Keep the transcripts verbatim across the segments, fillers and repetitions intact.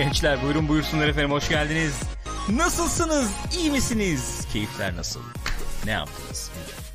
Gençler buyurun buyursunlar efendim, hoş geldiniz. Nasılsınız? İyi misiniz? Keyifler nasıl? Ne yaptınız?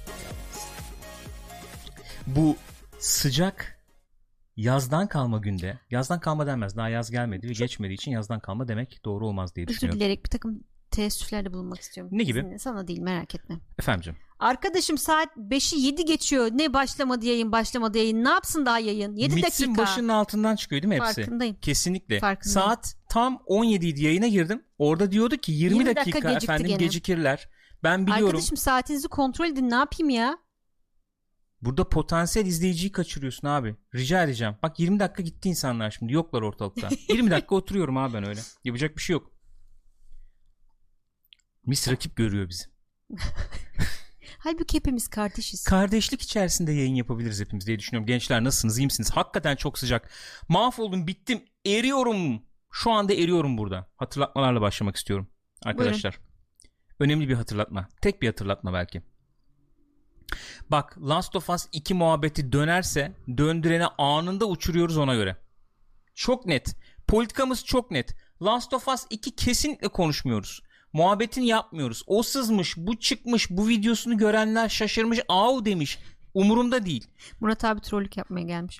Bu sıcak yazdan kalma günde, yazdan kalma denmez, daha yaz gelmedi ve geçmediği için yazdan kalma demek doğru olmaz diye düşünüyorum. Özür dileyerek bir takım teessüflerde bulunmak istiyorum. Ne gibi? Seninle, sana değil, merak etme. Efendim? Arkadaşım saat beşi yedi geçiyor. Ne başlamadı yayın başlamadı yayın. Ne yapsın daha yayın? yedi dakika. Mitsin başının altından çıkıyor değil mi hepsi? Farkındayım. Kesinlikle. Farkındayım. Saat tam on yedi idi, yayına girdim. Orada diyordu ki yirmi, yirmi dakika, dakika efendim gene. Gecikirler. Ben biliyorum. Arkadaşım saatinizi kontrol edin, ne yapayım ya? Burada potansiyel izleyiciyi kaçırıyorsun abi. Rica edeceğim. Bak yirmi dakika gitti insanlar şimdi. Yoklar ortalıkta. yirmi dakika oturuyorum abi ben öyle. Yapacak bir şey yok. Mis rakip görüyor bizi. Halbuki hepimiz kardeşiz. Kardeşlik içerisinde yayın yapabiliriz hepimiz diye düşünüyorum. Gençler nasılsınız? İyi misiniz? Hakikaten çok sıcak. Mahvoldum, bittim. Eriyorum. Şu anda eriyorum burada. Hatırlatmalarla başlamak istiyorum. Arkadaşlar. Buyurun. Önemli bir hatırlatma. Tek bir hatırlatma belki. Bak, Last of Us iki muhabbeti dönerse döndürene anında uçuruyoruz, ona göre. Çok net. Politikamız çok net. Last of Us iki kesinlikle konuşmuyoruz. Muhabbetini yapmıyoruz. O sızmış, bu çıkmış, bu videosunu görenler şaşırmış, au demiş. Umurumda değil. Murat abi trollük yapmaya gelmiş.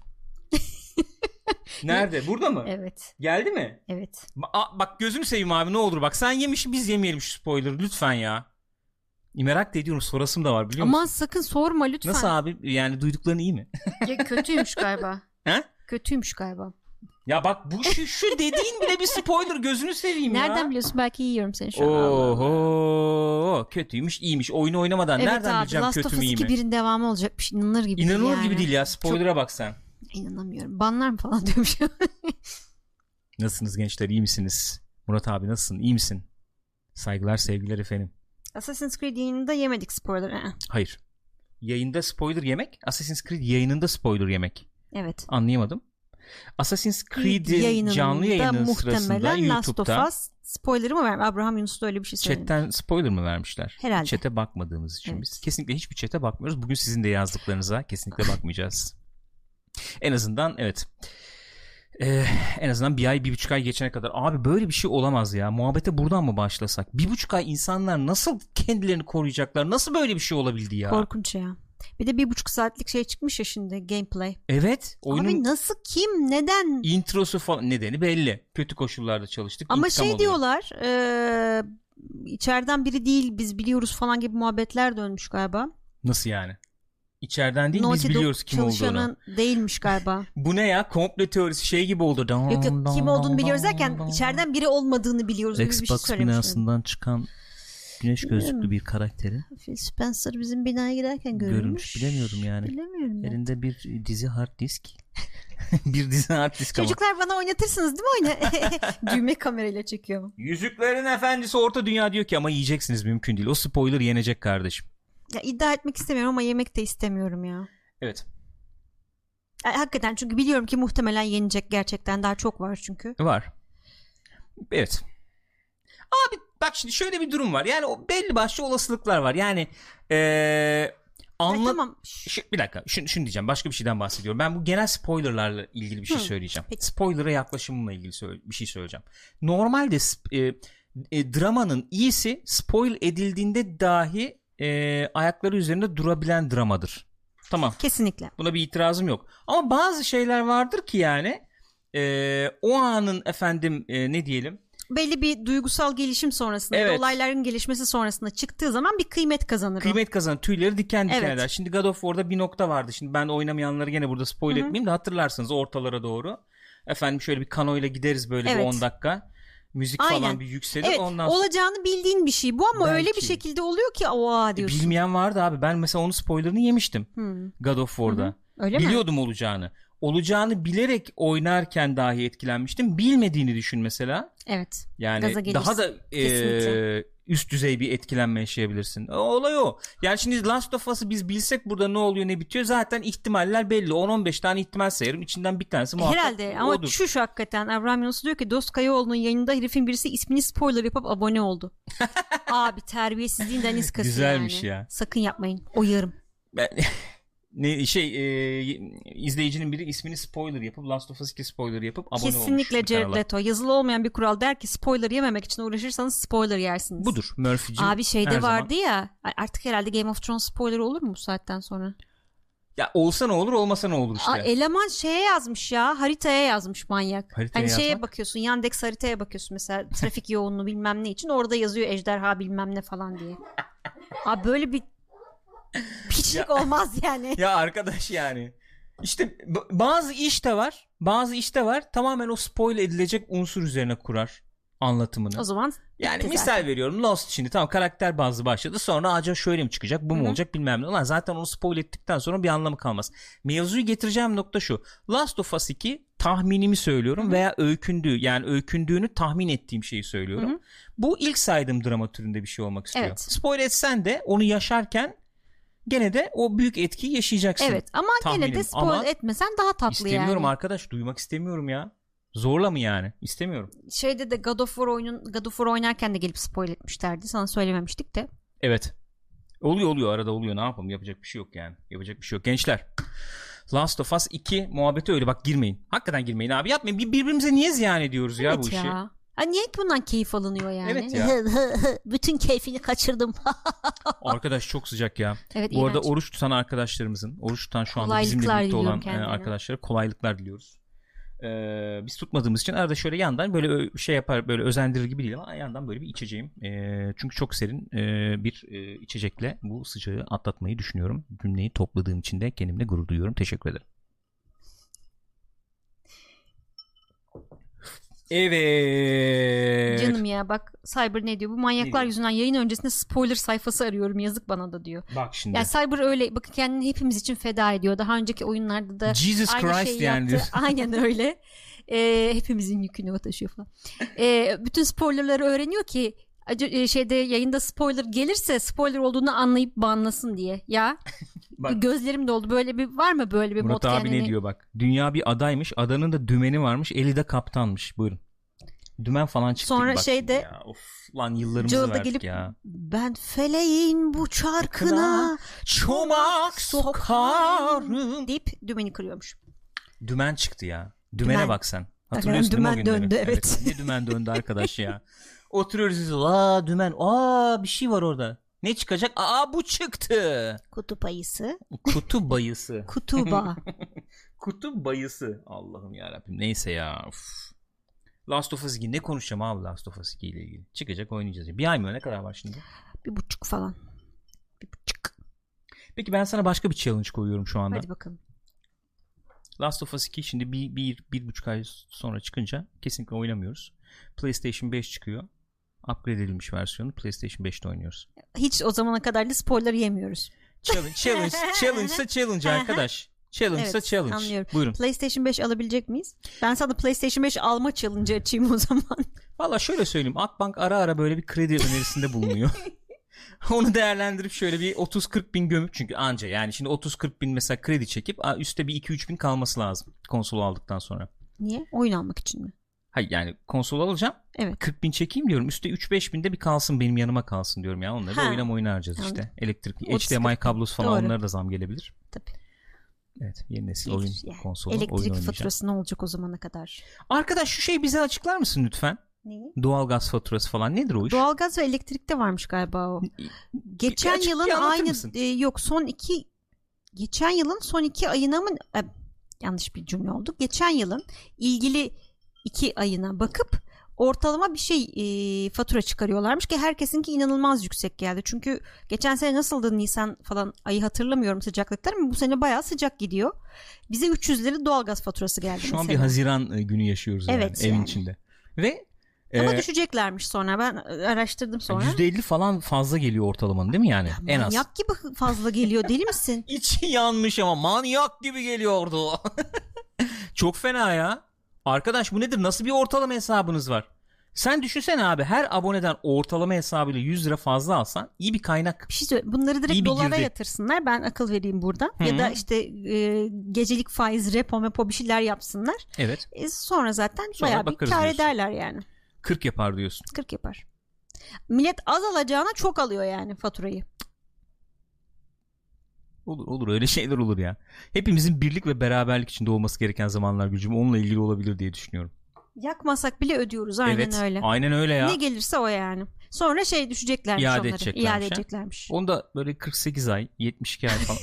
Nerede? Burada mı? Evet. Geldi mi? Evet. Ba- bak gözünü seveyim abi, ne olur bak, sen yemişsin biz yemeyelim şu spoiler lütfen ya. Merak da ediyorum, sorasım da var biliyor musun? Aman sakın sorma lütfen. Nasıl abi, yani duydukların iyi mi? Ya kötüymüş galiba. He? Kötüymüş galiba. Ya bak bu şu, şu dediğin bile bir spoiler, gözünü seveyim. Nereden ya. Nereden biliyorsun, belki yiyorum seni şu an. Oho, kötüymüş iyiymiş, oyunu oynamadan evet nereden abi, bileceğim kötü mü iyi mi? Evet abi, Last of Us iki birin devamı olacakmış, inanılır gibi İnanılır yani. gibi değil ya, spoiler'a Çok... bak sen. İnanamıyorum, banlar mı falan diyormuş. Nasılsınız gençler, iyi misiniz? Murat abi nasılsın, iyi misin? Saygılar sevgiler efendim. Assassin's Creed yayınında yemedik spoiler. Ee. Hayır. Yayında spoiler yemek, Assassin's Creed yayınında spoiler yemek. Evet. Anlayamadım. Assassin's Creed'in canlı yayını sırasında YouTube'da Last of Us spoiler'ı mı vermiş? Abraham Yunus da öyle bir şey söyledi. Chat'ten spoiler mı vermişler? Herhalde. Chat'e bakmadığımız için evet. Biz kesinlikle hiçbir chat'e bakmıyoruz. Bugün sizin de yazdıklarınıza kesinlikle bakmayacağız. En azından evet. Ee, en azından bir ay, bir buçuk ay geçene kadar. Abi böyle bir şey olamaz ya. Muhabbete buradan mı başlasak? Bir buçuk ay insanlar nasıl kendilerini koruyacaklar? Nasıl böyle bir şey olabildi ya? Korkunç ya. Bir de bir buçuk saatlik şey çıkmış ya şimdi, gameplay. Evet. Oyunun abi nasıl, kim, neden? Introsu falan, nedeni belli. Kötü koşullarda çalıştık. Ama şey oluyor. diyorlar, e, içeriden biri değil biz biliyoruz falan gibi muhabbetler dönmüş galiba. Nasıl yani? İçeriden değil, Naughty biz biliyoruz kim olduğunu. Çalışanın değilmiş galiba. Bu ne ya? Komple teorisi şey gibi oldu. Yok yok, kim olduğunu biliyoruz derken içeriden biri olmadığını biliyoruz gibi bir şey söylemişler. Xbox binasından çıkan güneş gözlüklü bir karakteri. Phil Spencer bizim binaya giderken görülmüş. Görülmüş, bilemiyorum yani. Bilemiyorum. Elinde ben. bir dizi hard disk. bir dizi hard disk ama. Çocuklar bana oynatırsınız değil mi oyna? Düğme kamerayla çekiyor mu? Yüzüklerin Efendisi Orta Dünya diyor ki ama yiyeceksiniz, mümkün değil. O spoiler yenecek kardeşim. Ya iddia etmek istemiyorum ama yemek de istemiyorum ya. Evet. Yani hakikaten, çünkü biliyorum ki muhtemelen yenecek, gerçekten daha çok var çünkü. Var. Evet. Abi bak şimdi şöyle bir durum var. Yani o belli başlı olasılıklar var. Yani ee, anla... Ay, tamam. Şu, bir dakika. Şunu, şunu diyeceğim. Başka bir şeyden bahsediyorum. Ben bu genel spoilerlarla ilgili bir şey Hı, söyleyeceğim. Peki. Spoiler'a yaklaşımımla ilgili söyle, bir şey söyleyeceğim. Normalde e, e, dramanın iyisi spoil edildiğinde dahi e, ayakları üzerinde durabilen dramadır. Tamam. Kesinlikle. Buna bir itirazım yok. Ama bazı şeyler vardır ki yani e, o anın efendim e, ne diyelim, belli bir duygusal gelişim sonrasında, evet, olayların gelişmesi sonrasında çıktığı zaman bir kıymet kazanır. Kıymet kazanır. Tüyleri diken diken evet. eder. Şimdi God of War'da bir nokta vardı. Şimdi ben oynamayanları gene burada spoil Hı-hı. etmeyeyim de hatırlarsınız ortalara doğru. Efendim şöyle bir kanoyla gideriz böyle evet. bir on dakika. Müzik Aynen. falan bir yükselir. Evet, ondan olacağını bildiğin bir şey bu ama belki. Öyle bir şekilde oluyor ki oha diyorsun. E, bilmeyen vardı abi. Ben mesela onun spoilerını yemiştim. Hmm. God of War'da. Hı-hı. Öyle Biliyordum mi? olacağını. Olacağını bilerek oynarken dahi etkilenmiştim. Bilmediğini düşün mesela. Evet. Yani daha da e, üst düzey bir etkilenme yaşayabilirsin. Olay o. Yani şimdi Last of Us'ı biz bilsek burada ne oluyor ne bitiyor zaten ihtimaller belli. on on beş tane ihtimal sayarım. İçinden bir tanesi muhakkak herhalde ama odur. Şu şu hakikaten Abraham Yunus diyor ki Dost Kayaoğlu'nun yayında herifin birisi ismini spoiler yapıp abone oldu. Abi terbiyesizliğin deniz kası. Güzelmiş yani. ya. Sakın yapmayın. Oyarım. Ben... ne şey e, izleyicinin biri ismini spoiler yapıp Last of Us iki spoiler yapıp abone olmuş. Kesinlikle Jared Leto. Yazılı olmayan bir kural der ki spoiler yememek için uğraşırsanız spoiler yersiniz. Budur Murphy'cim. Abi şeyde vardı zaman... ya artık herhalde Game of Thrones spoiler olur mu bu saatten sonra? Ya olsa ne olur olmasa ne olur işte. Aa, eleman şeye yazmış ya, haritaya yazmış manyak. Haritaya hani şeye yazmak? bakıyorsun, Yandex haritaya bakıyorsun mesela trafik yoğunluğu bilmem ne için, orada yazıyor ejderha bilmem ne falan diye. Abi böyle bir piçlik olmaz yani. Ya arkadaş yani. İşte bazı işte var, bazı işte var tamamen o spoil edilecek unsur üzerine kurar anlatımını. O zaman yani misal zaten. veriyorum Lost şimdi tamam karakter bazlı başladı, sonra acaba şöyle mi çıkacak, bu mu Hı-hı. olacak bilmem ne. Ulan zaten onu spoil ettikten sonra bir anlamı kalmaz. Mevzuyu getireceğim nokta şu: Last of Us iki tahminimi söylüyorum Hı-hı. veya öykündüğü, yani öykündüğünü tahmin ettiğim şeyi söylüyorum. Hı-hı. Bu ilk saydığım drama türünde bir şey olmak istiyor. Evet. Spoil etsen de onu yaşarken gene de o büyük etkiyi yaşayacaksın. Evet ama tahminim. Gene de spoil ama etmesen daha tatlı istemiyorum yani. İstemiyorum arkadaş, duymak istemiyorum ya. Zorla mı yani? İstemiyorum. Şeyde de God of War oyunun God of War oynarken de gelip spoil etmişlerdi. Sana söylememiştik de. Evet. Oluyor oluyor arada oluyor. Ne yapalım? Yapacak bir şey yok yani. Yapacak bir şey yok. Gençler. Last of Us iki muhabbeti öyle. Bak girmeyin. Hakikaten girmeyin abi. Yapmayın. Bir, birbirimize niye ziyan ediyoruz ya evet bu ya. işi? Ha, niye bundan keyif alınıyor yani? Evet ya. Bütün keyfini kaçırdım. Arkadaş çok sıcak ya. Evet, bu arada oruç tutan arkadaşlarımızın, oruç tutan şu anda bizimle birlikte olan kendine. arkadaşlara kolaylıklar diliyoruz. Ee, biz tutmadığımız için arada şöyle yandan böyle şey yapar, böyle özendirir gibi değil ama yandan böyle bir içeceğim. Ee, çünkü çok serin e, bir e, içecekle bu sıcağı atlatmayı düşünüyorum. Cümleyi topladığım için de kendimle gurur duyuyorum. Teşekkür ederim. Evet. Canım ya bak Cyber ne diyor? Bu manyaklar diyor? yüzünden yayın öncesinde spoiler sayfası arıyorum. Yazık bana da diyor. Bak şimdi. Yani Cyber öyle bakın kendini hepimiz için feda ediyor. Daha önceki oyunlarda da Jesus aynı Christ şeyi yani yaptı. Aynen öyle. Ee, hepimizin yükünü o taşıyor falan. Ee, bütün spoilerları öğreniyor ki şeyde yayında spoiler gelirse spoiler olduğunu anlayıp banlasın diye. Ya bak, gözlerim doldu. Böyle bir var mı böyle bir Murat mod abi kendini? ne diyor bak. Dünya bir adaymış. Adanın da dümeni varmış. Eli de kaptanmış. Buyurun. Dümen falan çıktı. Sonra bak şeyde ya. Of lan yıllarımızı verdik gelip, ya. Ben feleğin bu çarkına çomak sokarım deyip dümeni kırıyormuş. Dümen çıktı ya. Dümene dümen. Bak sen. Hatırlıyorsun dümen değil mi o günleri? Döndü, evet. evet. Ne dümen döndü arkadaş ya. Oturuyoruz biz. Aa dümen. Aa bir şey var orada. Ne çıkacak? Aa bu çıktı. Kutup ayısı. Kutup bayısı. Kutuba. Kutup bayısı. Allah'ım yarabbim. Neyse ya. Uf. Last of Us iki ne konuşacağım abi Last of Us iki ile ilgili. Çıkacak oynayacağız. Bir ay mı? Ne kadar var şimdi? Bir buçuk falan. Bir buçuk. Peki ben sana başka bir challenge koyuyorum şu anda. Hadi bakalım. Last of Us iki şimdi bir, bir, bir buçuk ay sonra çıkınca kesinlikle oynamıyoruz. PlayStation beş çıkıyor. Upgrade edilmiş versiyonu PlayStation beşte oynuyoruz. Hiç o zamana kadar da spoiler yemiyoruz. Challenge, challenge, challenge ise challenge arkadaş. Challenge ise evet, challenge. Anlıyorum. Buyurun. PlayStation beş alabilecek miyiz? Ben sana PlayStation beş alma challenge açayım o zaman. Valla şöyle söyleyeyim. Akbank ara ara böyle bir kredi önerisinde bulunuyor. Onu değerlendirip şöyle bir otuz kırk bin gömüp, çünkü anca yani şimdi otuz kırk bin mesela kredi çekip üstte bir iki üç bin kalması lazım konsolu aldıktan sonra. Niye? Oyun almak için mi? Hayır yani konsol alacağım. Evet. kırk bin çekeyim diyorum. Üstte üç beş bin de bir kalsın benim yanıma kalsın diyorum ya. Onları da oyuna oyuna harcayacağız işte. Anladım. Elektrik, H D M I kablosu falan, doğru, onlara da zam gelebilir. Tabii. Evet, yeni nesil oyun yani, konsolu, elektrik oyun faturası ne olacak o zamana kadar? Arkadaş şu şeyi bize açıklar mısın lütfen? Neyi? Doğalgaz faturası falan nedir o iş? Doğalgaz ve elektrikte varmış galiba o. Geçen Açık yılın aynı e, yok son iki geçen yılın son iki ayına mı e, yanlış bir cümle oldu. Geçen yılın ilgili iki ayına bakıp ortalama bir şey e, fatura çıkarıyorlarmış ki herkesinki inanılmaz yüksek geldi. Çünkü geçen sene nasıldı Nisan falan ayı hatırlamıyorum sıcaklıklar ama bu sene bayağı sıcak gidiyor. Bize üç yüz lira doğalgaz faturası geldi Şu mesela. an bir Haziran günü yaşıyoruz evet, yani, yani evin içinde. Ve ama e, düşeceklermiş sonra, ben araştırdım sonra. yüzde elli falan fazla geliyor ortalamanın değil mi yani? Ya en az. Manyak gibi fazla geliyor, deli misin? İçi yanmış ama manyak gibi geliyordu. Çok fena ya. Arkadaş bu nedir? Nasıl bir ortalama hesabınız var? Sen düşünsene abi, her aboneden ortalama hesabıyla yüz lira fazla alsan iyi bir kaynak. Bir şey söyle, bunları direkt dolara yatırsınlar. Ben akıl vereyim burada. Hı-hı. Ya da işte e, gecelik faiz, repo, mepo bir şeyler yapsınlar. Evet. E, sonra zaten sonra bayağı bir kar diyorsun. Ederler yani. kırk yapar diyorsun. kırk yapar. Millet az alacağına çok alıyor yani faturayı. Olur olur öyle şeyler olur ya. Hepimizin birlik ve beraberlik içinde olması gereken zamanlar Gülcüm. Onunla ilgili olabilir diye düşünüyorum. Yakmasak bile ödüyoruz aynen evet, öyle. Aynen öyle ya. Ne gelirse o yani. Sonra şey düşeceklermiş İade onları. edeceklermiş. İade edeceklermiş. Onu da böyle kırk sekiz ay yetmiş iki ay falan.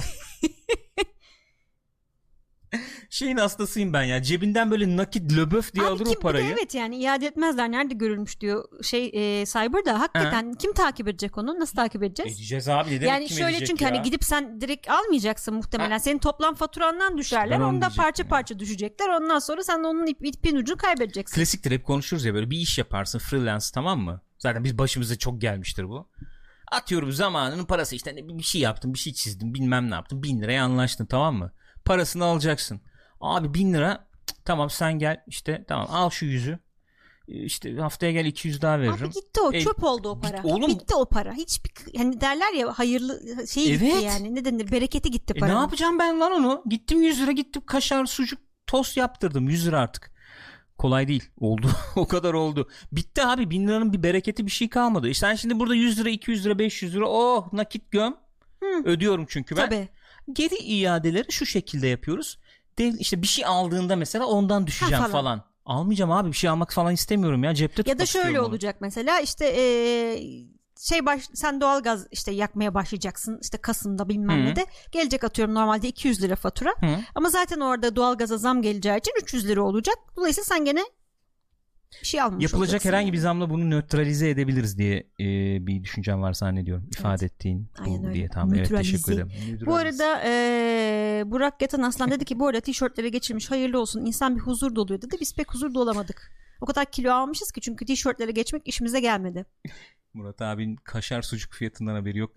Şeyin hastasıyım ben ya. Cebinden böyle nakit löböf diye Abi alır kim, o parayı. evet yani iade etmezler. Nerede görülmüş diyor şey e, Cyber da hakikaten ha. Kim takip edecek onu? Nasıl takip edeceğiz? Edeceğiz abi. Ne demek yani kim şöyle çünkü ya? Hani gidip sen direkt almayacaksın muhtemelen. Ha. Senin toplam faturandan düşerler. İşte onda parça ya. parça düşecekler. Ondan sonra sen onun ip, ipin ucunu kaybedeceksin. Klasiktir, hep konuşuruz ya, böyle bir iş yaparsın freelance, tamam mı? Zaten biz başımıza çok gelmiştir bu. Atıyorum zamanının parası, işte bir şey yaptım, bir şey çizdim, bilmem ne yaptım. Bin liraya anlaştın, tamam mı? Parasını alacaksın. Abi bin lira, tamam sen gel işte, tamam al şu yüzü. İşte haftaya gel iki yüz daha veririm. Abi gitti o, e, çöp oldu o para. Oğlum, bitti o para. Hiçbir, hani derler ya, hayırlı şey evet. gitti yani. Ne denir? Bereketi gitti paranın. E ne yapacağım ben lan onu? Gittim yüz lira, gittim kaşar sucuk tost yaptırdım. yüz lira artık. Kolay değil. Oldu. O kadar oldu. Bitti abi. bin liranın bir bereketi, bir şey kalmadı. İşte sen şimdi burada yüz lira, iki yüz lira, beş yüz lira oh nakit göm. Hı. Ödüyorum çünkü ben. Tabii. Geri iadeleri şu şekilde yapıyoruz. Dev, işte bir şey aldığında mesela ondan düşeceğim ha, falan. falan. Almayacağım abi, bir şey almak falan istemiyorum ya, cepte tutmak ya da şöyle onu. Olacak mesela işte ee, şey baş, sen doğalgaz işte yakmaya başlayacaksın işte Kasım'da bilmem ne de gelecek, atıyorum normalde iki yüz lira fatura. Hı. Ama zaten orada doğalgaza zam geleceği için üç yüz lira olacak. Dolayısıyla sen gene bir şey almış yapılacak herhangi yani. bir zamla bunu nötralize edebiliriz diye e, bir düşüncem var zannediyorum. İfade evet. ettiğin Aynen bu öyle. diye tam evet, teşekkür ederim. Mütralize. Bu arada e, Burak Yatan Aslan dedi ki bu arada tişörtlere geçirmiş, hayırlı olsun, insan bir huzur doluyor dedi. Biz pek huzur dolamadık. O kadar kilo almışız ki çünkü tişörtlere geçmek işimize gelmedi. Murat abinin kaşar sucuk fiyatından haberi yok.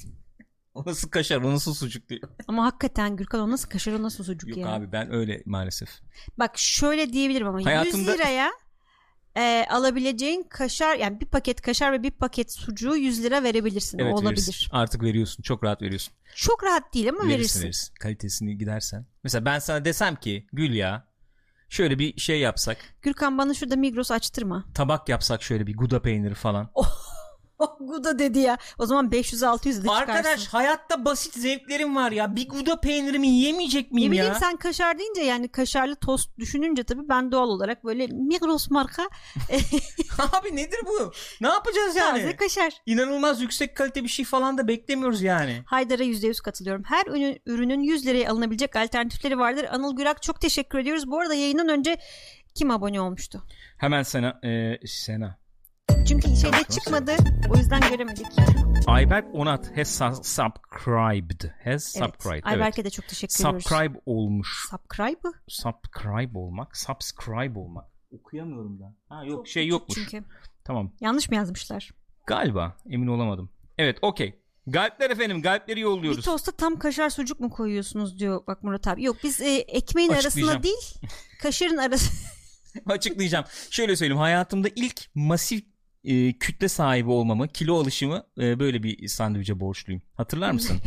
O nasıl kaşar, o nasıl sucuk diyor. Ama hakikaten Gürkan, o nasıl kaşar, o nasıl sucuk yok ya. Yok abi, ben öyle maalesef. Bak şöyle diyebilirim ama Hayatımda... yüz liraya e, alabileceğin kaşar, yani bir paket kaşar ve bir paket sucuğu yüz lira verebilirsin. Evet, o olabilir. Verirsin. Artık veriyorsun. Çok rahat veriyorsun. Çok rahat değil ama verirsin. Verirsin. verirsin. Kalitesini gidersen. Mesela ben sana desem ki Gül ya, şöyle bir şey yapsak. Gürkan bana şurada Migros açtırma. Tabak yapsak şöyle bir Gouda peyniri falan. Oh, Gouda dedi ya. O zaman beş yüz altı yüz de çıkarsın. Arkadaş hayatta basit zevklerim var ya. Bir Gouda peynirimi yiyemeyecek miyim ne ya? Ne bileyim, sen kaşar deyince, yani kaşarlı tost düşününce tabii ben doğal olarak böyle Migros marka. Abi nedir bu? Ne yapacağız yani? Taze kaşar. İnanılmaz yüksek kalite bir şey falan da beklemiyoruz yani. Haydar'a yüzde yüz katılıyorum. Her ürün, ürünün yüz liraya alınabilecek alternatifleri vardır. Anıl Gürak çok teşekkür ediyoruz. Bu arada yayından önce kim abone olmuştu? Hemen Sena. E, Sena. Çünkü şeyde çıkmadı. O yüzden göremedik. Ayberk Onat has subscribed. Has evet. subscribed. Ayberk'e evet. de çok teşekkür ediyoruz. Subscribe olmuş. Subscribe? Subscribe olmak. Subscribe olmak. Okuyamıyorum da. Ha yok, çok şey yokmuş. Çünkü. Tamam. Yanlış mı yazmışlar? Galiba. Emin olamadım. Evet, okey. Galpler efendim. Galpleri yolluyoruz. Bir tosta tam kaşar sucuk mu koyuyorsunuz diyor bak Murat abi. Yok, biz e, ekmeğin arasına değil, kaşarın arası. Açıklayacağım. Şöyle söyleyeyim. Hayatımda ilk masif e, kütle sahibi olmamı, kilo alışımı e, böyle bir sandviçe borçluyum. Hatırlar mısın?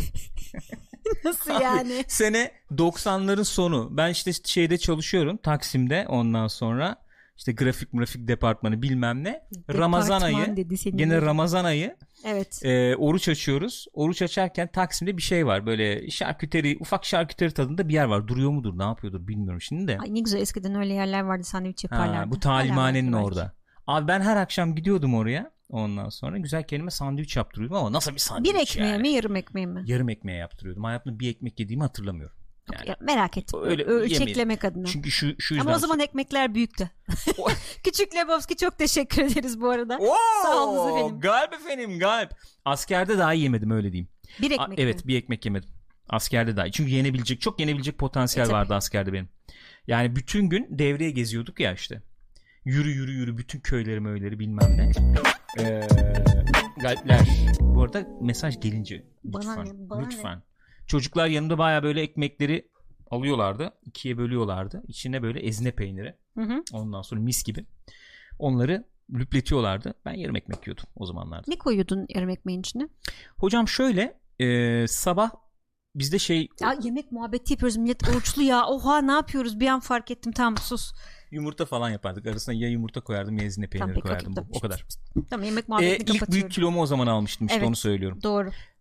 Nasıl yani? Abi, sene doksanların sonu. Ben işte şeyde çalışıyorum, Taksim'de, ondan sonra işte grafik grafik departmanı bilmem ne. Departman Ramazan ayı. Gene de. Ramazan ayı. Evet. E, oruç açıyoruz. Oruç açarken Taksim'de bir şey var. Böyle şarküteri, ufak şarküteri tadında bir yer var. Duruyor mudur, ne yapıyordur bilmiyorum şimdi de. Ay ne güzel, eskiden öyle yerler vardı, sandviç yaparlardı. Ha, bu talimhanenin orada. Abi ben her akşam gidiyordum oraya. Ondan sonra güzel kendime sandviç yaptırıyordum ama nasıl bir sandviç bir ekmeğe yani? mi, yarım ekmeğe mi? Yarım ekmeğe yaptırıyordum. Hayatımda bir ekmek yediğimi hatırlamıyorum. Yani, ya, merak ettim. Öyle, ölçeklemek adına. Çünkü şu, şu yüzden... Ama o zaman ekmekler büyüktü. Küçük Lebowski çok teşekkür ederiz bu arada. Oo, sağ olun efendim. Galip efendim, galip. Askerde daha yemedim, öyle diyeyim. Bir ekmek A- Evet mi? Bir ekmek yemedim. Askerde daha iyi. Çünkü yenebilecek, çok yenebilecek potansiyel e, vardı askerde benim. Yani bütün gün devreye geziyorduk ya işte. Yürü yürü yürü bütün köyleri möyleri bilmem ne. Ee, galipler. Bu arada mesaj gelince lütfen. Bana ne, bana lütfen. Ne? Çocuklar yanımda baya böyle ekmekleri alıyorlardı. İkiye bölüyorlardı. İçine böyle ezine peyniri. Hı hı. Ondan sonra mis gibi. Onları lüpletiyorlardı. Ben yarım ekmek yiyordum o zamanlarda. Ne koyuyordun yarım ekmeğin içine? Hocam şöyle e, sabah bizde şey... Ya yemek muhabbeti yapıyoruz, millet oruçlu ya. Oha ne yapıyoruz, bir an fark ettim, tamam sus. Yumurta falan yapardık. Arasına ya yumurta koyardım ya ezine peyniri tamam, koyardım. Bu, o kadar. Tamam, yemek muhabbetini ee, kapatıyorum. İlk büyük kilomu o zaman almıştım işte, evet, onu söylüyorum. Doğru.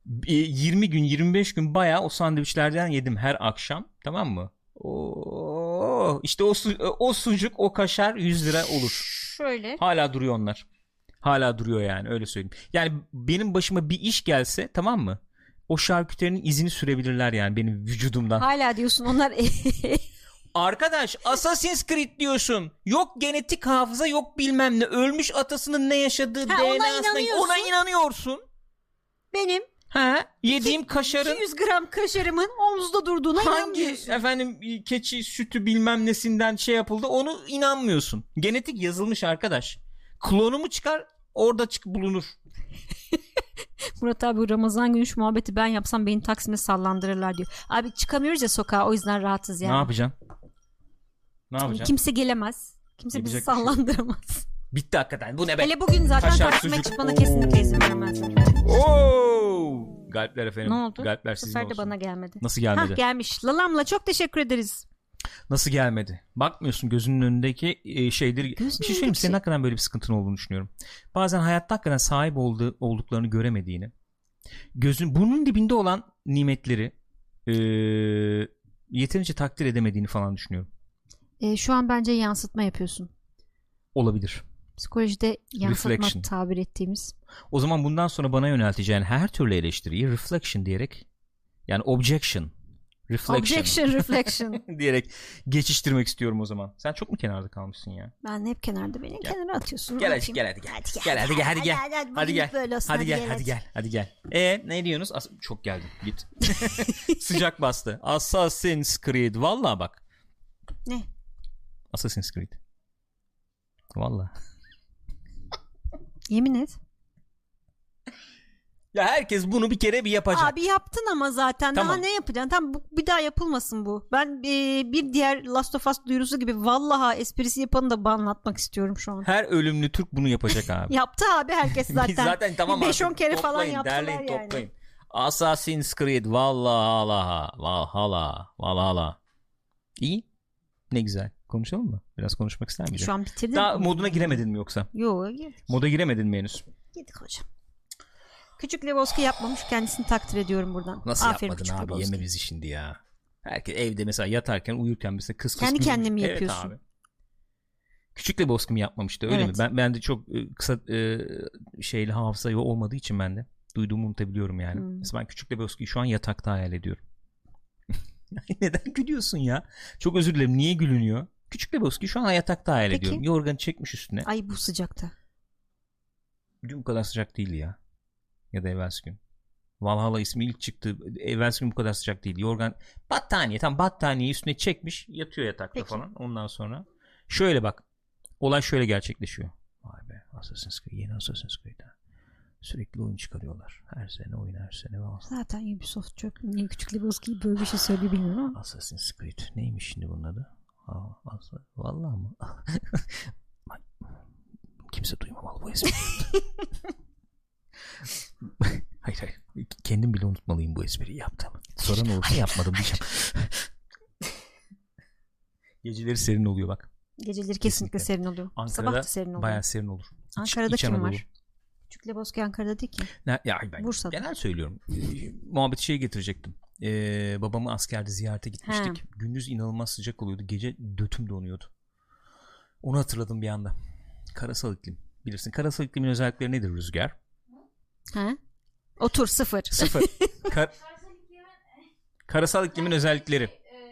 yirmi gün yirmi beş gün bayağı o sandviçlerden yedim her akşam, tamam mı? Oo, işte o su, o sucuk, o kaşar yüz lira olur. Şöyle. Hala duruyor onlar. Hala duruyor yani, öyle söyleyeyim. Yani benim başıma bir iş gelse, tamam mı? O şarküterinin izini sürebilirler yani benim vücudumdan. Hala diyorsun onlar. Arkadaş, Assassin's Creed diyorsun. Yok genetik hafıza, yok bilmem ne. Ölmüş atasının ne yaşadığı ha, D N A'sına ona inanıyorsun. Benim Ha, yediğim kaşarın iki yüz gram kaşarımın omuzda durduğuna hangi inanmıyorsun. efendim keçi sütü bilmem nesinden şey yapıldı, onu inanmıyorsun. Genetik yazılmış arkadaş. Klonumu çıkar, orada çık bulunur. Murat abi, Ramazan günü şu muhabbeti ben yapsam beni Taksim'de sallandırırlar diyor. Abi çıkamıyoruz ya sokağa, o yüzden rahatız yani. Ne yapacaksın? Ne yapacaksın? Kimse gelemez. Kimse Yapacak bizi sallandıramaz. Bitti hakikaten. Bu ne be? Hele bugün zaten Kaşar, Taksim'e sucuk. çıkmana Oo. kesinlikle izin vermezler. Oo! Galpler efendim. Ne oldu? Galpler Bu sizin sefer de olsun. bana gelmedi. Nasıl gelmedi? Hah, gelmiş. Lalamla çok teşekkür ederiz. Nasıl gelmedi? Bakmıyorsun gözünün önündeki e, şeyleri. Gözünün bir şey söyleyeyim, önündeki senin şey. hakikaten böyle bir sıkıntın olduğunu düşünüyorum. Bazen hayatta hakikaten sahip olduğu, olduklarını göremediğini, gözün burnun dibinde olan nimetleri e, yeterince takdir edemediğini falan düşünüyorum. E, şu an bence yansıtma yapıyorsun. Olabilir. Psikolojide yansıtma Reflection. tabir ettiğimiz. O zaman bundan sonra bana yönelteceğin her türlü eleştiriyi reflection diyerek, yani objection, reflection, Objection, reflection. diyerek geçiştirmek istiyorum o zaman. Sen çok mu kenarda kalmışsın ya? Ben hep kenarda, beni Gel. kenara atıyorsun. Gel Ne hadi, yapayım? gel hadi gel. Gel hadi gel hadi gel. Hadi, Hadi gel. Böyle olsun, Hadi gel hadi hadi. gel hadi gel. E ne diyorsunuz? As- çok geldin. Git. Sıcak bastı. Assassin's Creed. Vallahi bak. Ne? Assassin's Creed. Vallahi. Yemin et. Ya herkes bunu bir kere bir yapacak. Abi yaptın ama zaten. Tamam. Daha ne yapacaksın? Tamam, bu, bir daha yapılmasın bu. Ben e, bir diğer Last of Us duyurusu gibi vallahi esprisi yapanı da banlatmak istiyorum şu an. Her ölümlü Türk bunu yapacak abi. Yaptı abi herkes zaten. Biz zaten tamam beş on artık. kere falan Toplayın, yaptılar derleyin, yani. Toplayın. Assassin's Creed. Vallahi Valhalla. Valhalla. İyi. Ne güzel. Konuşalım mı? Biraz konuşmak ister miydin? Şu an bitirdin. Daha mi? moduna giremedin mi yoksa? Yok, girdik. Moda giremedin mi henüz? Girdik hocam. Küçük Lebowski yapmamış, kendisini takdir ediyorum buradan. Nasıl Aferin yapmadın Küçük abi? Lebowski. Yeme bizi şimdi ya. Herkes evde mesela yatarken, uyurken mesela kıs kıs Kendi gülmüş. kendine mi Evet yapıyorsun? abi. Küçük Lebowski mi yapmamıştı, öyle Evet. mi? Ben ben de çok e, kısa e, şeyli hafıza olmadığı için ben de duyduğumu unutabiliyorum yani. Hmm. Mesela ben Küçük Lebowski'yi şu an yatakta hayal ediyorum. Neden gülüyorsun ya? Çok özür dilerim. Niye gülünüyor? Küçük Lebowski'yi şu an yatakta hayal Peki. ediyorum. Yorganı çekmiş üstüne. Ay bu sıcakta. Dün bu kadar sıcak değildi ya. Ya da evvelsi gün. Valhalla ismi ilk çıktı. Evvelsi gün bu kadar sıcak değil. Yorgan, battaniye, tam battaniyeyi üstüne çekmiş, yatıyor yatakta Peki. falan. Ondan sonra şöyle bak. Olay şöyle gerçekleşiyor. Vay be, Assassin's Creed, yeni Assassin's Creed. Sürekli oyun çıkarıyorlar. Her sene oyun, her sene. Zaten Ubisoft çok. Niye Küçük Lebowski böyle bir şey söylüyor bilmiyorum ama. Assassin's Creed. Neymiş şimdi bunun adı? Aa, Assa- Vallahi mı? Kimse duymamalı bu espriyi. Hayır hayır. Kendim bile unutmalıyım bu espriyi yaptım. Soran olursa yapmadım diyeceğim. Geceleri serin oluyor bak. Geceleri kesinlikle, Kesinlikle. serin oluyor. Sabah Ankara'da da serin oluyor. bayağı serin olur. İç- Ankara'da İç kim Anadolu. var? Küçük Lebowski Ankara'da değil ki. Ne, ya ben Bursa'da. genel söylüyorum. Ee, muhabbeti şeye getirecektim. Ee, babamı askerde ziyarete gitmiştik. He. Gündüz inanılmaz sıcak oluyordu. Gece dötüm donuyordu. Onu hatırladım bir anda. Karasal iklim. Bilirsin. Karasal iklimin özellikleri nedir Rüzgar? He? Otur sıfır. Sıfır. Kar- Karasal iklimin özellikleri.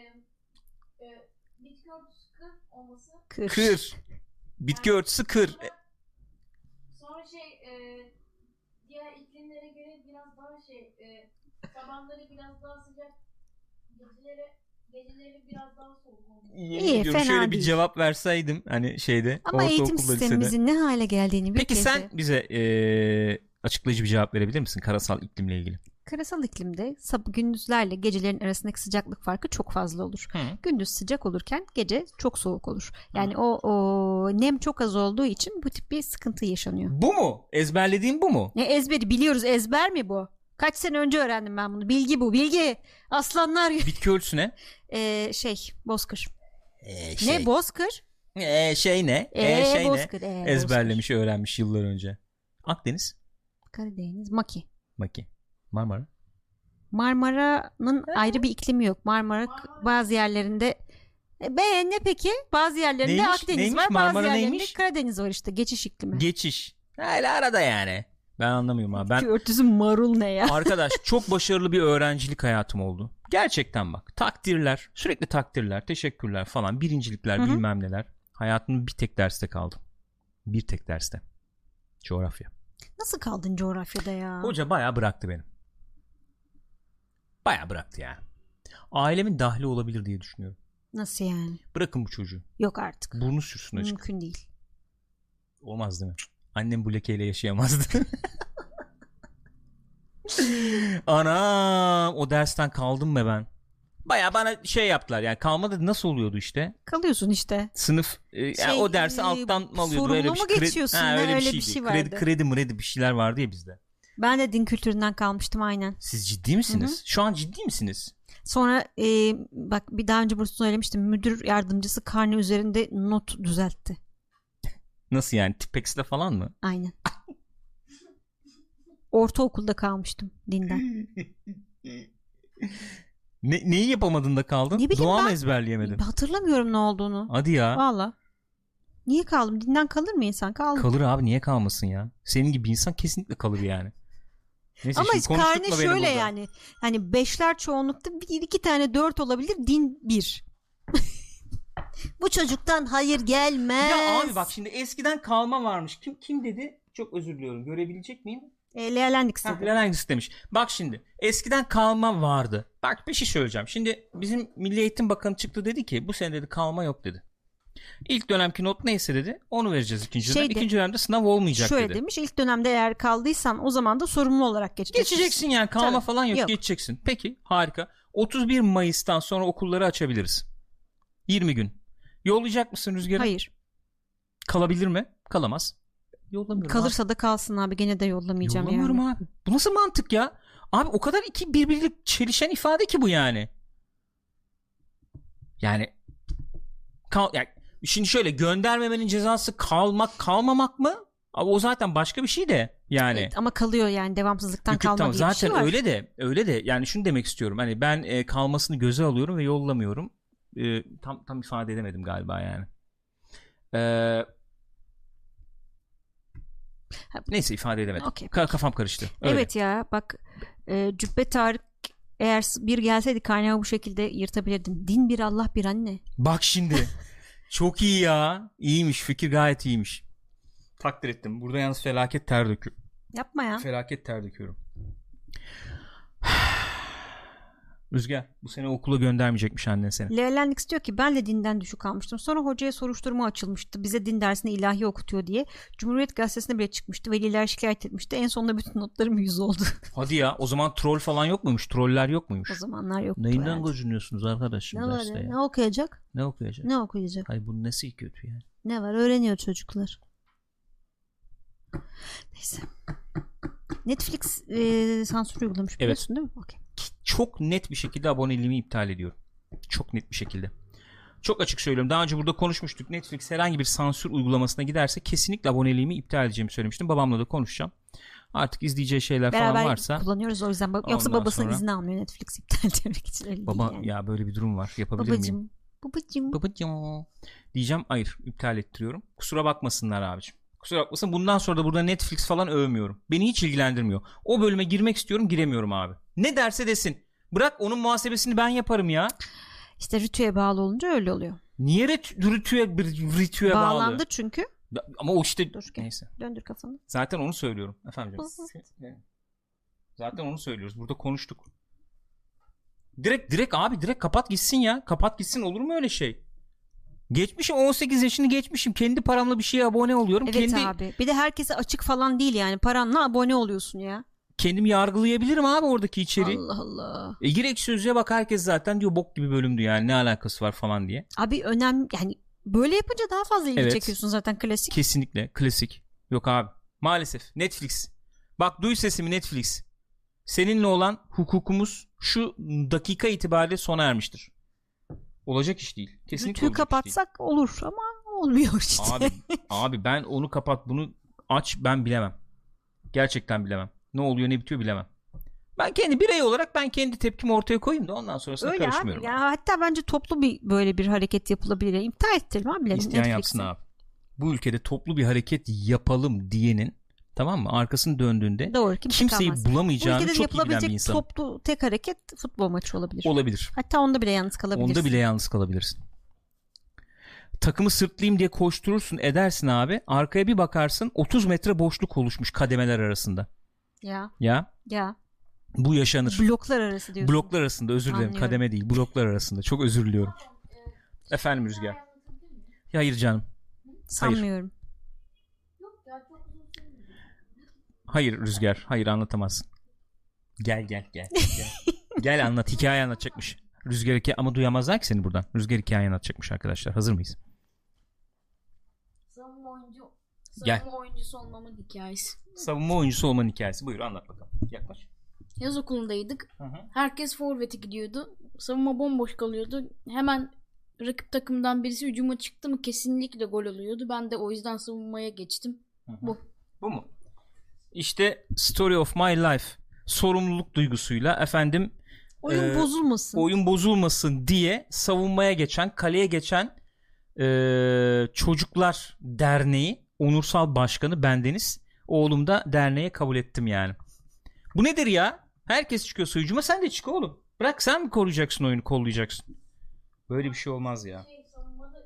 Bitki örtüsü kır olması. Kır. Kır. Bitki örtüsü kır. E, Sonra şey e, diğer iklimlere göre biraz daha şey e, sabahları biraz daha sıcak, geceleri geceleri biraz daha soğuk olması. yemin İyi, ediyorum, fena şöyle bir değil. cevap verseydim hani şeyde. Ama eğitim ortaokulda, lisede. sistemimizin ne hale geldiğini bir Peki kez sen de- bize e, açıklayıcı bir cevap verebilir misin karasal iklimle ilgili? Karasal iklimde sab- gündüzlerle gecelerin arasındaki sıcaklık farkı çok fazla olur. Hı. Gündüz sıcak olurken gece çok soğuk olur. Yani o, o nem çok az olduğu için bu tip bir sıkıntı yaşanıyor. Bu mu? Ezberlediğin bu mu? Ne ezberi biliyoruz, ezber mi bu? Kaç sene önce öğrendim ben bunu. Bilgi bu, bilgi. Aslanlar Bitki örtüsü ne? Ee, şey bozkır. Ee, Ne bozkır? Ee, şey ne? Ee, Ee, şey bozkır. ne? Ee, Ezberlemiş, öğrenmiş yıllar önce. Akdeniz. bozkır. Karadeniz, maki. Maki. Marmara? Marmara'nın ayrı bir iklimi yok. Marmara k- bazı yerlerinde e, be ne peki? Bazı yerlerinde Neymiş? Akdeniz Neymiş? var. Marmara Bazı yerlerinde neymiş? Karadeniz var işte. Geçiş iklimi. Geçiş. Öyle arada yani. Ben anlamıyorum abi. Ben Örtüsü marul ne ya? arkadaş çok başarılı bir öğrencilik hayatım oldu. Gerçekten bak. Takdirler. Sürekli takdirler. Teşekkürler falan. Birincilikler, Hı hı. bilmem neler. Hayatımın bir tek derste kaldım. Bir tek derste. Coğrafya. Nasıl kaldın coğrafyada ya? Hoca bayağı bıraktı beni. Bayağı bıraktı yani. Ailemin dahli olabilir diye düşünüyorum. Nasıl yani? Bırakın bu çocuğu. Yok artık. Burnu sürsün açık. Mümkün değil. Olmaz değil mi? Annem bu lekeyle yaşayamazdı. Anam, o dersten kaldım be ben. Baya bana şey yaptılar yani, kalmadı, nasıl oluyordu işte? Kalıyorsun işte. Sınıf e, yani Şey, o dersi e, alttan mı alıyordu? sorumlu Öyle mu bir şey. Kredi- geçiyorsun? Ha, Ne, öyle, öyle bir bir şeydi. şey Kredi, vardı. kredi mredi bir şeyler vardı ya bizde. Ben de din kültüründen kalmıştım aynen. Siz ciddi misiniz? Hı hı. Şu an ciddi misiniz? Sonra e, bak bir daha önce burada söylemiştim. Müdür yardımcısı karne üzerinde not düzeltti. Nasıl yani? Tipex'te falan mı? Aynen. Ortaokulda kalmıştım dinden. Ne, neyi yapamadın da kaldın? Ne bileyim Dua mı ben- ezberleyemedin? Hatırlamıyorum ne olduğunu. Hadi ya. Valla. Niye kaldım? Dinden kalır mı insan? Kaldım. Kalır abi, niye kalmasın ya? Senin gibi insan kesinlikle kalır yani. Neyse, Ama şimdi hiç konuşturma karne beni şöyle burada. yani. Hani beşler çoğunlukta bir iki tane dört olabilir. Din bir. Bu çocuktan hayır gelmez. Ya abi bak, şimdi eskiden kalma varmış. Kim kim dedi? Çok özür diliyorum. Görebilecek miyim? E, Leolendik Ha, istedi. Lennox demiş. Bak şimdi, eskiden kalma vardı. Bak bir şey söyleyeceğim. Şimdi bizim Milli Eğitim Bakanı çıktı, dedi ki bu sene dedi kalma yok dedi. İlk dönemki not neyse dedi, onu vereceğiz ikinci dönem. Şeydi, İkinci dönemde sınav olmayacak Şöyle dedi. demiş. İlk dönemde eğer kaldıysan o zaman da sorumlu olarak geçeceksin. Geçeceksin yani, kalma Tabii. falan yok, Yok. geçeceksin. Peki, harika. otuz bir Mayıs'tan sonra okulları açabiliriz. yirmi gün. Yollayacak mısın Rüzgar'ı? Hayır. Kalabilir mi? Kalamaz. Yollamıyorum Kalırsa da kalsın abi. Gene de abi. yollamayacağım Yollamıyorum yani. abi. Bu nasıl mantık ya? Abi o kadar iki birbiriyle çelişen ifade ki bu yani. Yani kal, yani şimdi şöyle, göndermemenin cezası kalmak kalmamak mı? Abi o zaten başka bir şey de yani. Evet, ama kalıyor yani, devamsızlıktan Yok, yok, kalma tamam. diye bir Zaten şey var. öyle de öyle de yani şunu demek istiyorum. Hani ben e, kalmasını göze alıyorum ve yollamıyorum. E, tam tam ifade edemedim galiba yani. Eee Ha, Neyse, ifade edemedim. Okey. Ka- kafam karıştı. Öyle. Evet ya bak, e, Cübbe Tarık eğer bir gelseydi kaynağı bu şekilde yırtabilirdim. Din bir, Allah bir anne. Bak şimdi. Çok iyi ya. İyiymiş. Fikir gayet iyiymiş. Takdir ettim. Burada yalnız felaket ter döküyorum. Yapma ya. Felaket ter döküyorum. Rüzgar, bu sene okula göndermeyecekmiş annen seni. Leolendik diyor ki ben de dinden düşük almıştım. Sonra hocaya soruşturma açılmıştı. Bize din dersinde ilahi okutuyor diye. Cumhuriyet Gazetesi'ne bile çıkmıştı. Veliler şikayet etmişti. En sonunda bütün notlarım yüz oldu. Hadi ya, o zaman troll falan yok muymuş? Troller yok muymuş? O zamanlar yoktu. Neyinden yani. gocunuyorsunuz arkadaşım Ne var derste ya? ya? Ne okuyacak? Ne okuyacak? Ne okuyacak? Ay bu nesi kötü ya? Ne var? Öğreniyor çocuklar. Neyse. Netflix e, sansür uygulamış, biliyorsun değil mi? Okay. Çok net bir şekilde aboneliğimi iptal ediyorum. Çok net bir şekilde. Çok açık söylüyorum. Daha önce burada konuşmuştuk. Netflix herhangi bir sansür uygulamasına giderse kesinlikle aboneliğimi iptal edeceğimi söylemiştim. Babamla da konuşacağım. Artık izleyeceği şeyler Beraber falan varsa. kullanıyoruz o yüzden. Yoksa Ondan babasının sonra... izni almıyor Netflix iptal etmek için. Öyle Baba değil yani. ya, böyle bir durum var. Yapabilir Babacım, miyim? Babacım. Babacım. Diyeceğim, hayır, iptal ettiriyorum. Kusura bakmasınlar abicim. Kusura bakmasın. Bundan sonra da burada Netflix falan övmüyorum. Beni hiç ilgilendirmiyor. O bölüme girmek istiyorum, giremiyorum abi. Ne derse desin. Bırak, onun muhasebesini ben yaparım ya. İşte ritüye bağlı olunca öyle oluyor. Niye rit- ritüye, ritüye bağlı? Bağlandı çünkü. Ama o işte Dur, gel. neyse. Döndür kafanı. Zaten onu söylüyorum efendim. Zaten onu söylüyoruz. Burada konuştuk. Direkt direkt abi direkt kapat gitsin ya. Kapat gitsin, olur mu öyle şey? Geçmişim, on sekiz yaşını geçmişim. Kendi paramla bir şeye abone oluyorum. Evet Kendi, abi. Bir de herkese açık falan değil yani. Paranla abone oluyorsun ya. Kendim yargılayabilirim abi oradaki içeriği. Allah Allah. E, gir Ekşi Sözlüğe bak, herkes zaten diyor bok gibi bölümdü yani, ne alakası var falan diye. Abi önemli yani, böyle yapınca daha fazla ilgi Evet. çekiyorsun zaten, klasik. Kesinlikle klasik. Yok abi. Maalesef Netflix. Bak, duy sesimi Netflix. Seninle olan hukukumuz şu dakika itibariyle sona ermiştir. Olacak iş değil. Kesinlikle Rütüyü olacak kapatsak olur ama olmuyor işte. iş değil. Abi, abi ben onu kapat bunu aç, ben bilemem. Gerçekten bilemem. Ne oluyor ne bitiyor bilemem. Ben kendi birey olarak ben kendi tepkimi ortaya koyayım da ondan sonrasına Öyle karışmıyorum. Abi, ya hatta bence toplu bir böyle bir hareket yapılabilir. Yani iptal ettirelim abi. İsteyen Netflix'i. yapsın abi. Bu ülkede toplu bir hareket yapalım diyenin, tamam mı, arkasını döndüğünde Doğru, kimse kimseyi kalmaz. bulamayacağını çok iyi bilen bir yapılabilecek insan. toplu tek hareket futbol maçı olabilir. Olabilir. Hatta onda bile yalnız kalabilirsin. Onda bile yalnız kalabilirsin. Takımı sırtlayayım diye koşturursun, edersin abi. Arkaya bir bakarsın otuz metre boşluk oluşmuş kademeler arasında. Ya. Ya. Ya. Bu yaşanır. Bloklar arası diyorsun. Bloklar arasında, özür dilerim. Anlıyorum. Kademe değil, bloklar arasında. Çok özür diliyorum. Efendim Rüzgar. Hayır canım. Sanmıyorum. Hayır Rüzgar. Hayır, anlatamazsın. Gel gel gel. Gel, gel anlat. Hikaye anlatacakmış. Rüzgar hikaye, ama duyamazlar ki seni buradan. Rüzgar hikaye anlatacakmış arkadaşlar. Hazır mıyız? Savunma oyuncu, Gel. savunma oyuncusu olmamın hikayesi. Savunma oyuncusu olmanın hikayesi. Buyur anlat bakalım. Yaklaş. Yaz okulundaydık. Hı hı. Herkes forvete gidiyordu. Savunma bomboş kalıyordu. Hemen rakip takımdan birisi hücuma çıktı mı kesinlikle gol oluyordu. Ben de o yüzden savunmaya geçtim. Hı hı. Bu. Bu mu? İşte story of my life. Sorumluluk duygusuyla efendim Oyun e, bozulmasın. oyun bozulmasın diye savunmaya geçen, kaleye geçen e, Çocuklar Derneği onursal başkanı bendeniz. Oğlum da derneğe kabul ettim yani. Bu nedir ya? Herkes çıkıyorsa hücuma, sen de çık oğlum. Bırak, sen mi koruyacaksın oyunu, kollayacaksın? Böyle bir şey olmaz ya. Şey, savunmada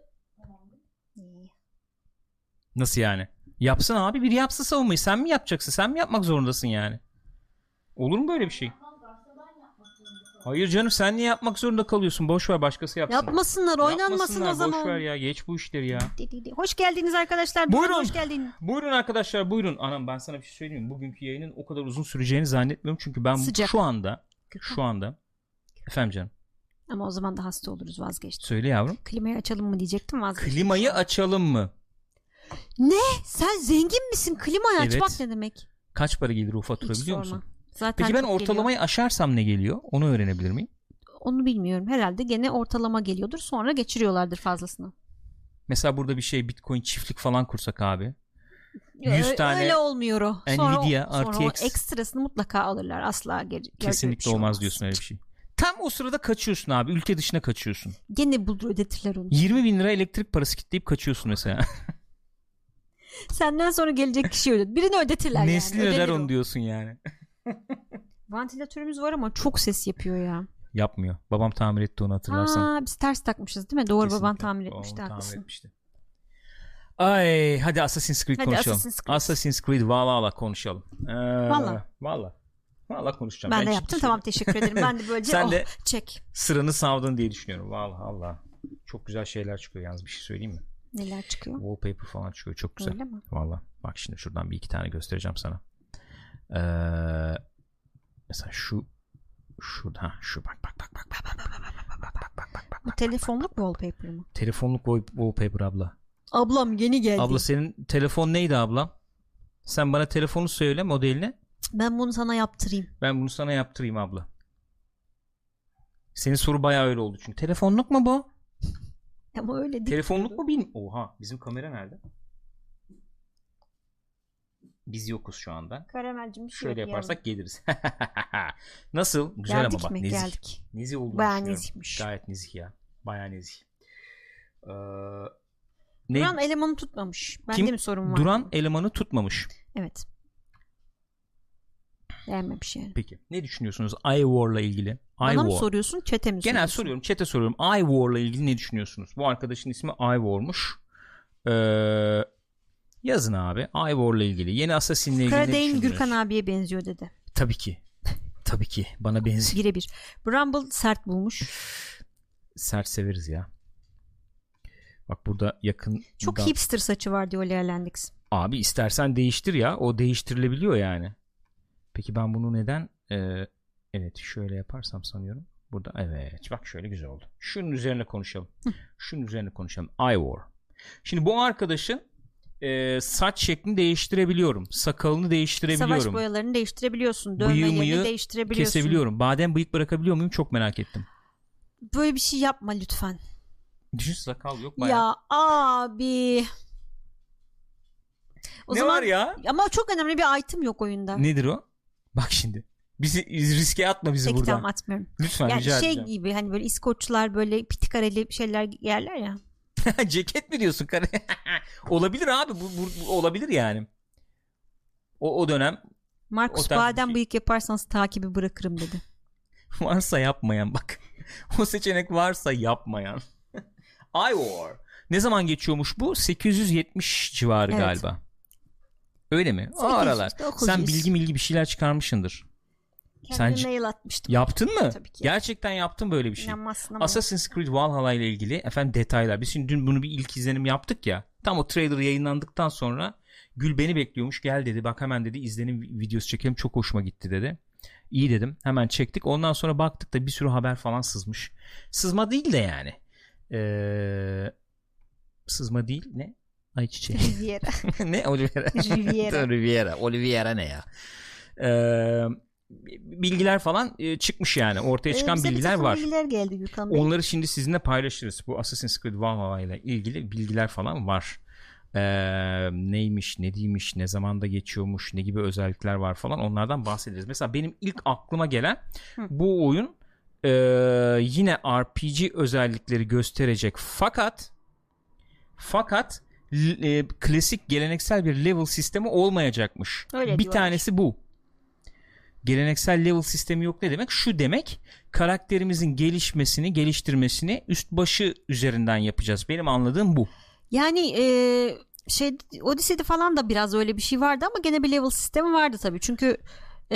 Nasıl yani? Yapsın abi, biri yapsın savunmayı. Sen mi yapacaksın? Sen mi yapmak zorundasın yani? Olur mu böyle bir şey? Hayır canım, sen niye yapmak zorunda kalıyorsun? Boş ver, başkası yapsın. Yapmasınlar, oynanmasın Yapmasınlar, o zaman. boş ver ya, geç bu işleri ya. Hoş geldiniz arkadaşlar. Buyurun. Hoş geldin. Buyurun arkadaşlar, buyurun. Anam, ben sana bir şey söyleyeyim mi? Bugünkü yayının o kadar uzun süreceğini zannetmiyorum. Çünkü ben Sıcak. şu anda şu anda efendim canım. Ama o zaman da hasta oluruz, vazgeçtim. Söyle yavrum. Klimayı açalım mı diyecektim, vazgeçtim. Klimayı açalım mı? Ne? Sen zengin misin? Klimayı Evet. açmak ne demek? Kaç para gelir o fatura, Hiç biliyor sorma. musun? Zaten Peki ben çok ortalamayı geliyor. aşarsam ne geliyor? Onu öğrenebilir miyim? Onu bilmiyorum. Herhalde gene ortalama geliyordur. Sonra geçiriyorlardır fazlasını. Mesela burada bir şey, Bitcoin çiftlik falan kursak abi. yüz Öyle, tane öyle olmuyor o. Sonra, Nvidia, o, sonra R T o X ekstrasını mutlaka alırlar. Asla geri, kesinlikle şey olmaz olmaz diyorsun öyle bir şey. Tam o sırada kaçıyorsun abi. Ülke dışına kaçıyorsun. Gene bulur ödetirler onu. yirmi bin lira elektrik parası kitleyip kaçıyorsun mesela. Senden sonra gelecek kişi ödet. Birini ödetirler Neslin yani. öder Ödenir onu o. diyorsun yani. Vantilatörümüz var ama çok ses yapıyor ya. Yapmıyor. Babam tamir etti onu, hatırlarsan. Aa, biz ters takmışız değil mi? Doğru, Kesinlikle. baban tamir Babam etmişti, tamir haklısın. etmişti. Ay, hadi Assassin's Creed Hadi konuşalım. Assassin's Creed. Assassin's Creed Valhalla konuşalım. Ee, Valla. Valla. Valla konuşacağım. Ben, de ciddi yaptım, söylüyorum. tamam, teşekkür ederim. Ben de böylece Sen oh, de çek. sıranı savdın diye düşünüyorum. Valhalla. Çok güzel şeyler çıkıyor yalnız, bir şey söyleyeyim mi? Neler çıkıyor? Wallpaper falan çıkıyor. Çok güzel. Öyle mi? Valla. Bak şimdi şuradan bir iki tane göstereceğim sana. Ee, mesela şu şurada, ha, şu bak bak bak bak bak bak bak bak bak bak bak bak. Bu telefonluk wallpaper mı? Telefonluk wallpaper abla. Ablam yeni geldi. Abla senin telefon neydi ablam? Sen bana telefonu söyle, modelini. Ben bunu sana yaptırayım. Ben bunu sana yaptırayım abla. Senin soru bayağı öyle oldu çünkü. Telefonluk mu bu? Ama öyle değil. Telefonluk mu bilmiyorum. Oha, bizim kamera nerede? Biz yokuz şu anda. Karamelcim bir şey Şöyle yok yaparsak yavrum. geliriz. Nasıl? Güzel Geldik ama bak, mi? nezih. Geldik. Nezih olduğunu Bayağı düşünüyorum. nezihmiş. Gayet nezih ya. Bayağı nezih. Ee, Duran ne? elemanı tutmamış. Bende Kim? mi sorun var? Duran elemanı tutmamış. Evet. Beğenmemiş yani. Peki. Ne düşünüyorsunuz iWar'la ilgili? Bana iWar. mı soruyorsun? Çete mi Genel soruyorsun? soruyorum. Chat'e soruyorum. iWar'la ilgili ne düşünüyorsunuz? Bu arkadaşın ismi iWar'muş. Ee, yazın abi. iWar'la ilgili. Yeni Assassin'le ilgili ne Karadayın düşünüyorsunuz? Gürkan abiye benziyor dedi. Tabii ki. Tabii ki. Bana benziyor. Birebir. Bramble sert bulmuş. Sert severiz ya. Bak burada yakın. Çok hipster saçı var diyor Lea Landix. Abi istersen değiştir ya. O değiştirilebiliyor yani. Peki ben bunu neden ee, evet şöyle yaparsam sanıyorum. Burada evet bak şöyle güzel oldu. Şunun üzerine konuşalım. Hı. Şunun üzerine konuşalım. iWar. Şimdi bu arkadaşın e, saç şeklini değiştirebiliyorum. Sakalını değiştirebiliyorum. Savaş boyalarını değiştirebiliyorsun. Dövme Bıyığımı yerini değiştirebiliyorsun. kesebiliyorum. Badem bıyık bırakabiliyor muyum? Çok merak ettim. Böyle bir şey yapma lütfen. Düşün, sakal yok bayağı. Ya abi. O ne zaman, var ya? ama çok önemli bir item yok oyunda. Nedir o? Bak şimdi. Bizi riske atma bizi Peki, burada. tamam, atmıyorum. Lütfen yani rica şey edeceğim. gibi hani böyle İskoçlar böyle pitikareli şeyler yerler ya. Ceket mi diyorsun? Olabilir abi. Bu, bu, bu olabilir yani. O, o dönem. Markus o badem şey... bıyık yaparsanız takibi bırakırım dedi. Varsa yapmayan bak. O seçenek varsa yapmayan. Ivor. Ne zaman geçiyormuş bu? sekiz yüz yetmiş civarı evet. galiba. Öyle mi? O aralar. dokuz yüz. Sen bilgi milgi bir şeyler çıkarmışsındır. Kendime Sen mail atmıştım. Yaptın mı? Tabii ki. Gerçekten yaptın böyle bir şey. İnanmazsın ama. Assassin's Creed Valhalla ile ilgili efendim detaylar. Biz şimdi dün bunu bir ilk izlenim yaptık ya. Tam o trailer yayınlandıktan sonra Gül beni bekliyormuş. Gel dedi. Bak hemen dedi izlenim videosu çekelim. Çok hoşuma gitti dedi. İyi dedim. Hemen çektik. Ondan sonra baktık da bir sürü haber falan sızmış. Sızma değil de yani. Ee, sızma değil ne? Ayçiçeği. Riviera. Ne? Oliveira. Riviera. Riviera. Oliveira ne ya? Eee bilgiler falan e, çıkmış yani. Ortaya çıkan ee, bilgiler var. Bilgiler geldi Gürkan Bey. Onları şimdi sizinle paylaşırız. Bu Assassin's Creed Valhalla ile ilgili bilgiler falan var. Ee, neymiş, ne değilmiş, ne zamanda geçiyormuş, ne gibi özellikler var falan onlardan bahsederiz. Mesela benim ilk aklıma gelen Hı. bu oyun e, yine R P G özellikleri gösterecek fakat fakat e, klasik geleneksel bir level sistemi olmayacakmış. Öyle bir diyorlar. Tanesi bu. Geleneksel level sistemi yok ne demek? Şu demek, karakterimizin gelişmesini, geliştirmesini üst başı üzerinden yapacağız. Benim anladığım bu. Yani e, şey Odyssey'de falan da biraz öyle bir şey vardı ama gene bir level sistemi vardı tabii. Çünkü e,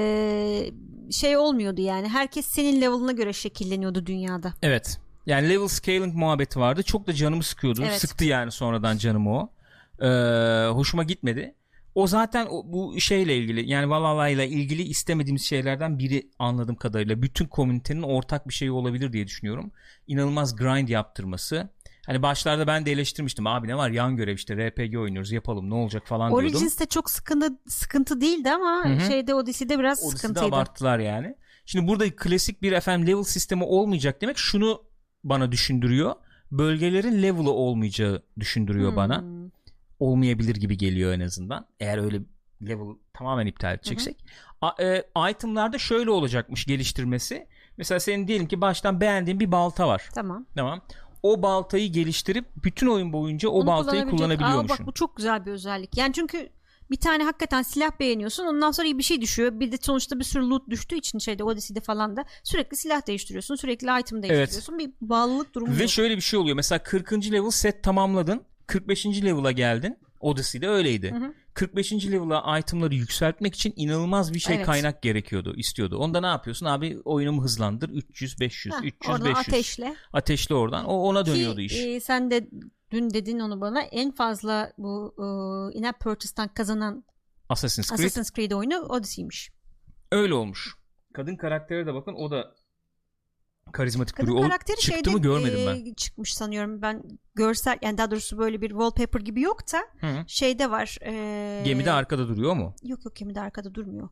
şey olmuyordu yani. Herkes senin level'ına göre şekilleniyordu dünyada. Evet. Yani level scaling muhabbeti vardı. Çok da canımı sıkıyordu. Evet. Sıktı yani sonradan canımı o. Ee, hoşuma gitmedi. O zaten o, bu şeyle ilgili yani Valhalla ile ilgili istemediğimiz şeylerden biri anladığım kadarıyla. Bütün komünitenin ortak bir şeyi olabilir diye düşünüyorum. İnanılmaz grind yaptırması. Hani başlarda ben de eleştirmiştim. Abi ne var yan görev işte R P G oynuyoruz yapalım ne olacak falan diyordum. Origins'te çok sıkıntı sıkıntı değildi ama Hı-hı. şeyde Odyssey'de biraz Odyssey'de sıkıntıydı. abarttılar yani. Şimdi burada klasik bir efendim level sistemi olmayacak demek şunu bana düşündürüyor. Bölgelerin level'ı olmayacağı düşündürüyor hmm. bana. Olmayabilir gibi geliyor en azından. Eğer öyle level tamamen iptal edeceksek. A, e, itemlarda şöyle olacakmış geliştirmesi. Mesela senin diyelim ki baştan beğendiğin bir balta var. Tamam. Tamam. O baltayı geliştirip bütün oyun boyunca o Onu baltayı kullanabiliyormuşsun. Aa, bak bu çok güzel bir özellik. Yani çünkü bir tane hakikaten silah beğeniyorsun. Ondan sonra iyi bir şey düşüyor. Bir de sonuçta bir sürü loot düştüğü için şeyde Odyssey'de falan da sürekli silah değiştiriyorsun. Sürekli item değiştiriyorsun. Evet. Bir bağlılık durumu Ve yok. şöyle bir şey oluyor. Mesela kırkıncı level set tamamladın. kırk beşinci level'a geldin. Odyssey'de öyleydi. Hı hı. kırk beşinci level'a itemları yükseltmek için inanılmaz bir şey evet. kaynak gerekiyordu, istiyordu. Onda ne yapıyorsun abi? Oyunumu hızlandır. üç yüz beş yüz, Heh, üç yüz beş yüz. Ateşle. Ateşle oradan. O ona dönüyordu Ki, iş. E, sen de dün dedin onu bana. En fazla bu e, in-app purchase'tan kazanan Assassin's Creed. Assassin's Creed oyunu Odyssey'miş. Öyle olmuş. Kadın karaktere de bakın o da karizmatik Kadın duruyor. Karakteri çıktı şeyde, mı görmedim ben. E, çıkmış sanıyorum ben görsel yani daha doğrusu böyle bir wallpaper gibi yok da Hı-hı. şeyde var. E, gemide arkada duruyor mu? Yok yok gemide arkada durmuyor.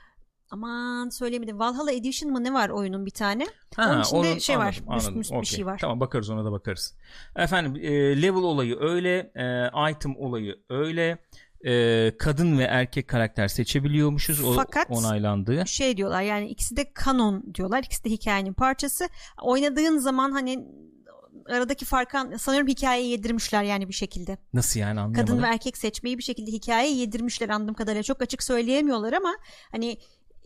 Aman söyleyemedim. Valhalla Edition mı ne var oyunun bir tane? Ha, onun içinde onun, şey anladım, var. Anladım, üst, üst okay. bir şey var. Tamam bakarız ona da bakarız. Efendim e, level olayı öyle. E, item olayı öyle. E, kadın ve erkek karakter seçebiliyormuşuz. O, Fakat onaylandığı. Şey diyorlar yani ikisi de kanon diyorlar. İkisi de hikayenin parçası. Oynadığın zaman hani aradaki farkı sanıyorum hikayeye yedirmişler yani bir şekilde. Nasıl yani anlayamadım. Kadın ve erkek seçmeyi bir şekilde hikayeye yedirmişler anladığım kadarıyla. Çok açık söyleyemiyorlar ama hani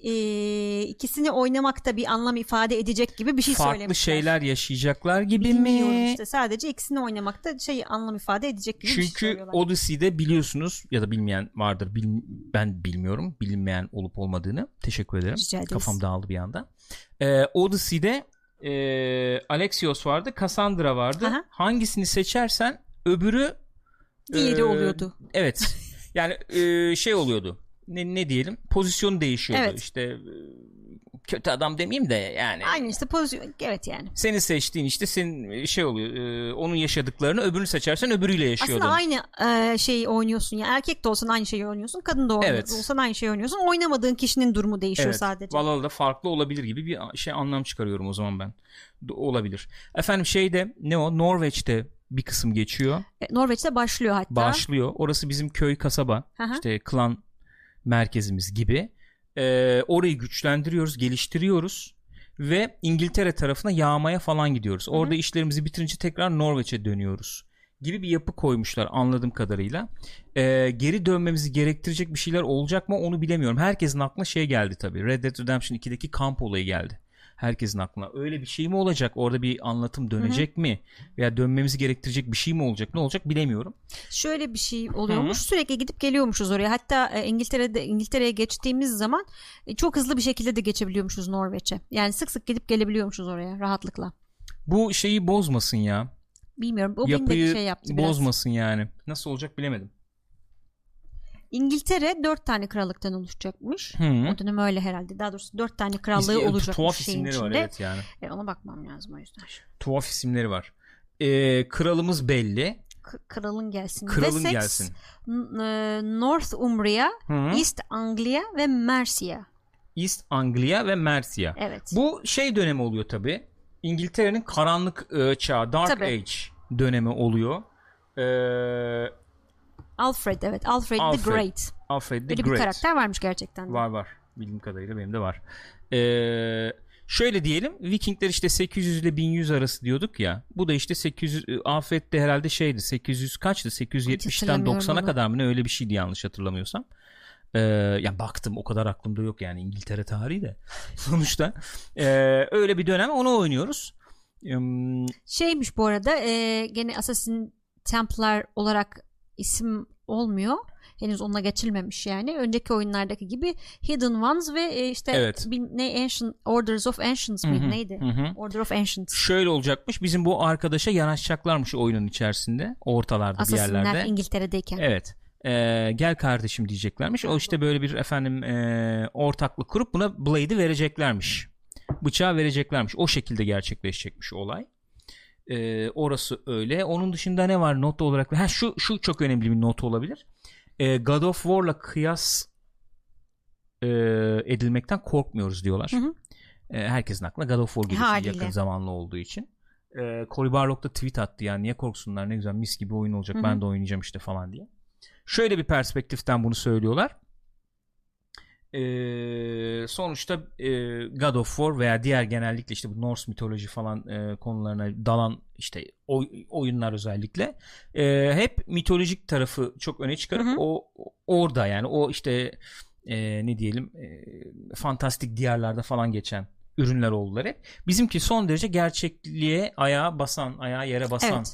e, ikisini oynamakta bir anlam ifade edecek gibi bir şey Farklı söylemişler. Farklı şeyler yaşayacaklar gibi Bilmiyorum mi? işte sadece ikisini oynamakta şey anlam ifade edecek gibi Çünkü bir şey söylüyorlar. Çünkü Odyssey'de biliyorsunuz ya da bilmeyen vardır. Bil, ben bilmiyorum bilinmeyen olup olmadığını. Teşekkür ederim. Kafam dağıldı bir anda. Ee, Odyssey'de e, Alexios vardı, Cassandra vardı. Aha. Hangisini seçersen öbürü diğeri e, oluyordu. Evet. Yani e, şey oluyordu. Ne, ne diyelim? Pozisyonu değişiyordu. Evet. İşte kötü adam demeyeyim de yani. Aynı işte pozisyon. Evet yani. Seni seçtiğin işte senin şey oluyor. E, onun yaşadıklarını öbürünü seçersen öbürüyle yaşıyordun. Aslında aynı e, şeyi oynuyorsun. Yani erkek de olsan aynı şeyi oynuyorsun. Kadın da evet. olsan aynı şeyi oynuyorsun. Oynamadığın kişinin durumu değişiyor evet. sadece. Valhalla'da farklı olabilir gibi bir şey anlam çıkarıyorum o zaman ben. Olabilir. Efendim şeyde ne o? Norveç'te bir kısım geçiyor. E, Norveç'te başlıyor hatta. Başlıyor. Orası bizim köy kasaba. Aha. İşte klan merkezimiz gibi. Ee, orayı güçlendiriyoruz, geliştiriyoruz ve İngiltere tarafına yağmaya falan gidiyoruz. Orada Hı-hı. işlerimizi bitirince tekrar Norveç'e dönüyoruz gibi bir yapı koymuşlar anladığım kadarıyla. Ee, geri dönmemizi gerektirecek bir şeyler olacak mı onu bilemiyorum. Herkesin aklına şey geldi tabii. Red Dead Redemption ikideki kamp olayı geldi. Herkesin aklına. Öyle bir şey mi olacak? Orada bir anlatım dönecek Hı-hı. mi? Veya dönmemizi gerektirecek bir şey mi olacak? Ne olacak bilemiyorum. Şöyle bir şey oluyormuş. Hı-hı. Sürekli gidip geliyormuşuz oraya. Hatta e, İngiltere'de İngiltere'ye geçtiğimiz zaman e, çok hızlı bir şekilde de geçebiliyormuşuz Norveç'e. Yani sık sık gidip gelebiliyormuşuz oraya rahatlıkla. Bu şeyi bozmasın ya. Bilmiyorum. O Yapıyı beni de şey yaptı biraz. Bozmasın yani. Nasıl olacak bilemedim. İngiltere dört tane krallıktan oluşacakmış. Hmm. O dönem öyle herhalde. Daha doğrusu dört tane krallığı İs- olacakmış tuhaf şeyin isimleri içinde. var evet yani. E, ona bakmam lazım o yüzden. Tuhaf isimleri var. Ee, kralımız belli. K- kralın gelsin. Kralın Wessex, gelsin. N- Northumbria, Hı-hı. East Anglia ve Mercia. East Anglia ve Mercia. Evet. Bu şey dönemi oluyor tabii. İngiltere'nin karanlık e, çağı, Dark tabii. Age dönemi oluyor. Eee Alfred evet. Alfred, Alfred the Great. Alfred the Böyle Great. bir karakter varmış gerçekten de. Var var. Bildiğim kadarıyla benim de var. Ee, şöyle diyelim. Vikingler işte sekiz yüz ile bin yüz arası diyorduk ya. Bu da işte sekiz yüz Alfred de herhalde şeydi. sekiz yüz kaçtı? sekiz yüz yetmişten doksana kadar mı ne öyle bir şeydi yanlış hatırlamıyorsam. Ee, yani baktım o kadar aklımda yok yani İngiltere tarihi de. Sonuçta ee, öyle bir dönem onu oynuyoruz. Ee, Şeymiş bu arada e, gene Assassin Templar olarak isim olmuyor. Henüz onunla geçilmemiş yani. Önceki oyunlardaki gibi Hidden Ones ve e, işte evet. bir, ne Ancient Orders of Ancients mıydı neydi? Hı-hı. Order of Ancients. Şöyle olacakmış. Bizim bu arkadaşa yanaşacaklarmış oyunun içerisinde. Ortalarda bir yerlerde. Assassinler İngiltere'deyken. Evet. Ee, gel kardeşim diyeceklermiş. O işte böyle bir efendim e, ortaklık kurup buna Blade'i vereceklermiş. Bıçağı vereceklermiş. O şekilde gerçekleşecekmiş olay. Ee, orası öyle. Onun dışında ne var not olarak? Ha şu şu çok önemli bir not olabilir. Ee, God of War'la kıyas e, edilmekten korkmuyoruz diyorlar. Hı hı. Ee, herkesin aklına God of War geliyor yakın zamanlı olduğu için. Ee, Cory Barlog da tweet attı yani niye korksunlar ne güzel mis gibi oyun olacak. Hı hı. Ben de oynayacağım işte falan diye. Şöyle bir perspektiften bunu söylüyorlar. Ee, sonuçta e, God of War veya diğer genellikle işte bu Norse mitoloji falan e, konularına dalan işte oy, oyunlar özellikle e, hep mitolojik tarafı çok öne çıkarıp hı hı. o orada yani o işte e, ne diyelim e, fantastik diyarlarda falan geçen ürünler oldular hep. Bizimki son derece gerçekliğe ayağa basan, ayağa yere basan evet.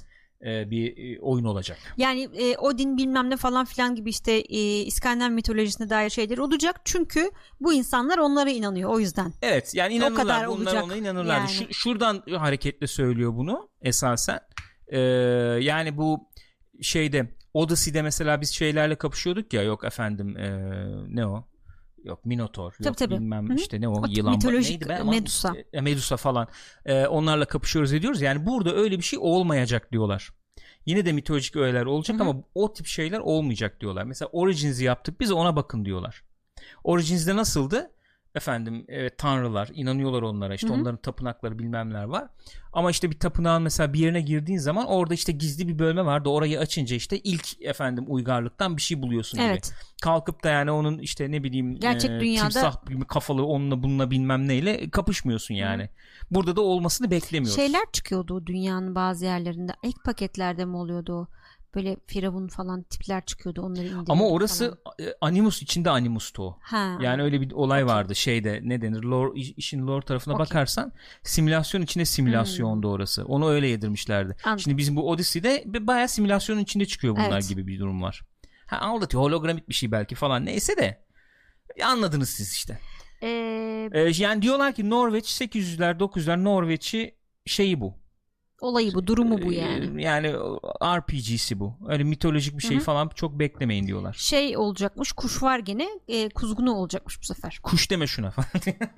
bir oyun olacak. Yani e, Odin bilmem ne falan filan gibi işte e, İskandinav mitolojisine dair şeyler olacak. Çünkü bu insanlar onlara inanıyor o yüzden. Evet yani inanırlar. Bunlar ona inanırlar. Yani. Şu, şuradan hareketle söylüyor bunu esasen. Ee, yani bu şeyde Odyssey'de mesela biz şeylerle kapışıyorduk ya yok efendim e, ne o? Yok Minotaur yok tabii, tabii. bilmem Hı-hı. işte ne o, o yılan neydi be? Medusa. E, Medusa falan e, onlarla kapışıyoruz ediyoruz yani burada öyle bir şey olmayacak diyorlar. Yine de mitolojik öğeler olacak Hı-hı. ama o tip şeyler olmayacak diyorlar. Mesela Origins'i yaptık biz ona bakın diyorlar. Origins'de nasıldı? Efendim evet tanrılar inanıyorlar onlara işte Hı-hı. onların tapınakları bilmemler var. Ama işte bir tapınağın mesela bir yerine girdiğin zaman orada işte gizli bir bölme vardı. Orayı açınca işte ilk efendim uygarlıktan bir şey buluyorsun evet. gibi. Kalkıp da yani onun işte ne bileyim gerçek e, dünyada timsah gibi kafalı onunla bununla bilmem neyle kapışmıyorsun yani. Hı-hı. Burada da olmasını beklemiyoruz. Şeyler çıkıyordu o dünyanın bazı yerlerinde. İlk paketlerde mi oluyordu o? Böyle firavun falan tipler çıkıyordu onları indiriyorduk. Ama orası falan. Animus içinde Animus'tu o. Ha. Yani öyle bir olay okay. vardı şeyde ne denir lore, işin lore tarafına okay. bakarsan simülasyon içinde simülasyondu hmm. orası. Onu öyle yedirmişlerdi. Anladım. Şimdi bizim bu Odyssey'de bayağı simülasyonun içinde çıkıyor bunlar evet. gibi bir durum var. Ha aldatıyor hologramik bir şey belki falan neyse de anladınız siz işte. Ee... Ee, yani diyorlar ki Norveç sekiz yüzler dokuz yüzler Norveç'i şeyi bu. Olayı bu, durumu bu yani. Yani R P G'si bu. Öyle mitolojik bir şey Hı-hı. falan çok beklemeyin diyorlar. Şey olacakmış, kuş var gene, e, kuzgunu olacakmış bu sefer. Kuş deme şuna falan.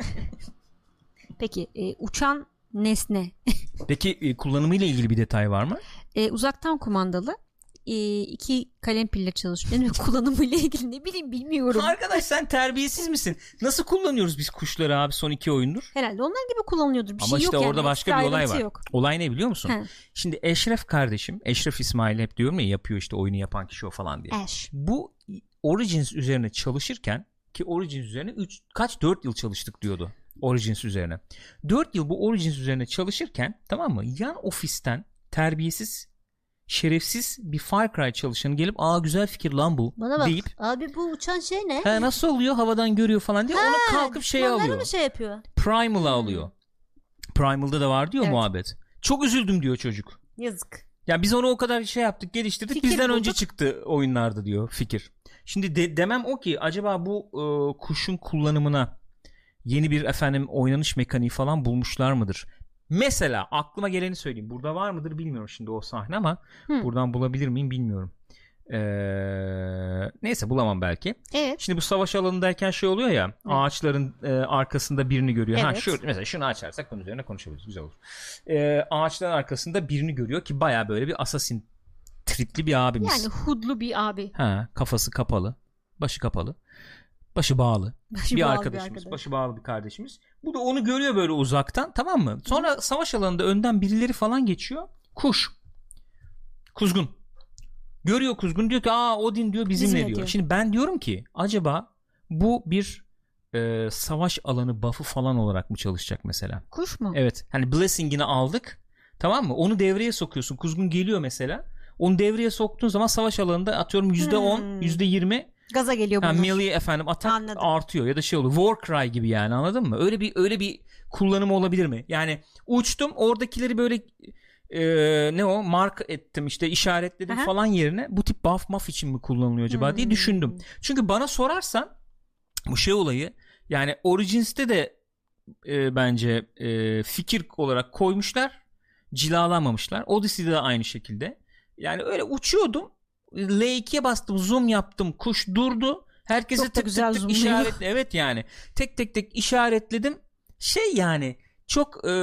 Peki, e, uçan nesne. Peki e, kullanımıyla ilgili bir detay var mı? E, uzaktan kumandalı. E, iki kalem pille çalışıyor. Yani kullanımıyla ilgili ne bileyim bilmiyorum. Arkadaş sen terbiyesiz misin? Nasıl kullanıyoruz biz kuşları abi son iki oyundur? Herhalde onlar gibi kullanıyordur. Bir Ama şey işte yok orada yani. başka bir olay var. Yok. Olay ne biliyor musun? He. Şimdi Eşref kardeşim, Eşref İsmail hep diyorum ya yapıyor işte oyunu yapan kişi o falan diye. Ash. Bu Origins üzerine çalışırken ki Origins üzerine üç kaç dört yıl çalıştık diyordu Origins üzerine. dört yıl bu Origins üzerine çalışırken, tamam mı? Yan ofisten terbiyesiz, şerefsiz bir Far Cry çalışanı gelip aa güzel fikir lan bu Bana bak, deyip abi bu uçan şey ne? he, nasıl oluyor havadan görüyor falan diye Ha, onu kalkıp şeye onları alıyor. mı şey yapıyor? Primal'a Hmm. alıyor. Primal'da da var diyor Evet. muhabbet. Çok üzüldüm diyor çocuk. Yazık. Ya biz onu o kadar şey yaptık, geliştirdik. Fikir Bizden bulduk. önce çıktı oyunlarda diyor fikir. Şimdi de, demem o ki acaba bu e, kuşun kullanımına yeni bir efendim oynanış mekaniği falan bulmuşlar mıdır? Mesela aklıma geleni söyleyeyim. Burada var mıdır bilmiyorum şimdi o sahne ama Hı. buradan bulabilir miyim bilmiyorum. Ee, neyse bulamam belki. Evet. Şimdi bu savaş alanındayken şey oluyor ya, Evet. ağaçların e, arkasında birini görüyor. Ha Evet. şu mesela şunu açarsak bunun üzerine konuşabiliriz. Güzel olur. Ee, ağaçların arkasında birini görüyor ki baya böyle bir assassin tripli bir abimiz. Yani hudlu bir abi. Ha, kafası kapalı, başı kapalı, başı bağlı. Başı bir bağlı arkadaşımız, arkadaş. başı bağlı bir kardeşimiz. Bu da onu görüyor böyle uzaktan, tamam mı? Sonra Hı. savaş alanında önden birileri falan geçiyor. Kuş. Kuzgun. Görüyor kuzgun, diyor ki aa Odin diyor bizimle, Bizimle diyor. diyor. Şimdi ben diyorum ki acaba bu bir e, savaş alanı buff'ı falan olarak mı çalışacak mesela? Kuş mu? Evet. Hani blessing'ini aldık. Tamam mı? Onu devreye sokuyorsun. Kuzgun geliyor mesela. Onu devreye soktuğun zaman savaş alanında atıyorum yüzde on, Hmm. yüzde yirmi Gaza geliyor bunlar. ha, melee efendim atak Anladım. artıyor ya da şey oluyor. War Cry gibi yani, anladın mı? Öyle bir öyle bir kullanımı olabilir mi? Yani uçtum oradakileri böyle e, ne o mark ettim işte işaretledim Aha. falan yerine bu tip buff muff için mi kullanılıyor acaba Hmm. diye düşündüm. Çünkü bana sorarsan bu şey olayı yani Origins'te de e, bence e, fikir olarak koymuşlar, cilalamamışlar. Odyssey'de de aynı şekilde. Yani öyle uçuyordum. L ikiye bastım, zoom yaptım. Kuş durdu. Herkese Çok da tık güzel tık tık zoomluyor. işaretle. Evet yani. Tek tek tek işaretledim. Şey yani çok e,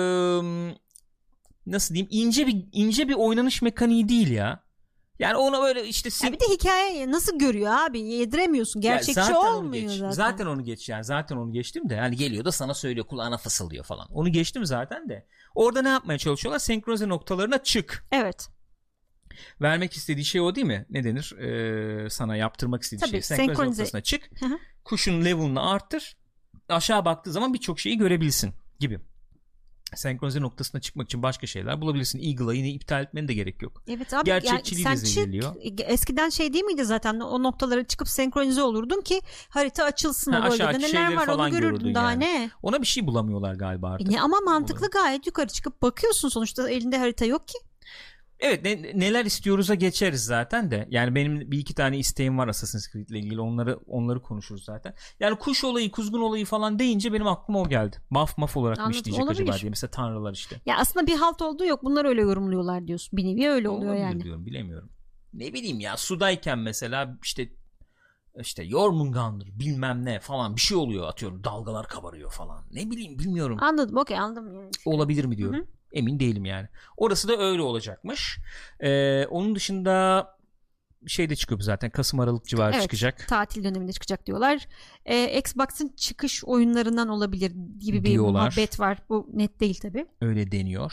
nasıl diyeyim, ince bir ince bir oynanış mekaniği değil ya. Yani onu böyle işte Ya bir de hikaye nasıl görüyor abi? Yediremiyorsun. Gerçekçi ya zaten onu olmuyor geç. zaten. Zaten onu geç yani. Zaten onu geçtim de. Hani geliyor da sana söylüyor, kulağına fısıldıyor falan. Onu geçtim zaten de. Orada ne yapmaya çalışıyorlar? Senkronize noktalarına çık. Evet. Vermek istediği şey o değil mi? Ne denir? Ee, sana yaptırmak istediği Tabii, şey. Senkronize senkronize. noktasına çık. Hı hı. Kuşun level'ını arttır. Aşağı baktığı zaman birçok şeyi görebilirsin gibi. Senkronize noktasına çıkmak için başka şeyler bulabilirsin. Eagle'ı yine iptal etmenin de gerek yok. Evet abi. Gerçekçiliği yani de sen çık, zedeliyor. eskiden şey değil miydi zaten, o noktalara çıkıp senkronize olurdun ki harita açılsın, Ha, o bölgede aşağı neler şeyleri var falan onu görürdün görürdün daha yani. ne. Ona bir şey bulamıyorlar galiba artık. E ne, ama mantıklı gayet, yukarı çıkıp bakıyorsun sonuçta, elinde harita yok ki. Evet, ne, neler istiyoruz'a geçeriz zaten de. Yani benim bir iki tane isteğim var Assassin's Creed ile ilgili. Onları onları konuşuruz zaten. Yani kuş olayı, kuzgun olayı falan deyince benim aklıma o geldi. Buff muff olarak mı Anladım, işleyecek olabilir. acaba diye. Mesela tanrılar işte. Ya aslında bir halt olduğu yok. Bunlar öyle yorumluyorlar diyorsun. Bir nevi öyle oluyor Olabilir yani. diyorum, bilemiyorum. Ne bileyim ya, sudayken mesela işte işte Jormungandr bilmem ne falan bir şey oluyor, atıyorum dalgalar kabarıyor falan. Ne bileyim, bilmiyorum. Anladım, okey, anladım. Yani. Olabilir mi diyorum. Hı hı. Emin değilim yani. Orası da öyle olacakmış. Ee, onun dışında şey de çıkıyor zaten. Kasım Aralık civarı Evet, çıkacak. tatil döneminde çıkacak diyorlar. Ee, Xbox'ın çıkış oyunlarından olabilir gibi bir Diyorlar. muhabbet var. Bu net değil tabii. Öyle deniyor.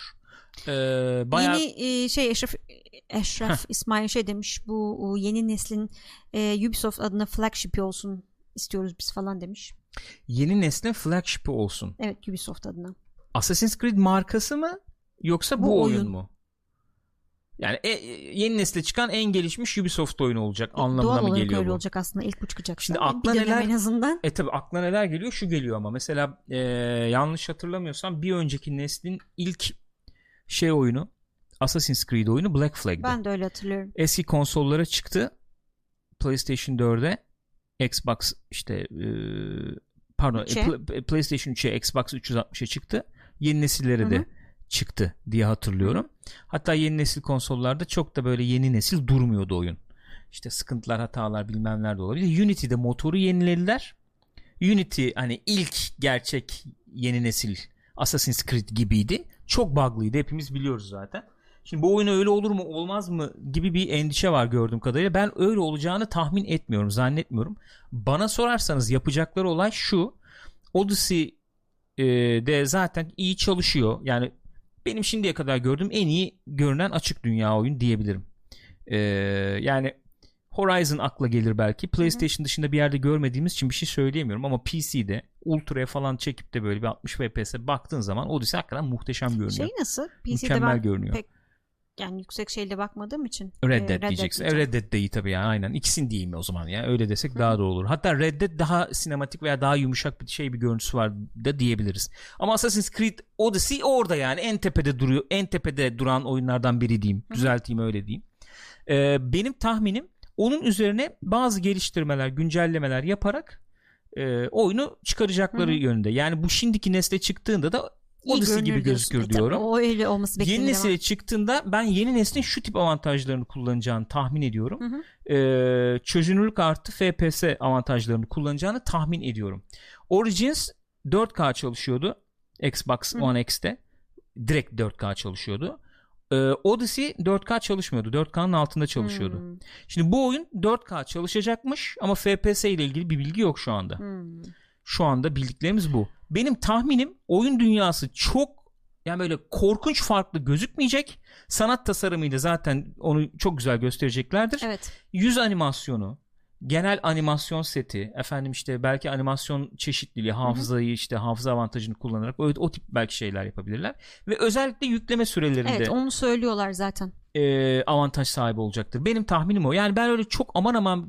Ee, bayağı... Yeni e, şey Eşref, Eşref İsmail şey demiş. Bu o yeni neslin e, Ubisoft adına flagship'i olsun istiyoruz biz falan demiş. Yeni neslin flagship'i olsun. Evet, Ubisoft adına. Assassin's Creed markası mı yoksa bu, Bu oyun. oyun mu? Yani e, yeni nesle çıkan en gelişmiş Ubisoft oyunu olacak anlamına Doğal mı olarak geliyor öyle bu? olacak aslında, ilk bu çıkacak. Şimdi Sonra akla bir dönem neler- en azından. E tabi aklına neler geliyor? Şu geliyor ama mesela e, yanlış hatırlamıyorsam bir önceki neslin ilk şey oyunu, Assassin's Creed oyunu Black Flag'di. Ben de öyle hatırlıyorum. Eski konsollara çıktı. PlayStation dörde, Xbox işte e, pardon üçe. e, Pl- PlayStation üçe, Xbox üç yüz altmışa çıktı. Yeni nesillere Hı de hı. çıktı diye hatırlıyorum. Hatta yeni nesil konsollarda çok da böyle yeni nesil durmuyordu oyun. İşte sıkıntılar, hatalar bilmemler de olabilir. Unity'de motoru yenilediler. Unity hani ilk gerçek yeni nesil Assassin's Creed gibiydi. Çok bug'lıydı, hepimiz biliyoruz zaten. Şimdi bu oyun öyle olur mu olmaz mı gibi bir endişe var gördüğüm kadarıyla. Ben öyle olacağını tahmin etmiyorum, zannetmiyorum. Bana sorarsanız yapacakları olay şu. Odyssey e, de zaten iyi çalışıyor. Yani benim şimdiye kadar gördüğüm en iyi görünen açık dünya oyun diyebilirim. E, yani Horizon akla gelir belki. PlayStation Hı-hı. dışında bir yerde görmediğimiz için bir şey söyleyemiyorum ama P C'de Ultra'ya falan çekip de böyle bir altmış F P S'e baktığın zaman Odyssey hakikaten muhteşem görünüyor. Şey nasıl? P C'de mükemmel ben görünüyor. Pek yani yüksek şeyle bakmadığım için. Red Dead e, diyeceksin. Red, Red Dead de iyi tabii ya, aynen. İkisini diyeyim mi o zaman ya? Öyle desek Hı. daha doğru olur. Hatta Red Dead daha sinematik veya daha yumuşak bir şey bir görüntüsü var da diyebiliriz. Ama Assassin's Creed Odyssey orada yani en tepede duruyor. En tepede duran oyunlardan biri diyeyim. Hı. Düzelteyim, öyle diyeyim. Ee, benim tahminim onun üzerine bazı geliştirmeler, güncellemeler yaparak e, oyunu çıkaracakları Hı. yönünde. Yani bu şimdiki nesle çıktığında da Odyssey gibi gözükür diyorum. O öyle olması bekleniyor. Yeni nesile çıktığında ben yeni neslin şu tip avantajlarını kullanacağını tahmin ediyorum. Hı hı. Ee, çözünürlük artı F P S avantajlarını kullanacağını tahmin ediyorum. Origins dört K çalışıyordu Xbox hı. One X'te. Direkt dört K çalışıyordu. Ee, Odyssey dört K çalışmıyordu. dört K'nın altında çalışıyordu. Hmm. Şimdi bu oyun dört K çalışacakmış ama F P S ile ilgili bir bilgi yok şu anda. Hmm. Şu anda bildiklerimiz bu. Benim tahminim oyun dünyası çok yani böyle korkunç farklı gözükmeyecek. Sanat tasarımıyla zaten onu çok güzel göstereceklerdir. Evet. Yüz animasyonu, genel animasyon seti, efendim işte belki animasyon çeşitliliği, hafızayı Hı-hı. işte hafıza avantajını kullanarak o, o tip belki şeyler yapabilirler. Ve özellikle yükleme sürelerinde evet, onu söylüyorlar zaten. E, avantaj sahibi olacaktır. Benim tahminim o. Yani ben öyle çok aman aman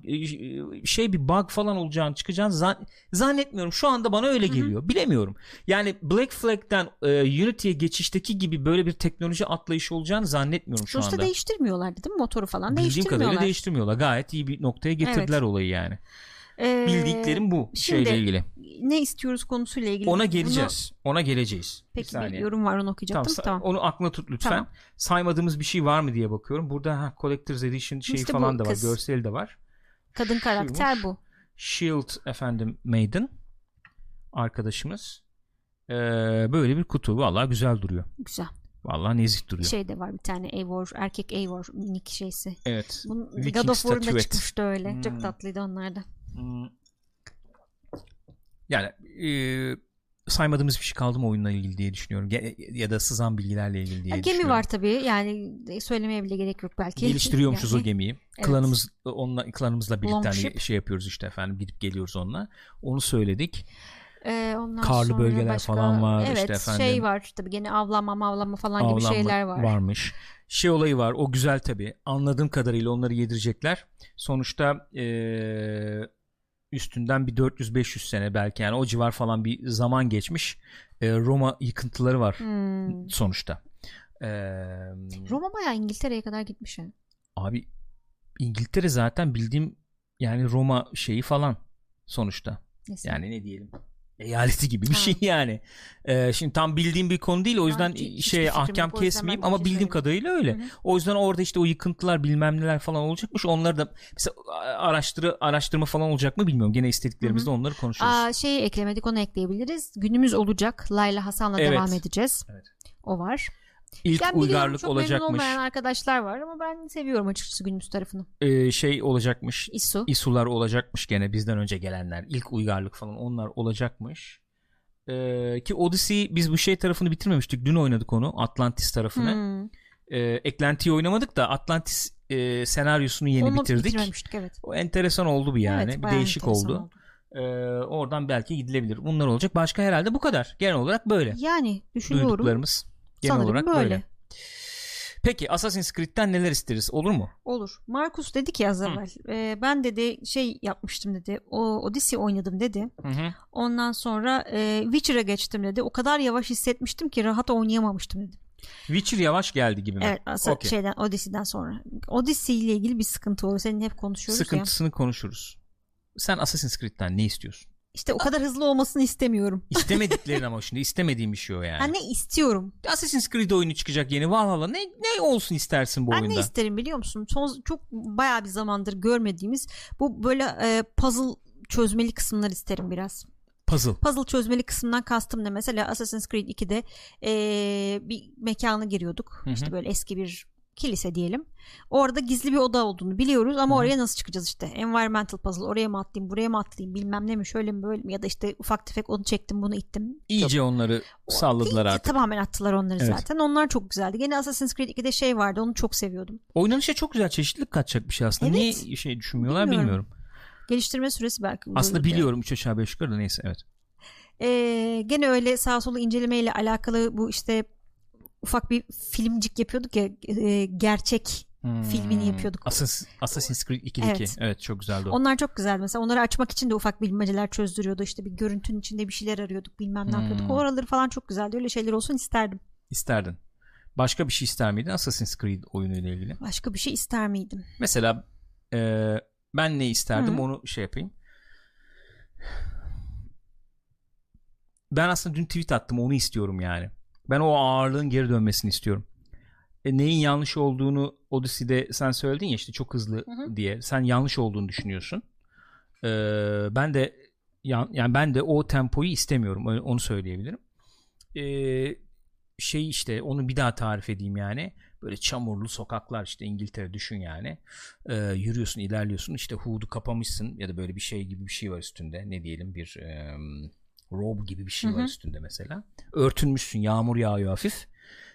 şey bir bug falan olacağını çıkacağını zan- zannetmiyorum. Şu anda bana öyle geliyor. Hı-hı. Bilemiyorum. Yani Black Flag'den e, Unity'ye geçişteki gibi böyle bir teknoloji atlayışı olacağını zannetmiyorum şu Sonuçta anda. değiştirmiyorlar değil mi? Motoru falan Bildiğim değiştirmiyorlar. kadarıyla değiştirmiyorlar. Gayet iyi bir noktaya getirdiler evet. olayı yani. Ee, Bildiklerim bu şimdi, şeyle ilgili. Ne istiyoruz konusuyla ilgili. Ona geleceğiz. Bunu... Ona geleceğiz. Peki bir, bir yorum var, onu okuyacaktım. Tamam, tamam. Onu aklına tut lütfen. Tamam. Saymadığımız bir şey var mı diye bakıyorum. Burada ha, Collector's Edition şeyi işte falan da var. Kız. Görseli de var. Kadın karakter Şuymuş. Bu. Shield efendim Maiden arkadaşımız. Ee, böyle bir kutu. Vallahi güzel duruyor. Güzel. Vallahi nezih duruyor. Şey de var bir tane Eivor, erkek Eivor minik şeysi. Evet. Bunun God of War'un da çıkmıştı öyle. Hmm. Çok tatlıydı onlar da. Hmm. Yani e, saymadığımız bir şey kaldı mı oyunla ilgili diye düşünüyorum. Ge- ya da sızan bilgilerle ilgili diye ya, düşünüyorum. Gemi var tabii. Yani söylemeye bile gerek yok belki. Geliştiriyormuşuz yani. O gemiyi. Evet. Klanımız onunla klanımızla birlikte hani şey yapıyoruz işte efendim, gidip geliyoruz onunla. Onu söyledik. Ee, Karlı bölgeler başka, falan var evet, işte efendim. şey var tabii, gene avlanma mavlama falan avlanma gibi şeyler var. Varmış. Şey olayı var, o güzel tabii. Anladığım kadarıyla onları yedirecekler. Sonuçta ee, üstünden bir dört yüz beş yüz sene belki yani o civar falan bir zaman geçmiş. E, Roma yıkıntıları var hmm. sonuçta. E, Roma bayağı İngiltere'ye kadar gitmiş yani. Abi İngiltere zaten bildiğim yani Roma şeyi falan sonuçta. Neyse. Yani ne diyelim? Eyaleti gibi bir ha. şey yani. Ee, şimdi tam bildiğim bir konu değil, o yüzden ha, şey ahkam yok, kesmeyeyim ama bildiğim kadarıyla öyle. Hı hı. O yüzden orada işte o yıkıntılar bilmem neler falan olacakmış. Onları da mesela araştırı araştırma falan olacak mı bilmiyorum. Gene istediklerimizde hı hı. onları konuşuruz. Aa, şeyi eklemedik, onu ekleyebiliriz. Günümüz olacak. Layla Hasan'la evet. devam edeceğiz. Evet. O var. İlk yani uygarlık çok olacakmış. Memnun olmayan arkadaşlar var ama ben seviyorum açıkçası günümüz tarafını. Ee, şey olacakmış. İsu. İsular olacakmış gene bizden önce gelenler. İlk uygarlık falan onlar olacakmış. Ee, ki Odyssey biz bu şey tarafını bitirmemiştik. Dün oynadık onu. Atlantis tarafını. Hmm. Ee, eklentiyi oynamadık da Atlantis e, senaryosunu yeni onu bitirdik. Bitirmemiştik evet. O enteresan oldu bir yani. Evet, bir değişik oldu. oldu. Ee, oradan belki gidilebilir. Bunlar olacak. Başka herhalde bu kadar. Genel olarak böyle. Yani düşünüyorum. Duyduklarımız. Genel sanırım olarak böyle. böyle. Peki Assassin's Creed'den neler isteriz? Olur mu? Olur. Markus dedi ki az evvel. E, ben dedi şey yapmıştım dedi. O Odyssey oynadım dedi. Hı hı. Ondan sonra e, Witcher'a geçtim dedi. O kadar yavaş hissetmiştim ki rahat oynayamamıştım dedi. Witcher yavaş geldi gibi mi? Evet. Asa, okay. Şeyden Odyssey'den sonra. Odyssey ile ilgili bir sıkıntı olur. Seninle hep konuşuyoruz Sıkıntısını ya. Sıkıntısını konuşuruz. Sen Assassin's Creed'den ne istiyorsun? İşte o kadar hızlı olmasını istemiyorum. İstemediklerin ama şimdi istemediğim bir şey o yani. Ben ne istiyorum? Assassin's Creed oyunu çıkacak yeni. Valhalla ne ne olsun istersin bu ben oyunda? Ben ne isterim biliyor musun? Son çok bayağı bir zamandır görmediğimiz bu böyle e, puzzle çözmeli kısımlar isterim biraz. Puzzle. Puzzle çözmeli kısımdan kastım ne? Mesela Assassin's Creed ikide e, bir mekana giriyorduk. Hı hı. İşte böyle eski bir kilise diyelim. Orada gizli bir oda olduğunu biliyoruz ama Hı-hı. oraya nasıl çıkacağız işte? Environmental puzzle, oraya mı atlayayım, buraya mı atlayayım, bilmem ne mi, şöyle mi böyle mi, ya da işte ufak tefek onu çektim, bunu ittim. İyice çok... onları salladılar artık. Tamamen attılar onları evet. zaten. Onlar çok güzeldi. Gene Assassin's Creed ikide şey vardı, onu çok seviyordum. Oynanışa çok güzel çeşitlilik katacak bir şey aslında. Evet. Niye şey düşünmüyorlar bilmiyorum. bilmiyorum. Geliştirme süresi belki uzun. Aslında biliyorum üç aşağı beş yukarı da neyse evet. Ee, gene öyle sağ solu incelemeyle alakalı bu işte ufak bir filmcik yapıyorduk ya, e, gerçek hmm. filmini yapıyorduk. Assassin's, Assassin's Creed ikideki. Evet. evet çok güzeldi o. Onlar çok güzeldi. Mesela onları açmak için de ufak bilmeceler çözdürüyordu. İşte bir görüntünün içinde bir şeyler arıyorduk, bilmem ne hmm. yapıyorduk. O araları falan çok güzeldi. Öyle şeyler olsun isterdim. İsterdin. Başka bir şey ister miydin Assassin's Creed oyunuyla ilgili? Başka bir şey ister miydim? Mesela e, ben ne isterdim hmm. onu şey yapayım. Ben aslında dün tweet attım, onu istiyorum yani. Ben o ağırlığın geri dönmesini istiyorum. E, neyin yanlış olduğunu Odyssey'de sen söyledin ya, işte çok hızlı hı hı. diye. Sen yanlış olduğunu düşünüyorsun. Ee, ben de yan, yani ben de o tempoyu istemiyorum. Onu söyleyebilirim. Ee, şey işte onu bir daha tarif edeyim yani. Böyle çamurlu sokaklar, işte İngiltere düşün yani. Ee, yürüyorsun, ilerliyorsun. İşte hudu kapamışsın ya da böyle bir şey gibi bir şey var üstünde. Ne diyelim, bir e, robe gibi bir şey var Hı-hı. üstünde mesela. Örtünmüşsün, yağmur yağıyor hafif.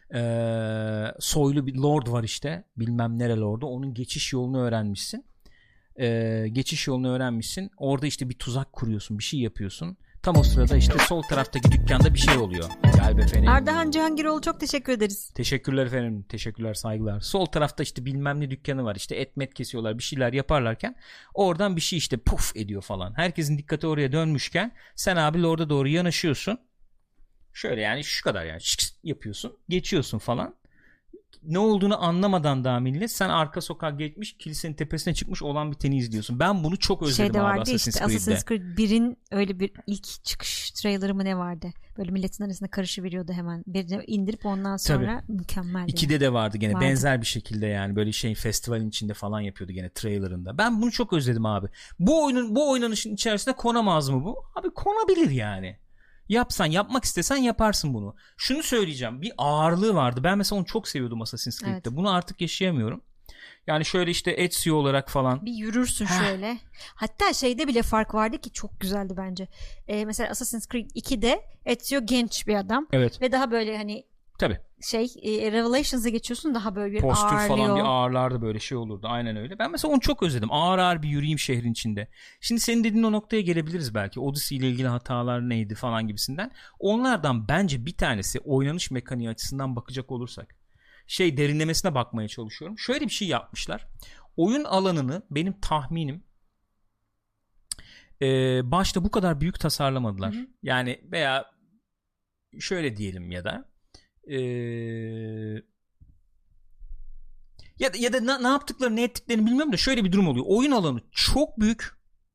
Ee, soylu bir lord var işte, bilmem nere lordu, onun geçiş yolunu öğrenmişsin. Ee, geçiş yolunu öğrenmişsin. Orada işte bir tuzak kuruyorsun, bir şey yapıyorsun. Tam o sırada işte sol taraftaki dükkanda bir şey oluyor. Gel efendim. Ardahan Cihangiroğlu, çok teşekkür ederiz. Teşekkürler efendim. Teşekkürler, saygılar. Sol tarafta işte bilmem ne dükkanı var. İşte et met kesiyorlar, bir şeyler yaparlarken oradan bir şey işte puf ediyor falan. Herkesin dikkati oraya dönmüşken sen abi orada doğru yanaşıyorsun. Şöyle yani şu kadar yani şık yapıyorsun. Geçiyorsun falan. Ne olduğunu anlamadan daha millet, sen arka sokağa geçmiş, kilisenin tepesine çıkmış olan biteni izliyorsun. Ben bunu çok özledim Şeyde abi vardı Assassin's işte, Creed'de. Assassin's Creed birin öyle bir ilk çıkış trailerı mı ne vardı? Böyle milletin arasında karışıveriyordu hemen. Birini indirip ondan sonra Tabii. mükemmeldi. İkide de vardı gene vardı. Benzer bir şekilde yani, böyle şey festivalin içinde falan yapıyordu gene trailerında. Ben bunu çok özledim abi. Bu oyunun bu oynanışın içerisinde konamaz mı bu? Abi konabilir yani. Yapsan, yapmak istesen yaparsın bunu. Şunu söyleyeceğim. Bir ağırlığı vardı. Ben mesela onu çok seviyordum Assassin's Creed'de. Evet. Bunu artık yaşayamıyorum. Yani şöyle işte Ezio olarak falan. Bir yürürsün Heh. şöyle. Hatta şeyde bile fark vardı ki çok güzeldi bence. Ee, mesela Assassin's Creed ikide Ezio genç bir adam. Evet. Ve daha böyle hani Tabii. şey e, Revelations'a geçiyorsun, daha böyle bir postür ağırlıyor. falan bir ağırlardı, böyle şey olurdu. Aynen öyle. Ben mesela onu çok özledim. Ağır ağır bir yürüyeyim şehrin içinde. Şimdi senin dediğin o noktaya gelebiliriz belki. Odyssey ile ilgili hatalar neydi falan gibisinden. Onlardan bence bir tanesi, oynanış mekaniği açısından bakacak olursak, şey derinlemesine bakmaya çalışıyorum. Şöyle bir şey yapmışlar. Oyun alanını benim tahminim e, başta bu kadar büyük tasarlamadılar. Hı hı. Yani veya şöyle diyelim ya da Ee, ya da, ya da ne, ne yaptıkları ne ettiklerini bilmiyorum da şöyle bir durum oluyor. Oyun alanı çok büyük,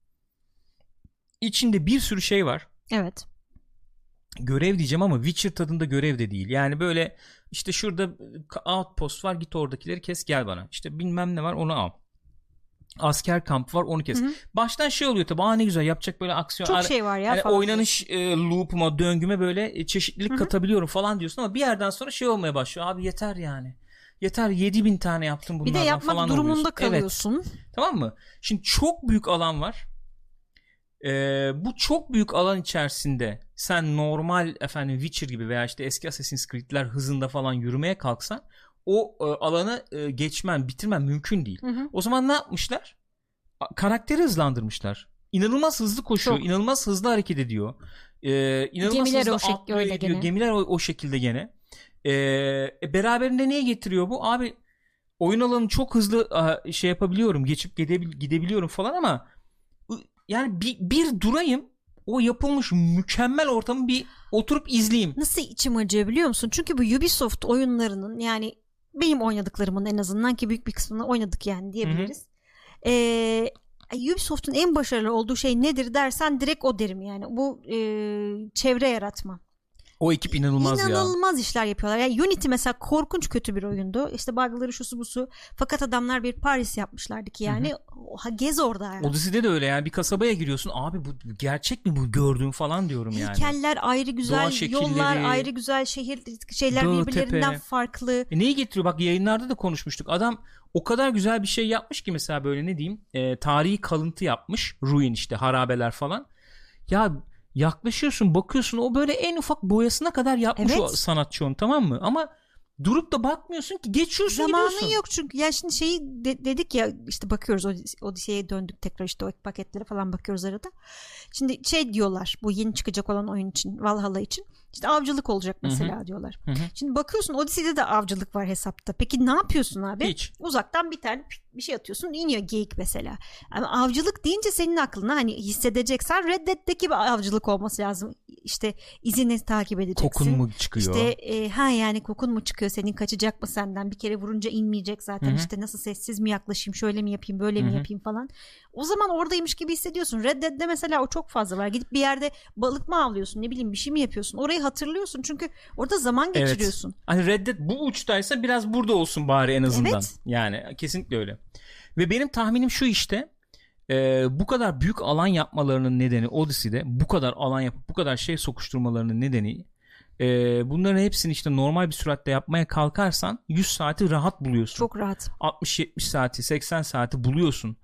içinde bir sürü şey var. Evet. Görev diyeceğim ama Witcher tadında görev de değil. Yani böyle işte şurada outpost var, git oradakileri kes gel bana. İşte bilmem ne var, onu al. Asker kamp var, onu kes. Hı hı. Baştan şey oluyor tabii, aa ne güzel yapacak böyle aksiyon. Çok şey var ya. Yani oynanış e, loop'uma, döngüme böyle e, çeşitlilik hı hı. katabiliyorum falan diyorsun ama bir yerden sonra şey olmaya başlıyor. Abi yeter yani. Yeter, yedi bin tane yaptım bunlardan falan. Bir de yapmak falan durumunda oluyorsun. kalıyorsun. Evet. Tamam mı? Şimdi çok büyük alan var. Ee, bu çok büyük alan içerisinde sen normal efendim Witcher gibi veya işte eski Assassin's Creed'ler hızında falan yürümeye kalksan o e, alanı e, geçmen, bitirmen mümkün değil. Hı hı. O zaman ne yapmışlar? Karakteri hızlandırmışlar. İnanılmaz hızlı koşuyor, çok. İnanılmaz hızlı hareket ediyor. Ee, inanılmaz Gemiler hızlı o şekilde öyle ediyor. Gene. Gemiler o, o şekilde gene. Ee, beraberinde neye getiriyor bu? Abi oyun alanı çok hızlı şey yapabiliyorum, geçip gidebil- gidebiliyorum falan ama yani bir, bir durayım, o yapılmış mükemmel ortamı bir oturup izleyeyim. Nasıl içim acıyor biliyor musun? Çünkü bu Ubisoft oyunlarının, yani benim oynadıklarımın en azından, ki büyük bir kısmını oynadık yani diyebiliriz. Ee, Ubisoft'un en başarılı olduğu şey nedir dersen direkt o derim yani. Bu e, çevre yaratma. O ekip inanılmaz, inanılmaz ya. İnanılmaz işler yapıyorlar. Yani Unity mesela korkunç kötü bir oyundu. İşte bug'ları şusu busu. Fakat adamlar bir Paris yapmışlardı ki yani. Hı hı. Ha, gez orada yani. Odyssey'de de öyle yani, bir kasabaya giriyorsun. Abi bu gerçek mi bu gördüğüm falan diyorum yani. Heykeller ayrı güzel, yollar ayrı güzel, şehir şeyler dağ, birbirlerinden tepe. farklı. E neyi getiriyor? Bak yayınlarda da konuşmuştuk. Adam o kadar güzel bir şey yapmış ki mesela, böyle ne diyeyim, e, tarihi kalıntı yapmış. Ruin işte, harabeler falan. Ya yaklaşıyorsun, bakıyorsun, o böyle en ufak boyasına kadar yapmış, evet. O sanatçı onu, tamam mı? Ama durup da bakmıyorsun ki, geçiyorsun, zamanın gidiyorsun. Zamanın yok çünkü. Ya şimdi şeyi de, dedik ya, işte bakıyoruz Odyssey'e döndük tekrar, işte o paketlere falan bakıyoruz arada. Şimdi şey diyorlar, bu yeni çıkacak olan oyun için, Valhalla için işte avcılık olacak mesela, Hı-hı. diyorlar. Hı-hı. Şimdi bakıyorsun Odyssey'de de avcılık var hesapta. Peki ne yapıyorsun abi? Hiç. Uzaktan bir tane bir şey atıyorsun, iniyor geyik mesela. Ama avcılık deyince senin aklına hani hissedeceksen Red Dead'deki bir avcılık olması lazım. İşte izini takip edeceksin. Kokun mu çıkıyor? İşte e, ha yani kokun mu çıkıyor senin, kaçacak mı senden? Bir kere vurunca inmeyecek zaten. Hı-hı. İşte nasıl sessiz mi yaklaşayım, şöyle mi yapayım, böyle Hı-hı. mi yapayım falan. O zaman oradaymış gibi hissediyorsun. Red Dead'de mesela o çok fazla var. Gidip bir yerde balık mı avlıyorsun, ne bileyim bir şey mi yapıyorsun? Orayı hatırlıyorsun çünkü orada zaman geçiriyorsun. Evet. Hani Red Dead bu uçtaysa biraz burada olsun bari en azından. Evet. Yani kesinlikle öyle. Ve benim tahminim şu işte, e, bu kadar büyük alan yapmalarının nedeni, Odyssey'de bu kadar alan yapıp bu kadar şey sokuşturmalarının nedeni, e, bunların hepsini işte normal bir süratle yapmaya kalkarsan yüz saati rahat buluyorsun. Çok rahat. altmış yetmiş saati, seksen saati buluyorsun.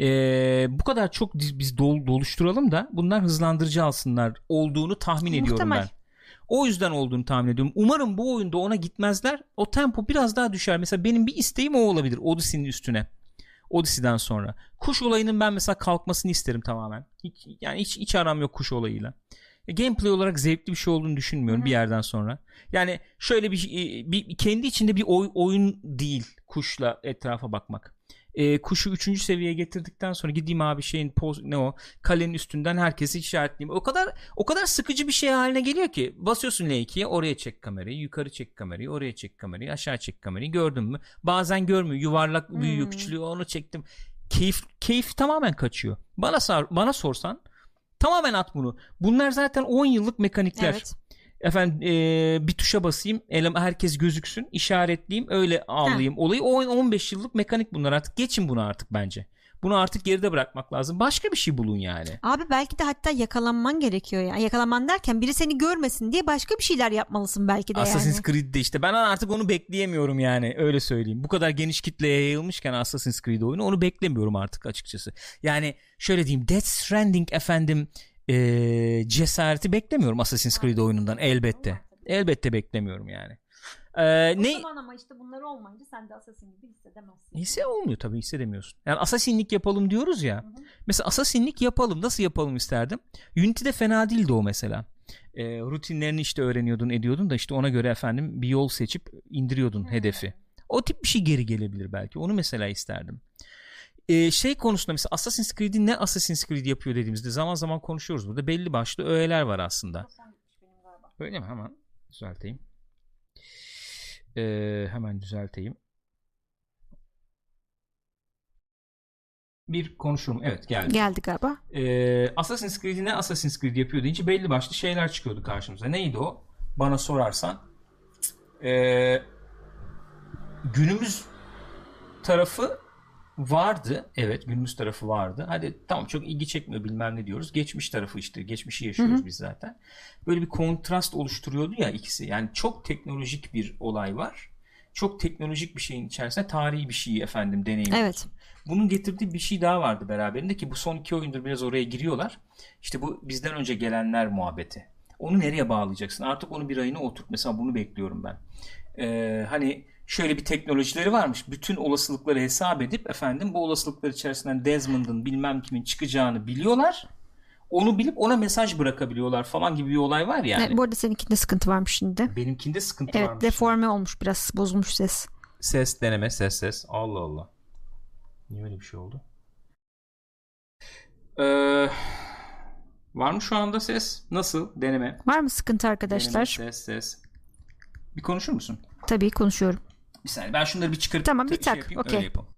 Ee, bu kadar çok biz dol, doluşturalım da bunlar hızlandırıcı alsınlar olduğunu tahmin Muhtemel. ediyorum ben. O yüzden olduğunu tahmin ediyorum. Umarım bu oyunda ona gitmezler. O tempo biraz daha düşer. Mesela benim bir isteğim o olabilir Odyssey'nin üstüne. Odyssey'den sonra. Kuş olayının ben mesela kalkmasını isterim tamamen. Hiç, yani hiç, hiç aram yok kuş olayıyla. Gameplay olarak zevkli bir şey olduğunu düşünmüyorum Hı-hı. bir yerden sonra. Yani şöyle bir, bir kendi içinde bir oy, oyun değil kuşla etrafa bakmak. E, kuşu üçüncü seviyeye getirdikten sonra gideyim abi şeyin poz, ne o kalenin üstünden herkesi işaretleyeyim. O kadar o kadar sıkıcı bir şey haline geliyor ki, basıyorsun L ikiye, oraya çek kamerayı, yukarı çek kamerayı, oraya çek kamerayı, aşağı çek kamerayı, gördün mü? Bazen görmüyor, yuvarlak büyüyor, hmm. küçülüyor, onu çektim. Keyif keyif tamamen kaçıyor. Bana sor, bana sorsan tamamen at bunu. Bunlar zaten on yıllık mekanikler. Evet. Efendim e, bir tuşa basayım, herkes gözüksün, işaretleyeyim, öyle avlayayım ha. olayı. on on beş yıllık mekanik bunlar, artık geçin bunu artık bence. Bunu artık geride bırakmak lazım. Başka bir şey bulun yani. Abi belki de hatta yakalanman gerekiyor yani. Yakalanman derken biri seni görmesin diye başka bir şeyler yapmalısın belki de Assassin's yani. Assassin's Creed'de işte ben artık onu bekleyemiyorum yani, öyle söyleyeyim. Bu kadar geniş kitleye yayılmışken Assassin's Creed oyunu, onu beklemiyorum artık açıkçası. Yani şöyle diyeyim, Death Stranding efendim Ee, cesareti beklemiyorum Assassin's Creed oyunundan, elbette. Elbette beklemiyorum yani. Ee, o ne? zaman ama işte bunlar olmayınca sen de Assassin gibi hissedemezsin. Hisse olmuyor tabii, hissedemiyorsun. Yani Assassin'lik yapalım diyoruz ya. Hı hı. Mesela Assassin'lik yapalım, nasıl yapalım isterdim. Unity'de fena değildi o mesela. Ee, rutinlerini işte öğreniyordun, ediyordun da işte ona göre efendim bir yol seçip indiriyordun hı. hedefi. O tip bir şey geri gelebilir belki. Onu mesela isterdim. Ee, şey konusunda mesela Assassin's Creed'i ne Assassin's Creed yapıyor dediğimizde zaman zaman konuşuyoruz burada. Belli başlı öğeler var aslında. Öyle mi? Hemen düzelteyim. Ee, hemen düzelteyim. Bir konuşurum. Evet, geldi. Geldi galiba. Ee, Assassin's Creed'i ne Assassin's Creed yapıyor deyince belli başlı şeyler çıkıyordu karşımıza. Neydi o? Bana sorarsan. Ee, günümüz tarafı vardı. Evet, günümüz tarafı vardı. Hadi tamam, çok ilgi çekmiyor bilmem ne diyoruz. Geçmiş tarafı işte. Geçmişi yaşıyoruz Hı-hı. biz zaten. Böyle bir kontrast oluşturuyordu ya ikisi. Yani çok teknolojik bir olay var. Çok teknolojik bir şeyin içerisinde tarihi bir şeyi efendim deneyimliyorsun. Evet. Bunun getirdiği bir şey daha vardı beraberinde ki bu son iki oyundur biraz oraya giriyorlar. İşte bu bizden önce gelenler muhabbeti. Onu nereye bağlayacaksın? Artık onu bir ayına oturt. Mesela bunu bekliyorum ben. Ee, hani şöyle bir teknolojileri varmış. Bütün olasılıkları hesap edip efendim bu olasılıklar içerisinden Desmond'ın bilmem kimin çıkacağını biliyorlar. Onu bilip ona mesaj bırakabiliyorlar falan gibi bir olay var yani. Evet, bu arada seninkinde sıkıntı varmış şimdi. Benimkinde sıkıntı evet, varmış. Evet, deforme şimdi. Olmuş biraz, bozulmuş ses. Ses deneme, ses ses. Allah Allah. Niye öyle bir şey oldu? Ee, var mı şu anda ses? Nasıl? Deneme. Var mı sıkıntı arkadaşlar? Deneme, ses ses. Bir konuşur musun? Tabii konuşuyorum. Bir saniye, ben şunları bir çıkarıp tamam, bir şey tak. yapayım, okay. öyle yapalım.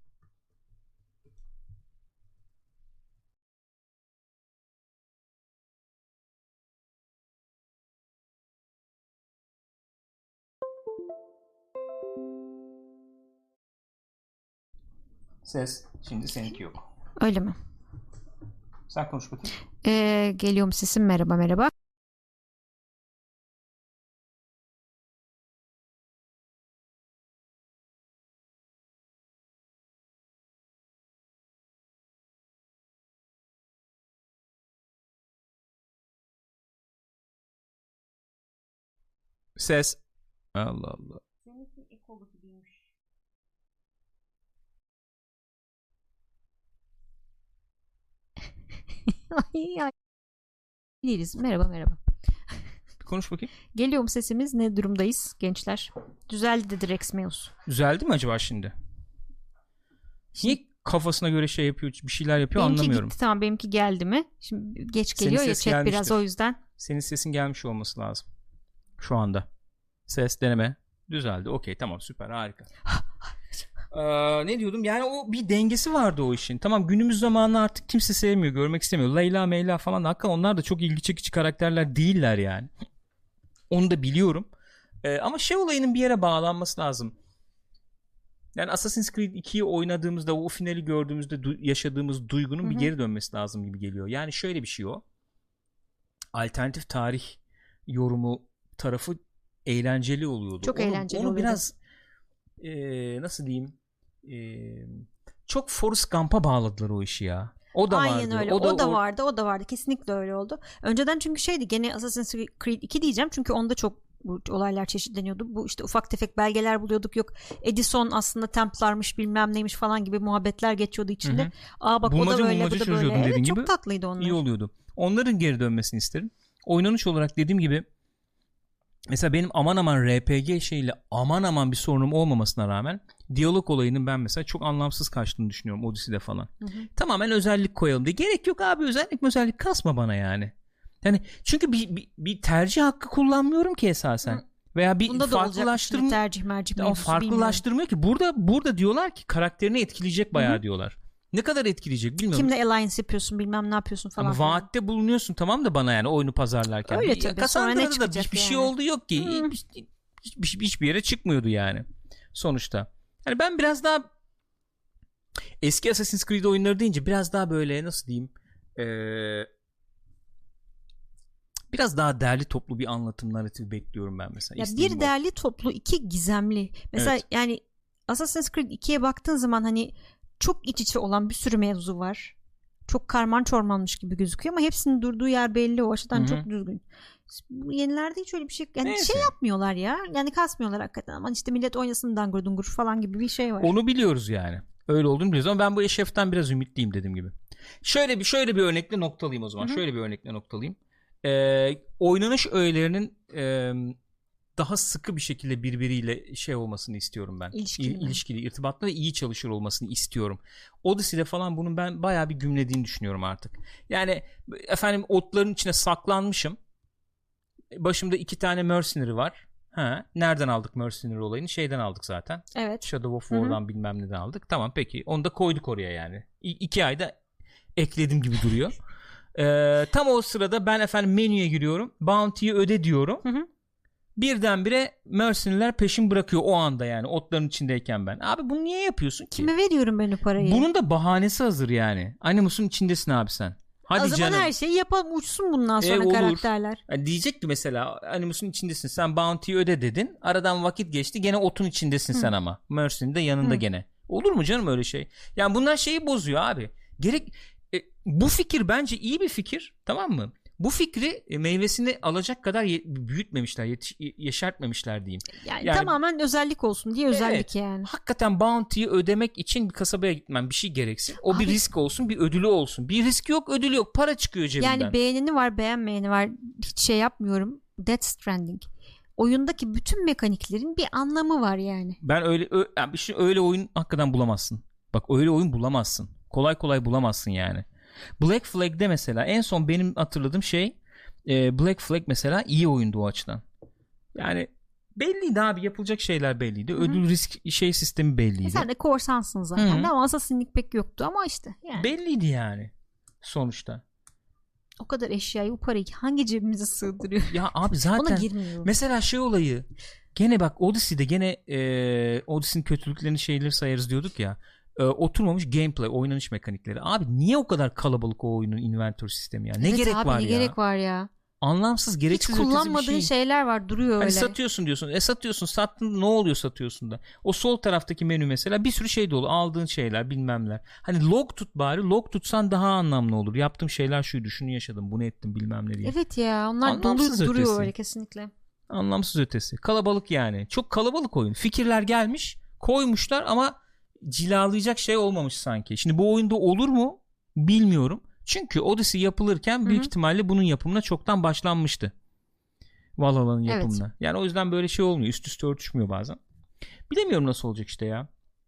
Ses. Şimdi seninki yok. Öyle mi? Sen konuş bakayım. Ee, geliyor mu sesim? Merhaba merhaba. Ses. Allah Allah. Seninki ekolu gibiymiş. ay ay. Değiliz. Merhaba merhaba. Konuş bakayım. Geliyor mu sesimiz? Ne durumdayız gençler? Düzeldi dedi Rex Meus. Düzeldi mi acaba şimdi? Niye kafasına göre şey yapıyor, bir şeyler yapıyor benimki anlamıyorum. Gitti, tamam benimki geldi mi? Şimdi geç geliyor ya chat biraz, o yüzden. Senin sesin gelmiş olması lazım. Şu anda. Ses deneme. Düzeldi. Okey, tamam, süper, harika. ee, ne diyordum? Yani o bir dengesi vardı o işin. Tamam, günümüz zamanında artık kimse sevmiyor, görmek istemiyor. Leyla Meyla falan, hakikaten onlar da çok ilgi çekici karakterler değiller yani. Onu da biliyorum. Ee, ama şey olayının bir yere bağlanması lazım. Yani Assassin's Creed ikiyi oynadığımızda, o finali gördüğümüzde du- yaşadığımız duygunun Hı-hı. bir geri dönmesi lazım gibi geliyor. Yani şöyle bir şey o. Alternatif tarih yorumu tarafı eğlenceli oluyordu. Çok onu, eğlenceli onu oluyordu. biraz e, nasıl diyeyim, e, çok Forrest Gump'a bağladılar o işi ya. O da Aynen vardı. öyle. O, o da, da o... vardı. O da vardı. Kesinlikle öyle oldu. Önceden çünkü şeydi, gene Assassin's Creed iki diyeceğim. Çünkü onda çok bu olaylar çeşitleniyordu. Bu işte ufak tefek belgeler buluyorduk. Yok Edison aslında Templarmış, bilmem neymiş falan gibi muhabbetler geçiyordu içinde. Hı hı. Aa bak bulmaca, o da böyle, bu da böyle. Evet, çok tatlıydı onlar. İyi oluyordu. Onların geri dönmesini isterim. Oynanış olarak dediğim gibi mesela benim aman aman R P G şeyle aman aman bir sorunum olmamasına rağmen diyalog olayının ben mesela çok anlamsız kaçtığını düşünüyorum Odyssey'de falan. Hı hı. Tamamen özellik koyalım diye. Gerek yok abi, özellik özellik kasma bana yani. Yani çünkü bir, bir, bir tercih hakkı kullanmıyorum ki esasen. Hı. Veya bir Bunda farklılaştırma tercih merci farklılaştırmıyor ki. Burada burada diyorlar ki karakterini etkileyecek bayağı, hı-hı, diyorlar. Ne kadar etkileyecek bilmiyorum. Kimle alliance yapıyorsun, bilmem ne yapıyorsun falan. Ama falan. vaatte bulunuyorsun, tamam da bana yani oyunu pazarlarken. Öyle tabii. Kassandra'da da bir, bir şey yani. oldu yok ki. Hmm. Hiç, hiç, hiçbir yere çıkmıyordu yani sonuçta. Yani ben biraz daha eski Assassin's Creed oyunları deyince biraz daha böyle nasıl diyeyim, ee, biraz daha derli toplu bir anlatım narratifi bekliyorum ben mesela. Ya bir derli o. toplu, iki gizemli. Mesela evet. Yani Assassin's Creed ikiye baktığın zaman hani çok iç içe olan bir sürü mevzu var. Çok karman çormanmış gibi gözüküyor ama hepsinin durduğu yer belli, o açıdan Hı-hı. çok düzgün. Bu yenilerde hiç öyle bir şey yani Neyse. şey yapmıyorlar ya. Yani kasmıyorlar hakikaten, ama işte millet oynasın dangur dungur falan gibi bir şey var. Onu biliyoruz yani. Öyle olduğunu biliyoruz ama ben bu Eşref'ten biraz ümitliyim dediğim gibi. Şöyle bir şöyle bir örnekle noktalayayım o zaman. Hı-hı. Şöyle bir örnekle noktalayayım. Ee, oynanış öğelerinin e, daha sıkı bir şekilde birbiriyle şey olmasını istiyorum ben. İlişkili, İl, ilişkili, irtibatlı ve iyi çalışır olmasını istiyorum. Odyssey'de falan bunun ben bayağı bir gümlediğini düşünüyorum artık. Yani efendim otların içine saklanmışım. Başımda iki tane mercenary var. Ha, nereden aldık mercenary olayını? Şeyden aldık zaten. Evet. Shadow of War'dan bilmem neden aldık. Tamam, peki. Onu da koyduk oraya yani. İ- iki ayda ekledim gibi duruyor. Ee, tam o sırada ben efendim menüye giriyorum. Bounty'yi öde diyorum. Hı hı. Birdenbire mercenary'ler peşin bırakıyor o anda yani, otların içindeyken ben. Abi bunu niye yapıyorsun ki? Kime veriyorum ben o parayı? Bunun da bahanesi hazır yani. Animus'un içindesin abi sen. Hadi o zaman canım. her şeyi yapalım, uçsun bundan sonra e, karakterler. Yani diyecek ki mesela Animus'un içindesin, sen bounty'yi öde dedin. Aradan vakit geçti, gene otun içindesin Hı. sen ama. Mercenary de yanında Hı. gene. Olur mu canım öyle şey? Yani bunlar şeyi bozuyor abi. Gerek e, bu fikir bence iyi bir fikir, tamam mı? Bu fikri e, meyvesini alacak kadar ye- büyütmemişler, yetiş- yeşertmemişler diyeyim. Yani, yani tamamen özellik olsun diye özellik evet, yani. Hakikaten bounty'yi ödemek için bir kasabaya gitmem, bir şey gereksin. O Abi, bir risk olsun, bir ödülü olsun. Bir risk yok, ödülü yok. Para çıkıyor cebinden. Yani beğeneni var, beğenmeyeni var. Hiç şey yapmıyorum. Death Stranding. Oyundaki bütün mekaniklerin bir anlamı var yani. Ben öyle ö- yani şey, öyle oyun hakikaten bulamazsın. Bak öyle oyun bulamazsın. Kolay kolay bulamazsın yani. Black Flag'de mesela en son benim hatırladığım şey e, Black Flag mesela iyi oyundu o açıdan. Yani belliydi abi, yapılacak şeyler belliydi. Hı-hı. Ödül risk şey sistemi belliydi. E sen de korsansın zaten. Hı-hı. Ama Assassin'lik pek yoktu ama işte. Yani. Belliydi yani sonuçta. O kadar eşyayı, bu parayı hangi cebimize sığdırıyor? Ya abi zaten mesela şey olayı gene bak Odyssey'de gene e, Odyssey'nin kötülüklerini şeyleri sayarız diyorduk ya. e, oturmamış gameplay, oynanış mekanikleri. Abi niye o kadar kalabalık o oyunun inventory sistemi ya? Ne evet gerek abi, var ne ya? gerek var ya? Anlamsız, gereksiz hiç kullanmadığın ötesi bir şey. şeyler var, duruyor hani öyle. Satıyorsun diyorsun. E satıyorsun. Sattın, ne oluyor satıyorsun da? O sol taraftaki menü mesela bir sürü şey dolu. Aldığın şeyler, bilmemler. Hani log tut bari. Log tutsan daha anlamlı olur. Yaptığım şeyler şuydu. Şunu yaşadım. Bunu ettim, bilmem ne diye. Evet ya. Onlar dolu duruyor ötesi. Öyle kesinlikle. Anlamsız ötesi. Kalabalık yani. Çok kalabalık oyun. Fikirler gelmiş, koymuşlar ama cilalayacak şey olmamış sanki. Şimdi bu oyunda olur mu? Bilmiyorum. Çünkü Odyssey yapılırken büyük Hı-hı. ihtimalle bunun yapımına çoktan başlanmıştı. Valhalla'nın yapımına. Evet. Yani o yüzden böyle şey olmuyor. Üst üste örtüşmüyor bazen. Bilemiyorum nasıl olacak işte ya.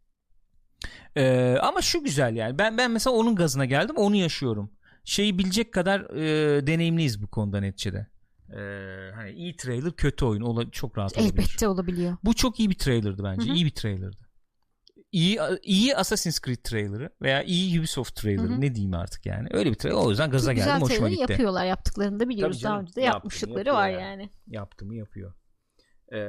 Ee, ama şu güzel yani. Ben ben mesela onun gazına geldim. Onu yaşıyorum. Şeyi bilecek kadar e, deneyimliyiz bu konuda neticede. Ee, hani iyi trailer, kötü oyun. Ola, çok rahat olabilir. Elbette olabiliyor. Bu çok iyi bir trailer'dı bence. Hı-hı. İyi bir trailer'dı. İyi, iyi Assassin's Creed trailer'ı veya iyi Ubisoft trailer'ı, Hı-hı. ne diyeyim artık yani. Öyle bir trailer. O yüzden gaza geldim. Hoşuma gitti. Yapıyorlar. Yaptıklarını da biliyoruz. Daha önce de yapmışlıkları var yani. yani. Yaptı mı yapıyor. Ee,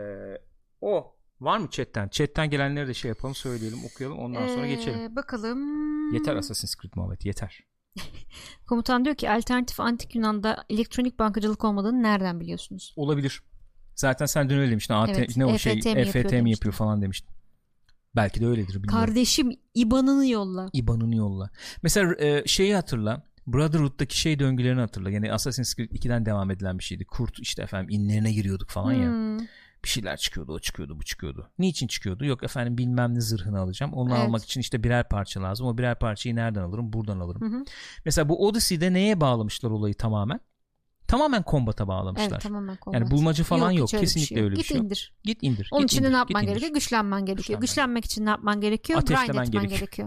o var mı chatten? Chatten gelenleri de şey yapalım, söyleyelim, okuyalım. Ondan ee, sonra geçelim. Bakalım. Yeter Assassin's Creed muhabbeti. Yeter. Komutan diyor ki alternatif antik Yunan'da elektronik bankacılık olmadığını nereden biliyorsunuz? Olabilir. Zaten sen dün öyle demiştin. A T, evet, ne o E F T şey E F T mi yapıyor, mi yapıyor falan demiştin. Belki de öyledir, bilmiyorum. Kardeşim I B A N'ını yolla. I B A N'ını yolla. Mesela e, şeyi hatırla. Brotherhood'daki şey döngülerini hatırla. Yani Assassin's Creed ikiden devam edilen bir şeydi. Kurt işte efendim inlerine giriyorduk falan hmm. ya. Bir şeyler çıkıyordu, o çıkıyordu, bu çıkıyordu. Niçin çıkıyordu? Yok efendim bilmem ne zırhını alacağım. Onu evet. almak için işte birer parça lazım. O birer parçayı nereden alırım? Buradan alırım. Hı hı. Mesela bu Odyssey'de neye bağlamışlar olayı tamamen? Tamamen kombata bağlamışlar. Evet, tamamen kombat. Yani bulmacı falan yok. yok. Kesinlikle öyle bir şey yok. Git indir. Git indir. Onun git için indir, ne yapman gerekiyor? Indir. Güçlenmen gerekiyor. Güçlenmen. Güçlenmek için ne yapman gerekiyor? Ateşlemen Grind etmen gerekiyor. gerekiyor.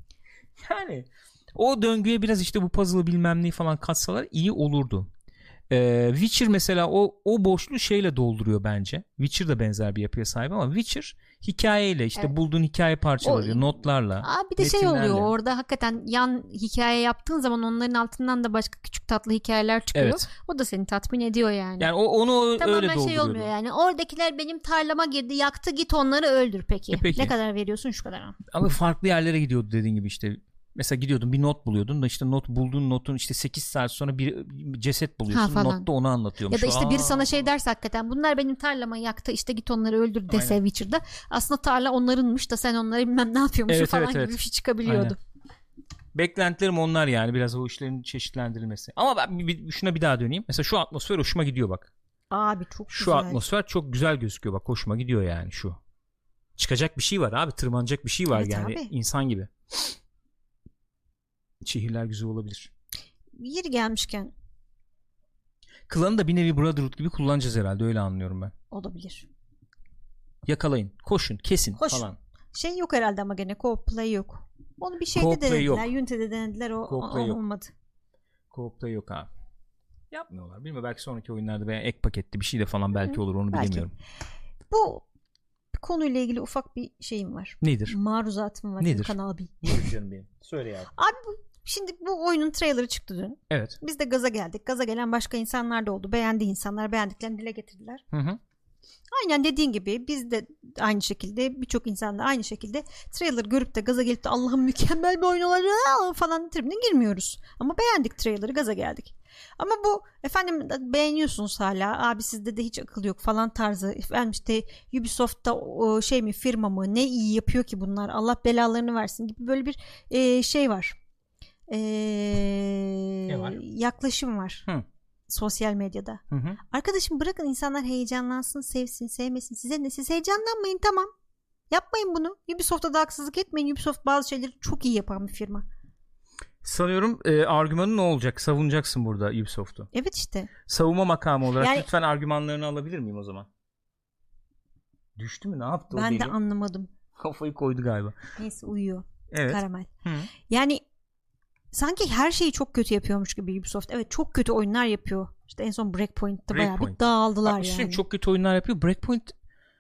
Yani o döngüye biraz işte bu puzzle'ı bilmem neyi falan katsalar iyi olurdu. Ee, Witcher mesela o o boşluğu şeyle dolduruyor bence. Witcher da benzer bir yapıya sahip ama Witcher hikayeyle işte evet. bulduğun hikaye parçaları, o, notlarla. Aa, bir de metinlerle. Şey oluyor orada hakikaten yan hikaye yaptığın zaman onların altından da başka küçük tatlı hikayeler çıkıyor. Evet. O da seni tatmin ediyor yani. Yani o, onu tamamen öyle dolduruyor. Şey olmuyor yani. Oradakiler benim tarlama girdi, yaktı, git onları öldür peki. E peki. Ne kadar veriyorsun? Şu kadar. Ama farklı yerlere gidiyordu dediğin gibi işte. Mesela gidiyordun bir not buluyordun da işte not bulduğun notun işte sekiz saat sonra bir ceset buluyorsun. Notta onu anlatıyormuş. Ya da işte Aa. biri sana şey derse hakikaten bunlar benim tarlama yaktı işte git onları öldür dese Aynen. Witcher'da. Aslında tarla onlarınmış da sen onları bilmem ne yapıyormuşsun evet, falan evet, gibi evet. bir şey çıkabiliyordu. Aynen. Beklentilerim onlar yani biraz o işlerin çeşitlendirilmesi. Ama ben bir, şuna bir daha döneyim. Mesela şu atmosfer hoşuma gidiyor bak. Abi çok şu güzel. Şu atmosfer çok güzel gözüküyor bak hoşuma gidiyor yani şu. Çıkacak bir şey var abi, tırmanacak bir şey var evet, yani abi. İnsan gibi. Şehirler güzel olabilir. Yeri gelmişken. Klanı da bir nevi Brotherhood gibi kullanacağız herhalde, öyle anlıyorum ben. Olabilir. Yakalayın, koşun, kesin Koş. falan. Şey yok herhalde ama gene co-play yok. Onu bir şeyde denediler. Unity'de denediler, o, o olmadı. Co-play yok abi. Yapmıyorlar. Bilmiyorum, belki sonraki oyunlarda veya ek paketli bir şey de falan belki Hı, olur, onu belki. Bilemiyorum. Bu konuyla ilgili ufak bir şeyim var. Nedir? Maruzatım var. Nedir? Kanal bir. Nedir canım benim? Söyle ya. Abi bu, şimdi bu oyunun trailerı çıktı dün. Evet. Biz de gaza geldik. Gaza gelen başka insanlar da oldu. Beğendi insanlar. Beğendiklerini dile getirdiler. Hı hı. Aynen dediğin gibi biz de aynı şekilde, birçok insan da aynı şekilde trailer görüp de gaza gelip de Allah'ım mükemmel bir oyun olacak falan tribine girmiyoruz. Ama beğendik trailer'ı, gaza geldik. Ama bu efendim beğeniyorsunuz hala, abi sizde de hiç akıl yok falan tarzı, efendim işte Ubisoft'ta o şey mi, firma mı, ne iyi yapıyor ki bunlar, Allah belalarını versin gibi böyle bir e, şey var. E, ne var? Yaklaşım var. Hı. Sosyal medyada. Hı hı. Arkadaşım bırakın insanlar heyecanlansın, sevsin, sevmesin. Size ne? Siz heyecanlanmayın, tamam. Yapmayın bunu. Ubisoft'a da haksızlık etmeyin. Ubisoft bazı şeyleri çok iyi yapan bir firma. Sanıyorum e, argümanın ne olacak? Savunacaksın burada Ubisoft'u. Evet işte. Savunma makamı olarak yani, lütfen argümanlarını alabilir miyim o zaman? Düştü mü? Ne yaptı ben o deli? Ben de anlamadım. Kafayı koydu galiba. Neyse, uyuyor. Evet. Karamel. Hı. Yani sanki her şeyi çok kötü yapıyormuş gibi Ubisoft. Evet, çok kötü oyunlar yapıyor. İşte en son Breakpoint'ta Breakpoint. bayağı bir dağıldılar Bak, yani. Çok kötü oyunlar yapıyor. Breakpoint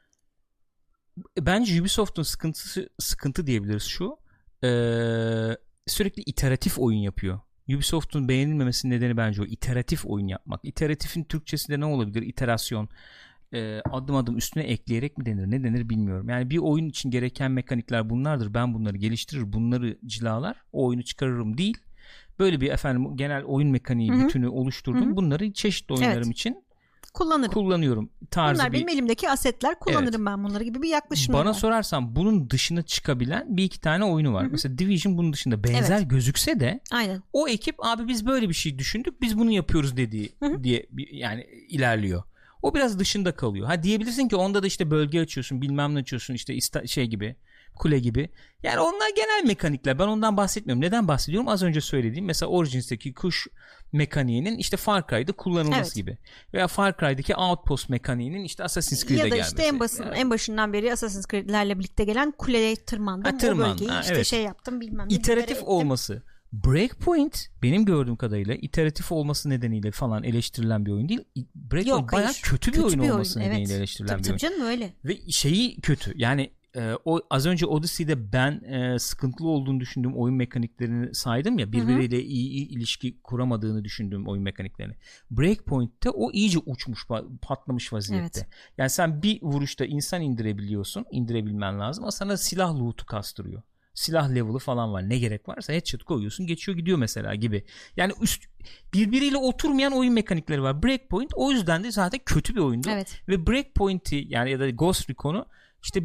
bence Ubisoft'un sıkıntısı, sıkıntı diyebiliriz şu. Ee, sürekli iteratif oyun yapıyor. Ubisoft'un beğenilmemesinin nedeni bence o. İteratif oyun yapmak. İteratifin Türkçesi de ne olabilir? İterasyon. e, adım adım üstüne ekleyerek mi denir, ne denir bilmiyorum. Yani bir oyun için gereken mekanikler bunlardır. Ben bunları geliştirir, bunları cilalar, o oyunu çıkarırım değil. Böyle bir efendim genel oyun mekaniği Hı-hı. bütünü oluşturdum. Hı-hı. Bunları çeşitli oyunlarım evet. için kullanırım. Kullanıyorum. Tarzı Bunlar bir... benim elimdeki asetler, kullanırım evet. ben bunları gibi bir yaklaşım. Bana var. sorarsan bunun dışına çıkabilen bir iki tane oyunu var. Hı-hı. Mesela Division bunun dışında benzer evet. gözükse de Aynen. o ekip abi biz böyle bir şey düşündük, biz bunu yapıyoruz dediği Hı-hı. diye yani ilerliyor. O biraz dışında kalıyor. Ha diyebilirsin ki onda da işte bölge açıyorsun, bilmem ne açıyorsun, işte ista- şey gibi, kule gibi. Yani onlar genel mekanikler. Ben ondan bahsetmiyorum. Neden bahsediyorum? Az önce söylediğim mesela Origins'teki kuş mekaniğinin işte Far Cry'da kullanılması evet. gibi. Veya Far Cry'daki Outpost mekaniğinin işte Assassin's Creed'e gelmesi. Ya da işte en, basın, yani. en başından beri Assassin's Creed'lerle birlikte gelen kuleye tırmandım. Ha, tırman. O bölgeyi ha, işte evet. şey yaptım bilmem ne. İteratif olması. Breakpoint benim gördüğüm kadarıyla iteratif olması nedeniyle falan eleştirilen bir oyun değil. Breakpoint Yok, bayağı hayır. kötü bir kötü oyun bir olması oyun. nedeniyle evet. eleştirilen tabii, bir oyun. Tabii canım öyle. Ve şeyi kötü. Yani e, o az önce Odyssey'de ben e, sıkıntılı olduğunu düşündüğüm oyun mekaniklerini saydım ya, birbiriyle iyi, iyi ilişki kuramadığını düşündüğüm oyun mekaniklerini. Breakpoint'te o iyice uçmuş, patlamış vaziyette. Evet. Yani sen bir vuruşta insan indirebiliyorsun, indirebilmen lazım. Ama sana silah loot'u kastırıyor. Silah level'ı falan var. Ne gerek varsa headshot koyuyorsun, geçiyor gidiyor mesela gibi. Yani üst birbiriyle oturmayan oyun mekanikleri var. Breakpoint o yüzden de zaten kötü bir oyundu. Evet. Ve Breakpoint'i yani ya da Ghost Recon'u işte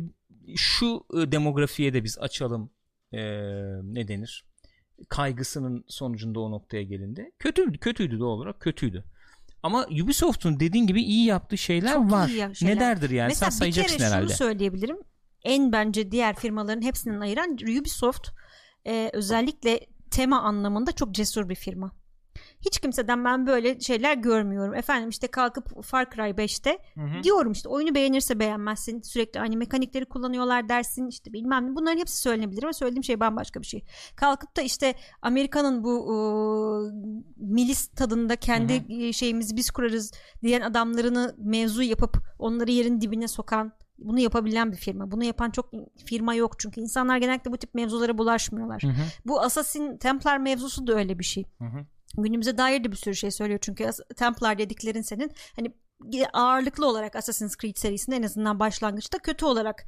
şu demografiye de biz açalım ee, ne denir? Kaygısının sonucunda o noktaya gelindi. Kötüydü, kötüydü doğal olarak kötüydü. Ama Ubisoft'un dediğin gibi iyi yaptığı şeyler Çok var. Iyi şeyler. Nelerdir yani? Mesela sen sayacaksın herhalde. Mesela bir kere şunu söyleyebilirim. En bence diğer firmaların hepsinden ayıran Ubisoft e, özellikle tema anlamında çok cesur bir firma. Hiç kimseden ben böyle şeyler görmüyorum. Efendim işte kalkıp Far Cry beşte hı hı. diyorum işte oyunu beğenirse beğenmezsin. Sürekli aynı mekanikleri kullanıyorlar dersin. İşte bilmem ne. Bunların hepsi söylenebilir ama söylediğim şey bambaşka bir şey. Kalkıp da işte Amerika'nın bu e, milis tadında kendi hı hı. şeyimizi biz kurarız diyen adamlarını mevzu yapıp onları yerin dibine sokan, bunu yapabilen bir firma. Bunu yapan çok firma yok çünkü insanlar genellikle bu tip mevzulara bulaşmıyorlar. Hı hı. Bu Assassin Templar mevzusu da öyle bir şey. Hı hı. Günümüze dair de bir sürü şey söylüyor çünkü Templar dediklerin senin hani ağırlıklı olarak Assassin's Creed serisinde en azından başlangıçta kötü olarak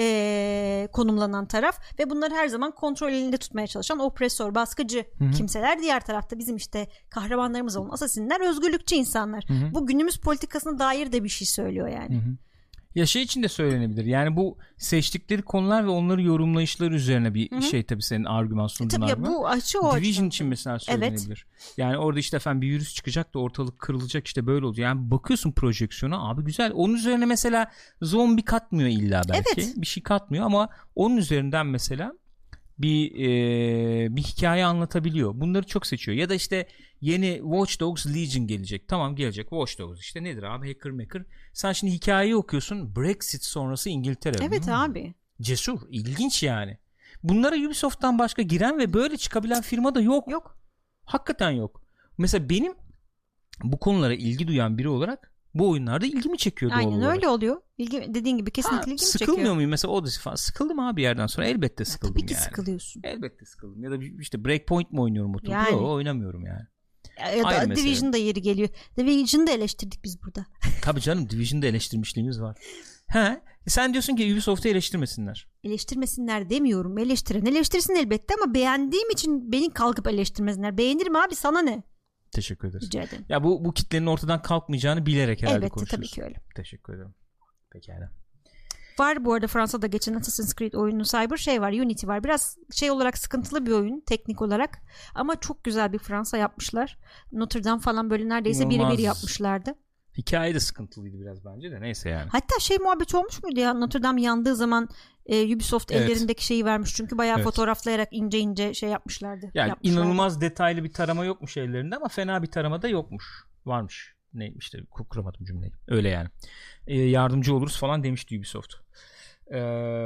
ee, konumlanan taraf ve bunları her zaman kontrol elinde tutmaya çalışan opresör, baskıcı Hı-hı. kimseler. Diğer tarafta bizim işte kahramanlarımız olan Assassin'ler özgürlükçü insanlar. Hı-hı. Bu günümüz politikasına dair de bir şey söylüyor yani. Hı-hı. Ya şey için de söylenebilir. Yani bu seçtikleri konular ve onları yorumlayışları üzerine bir Hı-hı. şey tabii senin argüman sunduğun e, argüman. Bu açı o Division açıdan. için mesela söylenebilir. Evet. Yani orada işte efendim bir virüs çıkacak da ortalık kırılacak işte böyle olacak. Yani bakıyorsun projeksiyona abi güzel. Onun üzerine mesela zombi katmıyor illa belki. Evet. Bir şey katmıyor ama onun üzerinden mesela bir e, bir hikaye anlatabiliyor. Bunları çok seçiyor. Ya da işte yeni Watch Dogs Legion gelecek. Tamam gelecek. Watch Dogs işte nedir abi? Hacker maker. Sen şimdi hikayeyi okuyorsun. Brexit sonrası İngiltere. Evet hmm. abi. Cesur. İlginç yani. Bunlara Ubisoft'tan başka giren ve böyle çıkabilen firma da yok. Yok. Hakikaten yok. Mesela benim bu konulara ilgi duyan biri olarak bu oyunlarda ilgimi çekiyor doğal Aynen olarak. öyle oluyor. İlgi, dediğin gibi kesinlikle ha, ilgimi sıkılmıyor çekiyor. Sıkılmıyor muyum mesela Odyssey falan? Sıkıldım abi bir yerden sonra. Elbette sıkıldım ya, tabii yani. Tabii ki sıkılıyorsun. Elbette sıkıldım. Ya da işte Breakpoint mi oynuyorum oturup? Yani. Yok oynamıyorum yani. Ya, ya da Division'da yeri geliyor. Division'da eleştirdik biz burada. Tabii canım Division'da eleştirmişliğimiz var. He, sen diyorsun ki Ubisoft'u eleştirmesinler. Eleştirmesinler demiyorum. Eleştiren eleştirsin elbette ama beğendiğim için beni kalkıp eleştirmesinler. Beğenirim abi sana ne? Teşekkür ederiz. Rica ederim. Ya bu bu kitlenin ortadan kalkmayacağını bilerek herhalde elbette, konuşuyorsun. Elbette tabii ki öyle. Teşekkür ederim. Pekala. Var bu arada Fransa'da geçen Assassin's Creed oyunu Cyber şey var, Unity var. Biraz şey olarak sıkıntılı bir oyun teknik olarak ama çok güzel bir Fransa yapmışlar. Notre Dame falan böyle neredeyse birebir yapmışlardı. Hikaye de sıkıntılıydı biraz bence de neyse yani. Hatta şey muhabbet olmuş muydu ya, Notre Dame yandığı zaman e, Ubisoft evet. ellerindeki şeyi vermiş çünkü bayağı evet. fotoğraflayarak ince ince şey yapmışlardı. Yani yapmışlardı. İnanılmaz detaylı bir tarama yokmuş ellerinde ama fena bir tarama da yokmuş. Varmış. Ne işte kuramadım cümleyi. Öyle yani. Ee, yardımcı oluruz falan demişti Ubisoft. Ee,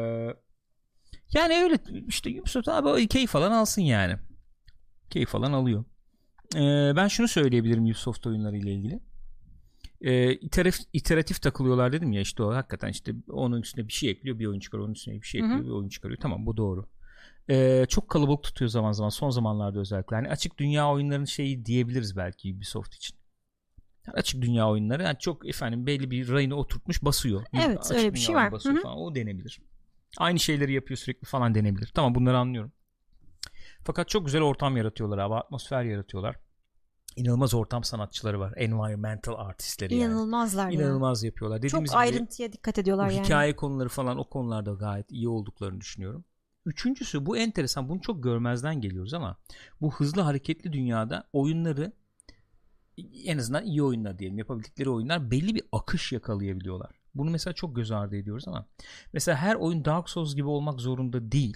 yani öyle işte Ubisoft abi keyif falan alsın yani. Keyif falan alıyor. Ee, ben şunu söyleyebilirim Ubisoft oyunları ile ilgili. Ee, iteratif, iteratif takılıyorlar dedim ya işte o hakikaten işte onun üstüne bir şey ekliyor bir oyun çıkarıyor, onun üstüne bir şey ekliyor Hı-hı. bir oyun çıkarıyor. Tamam bu doğru. Ee, çok kalabalık tutuyor zaman zaman son zamanlarda özellikle. Yani açık dünya oyunlarının şeyi diyebiliriz belki Ubisoft için. Açık dünya oyunları yani çok efendim belli bir rayına oturtmuş basıyor. Evet açık öyle bir şey var. Basıyor falan. O denebilir. Aynı şeyleri yapıyor sürekli falan denebilir. Tamam bunları anlıyorum. Fakat çok güzel ortam yaratıyorlar abi. Atmosfer yaratıyorlar. İnanılmaz ortam sanatçıları var. Environmental artistleri yani. İnanılmazlar ya. İnanılmaz yapıyorlar. Dediğimiz çok ayrıntıya gibi, dikkat ediyorlar yani. Hikaye konuları falan o konularda gayet iyi olduklarını düşünüyorum. Üçüncüsü bu enteresan. Bunu çok görmezden geliyoruz ama bu hızlı hareketli dünyada oyunları en azından iyi oyunlar diyelim yapabildikleri oyunlar belli bir akış yakalayabiliyorlar. Bunu mesela çok göz ardı ediyoruz ama mesela her oyun Dark Souls gibi olmak zorunda değil.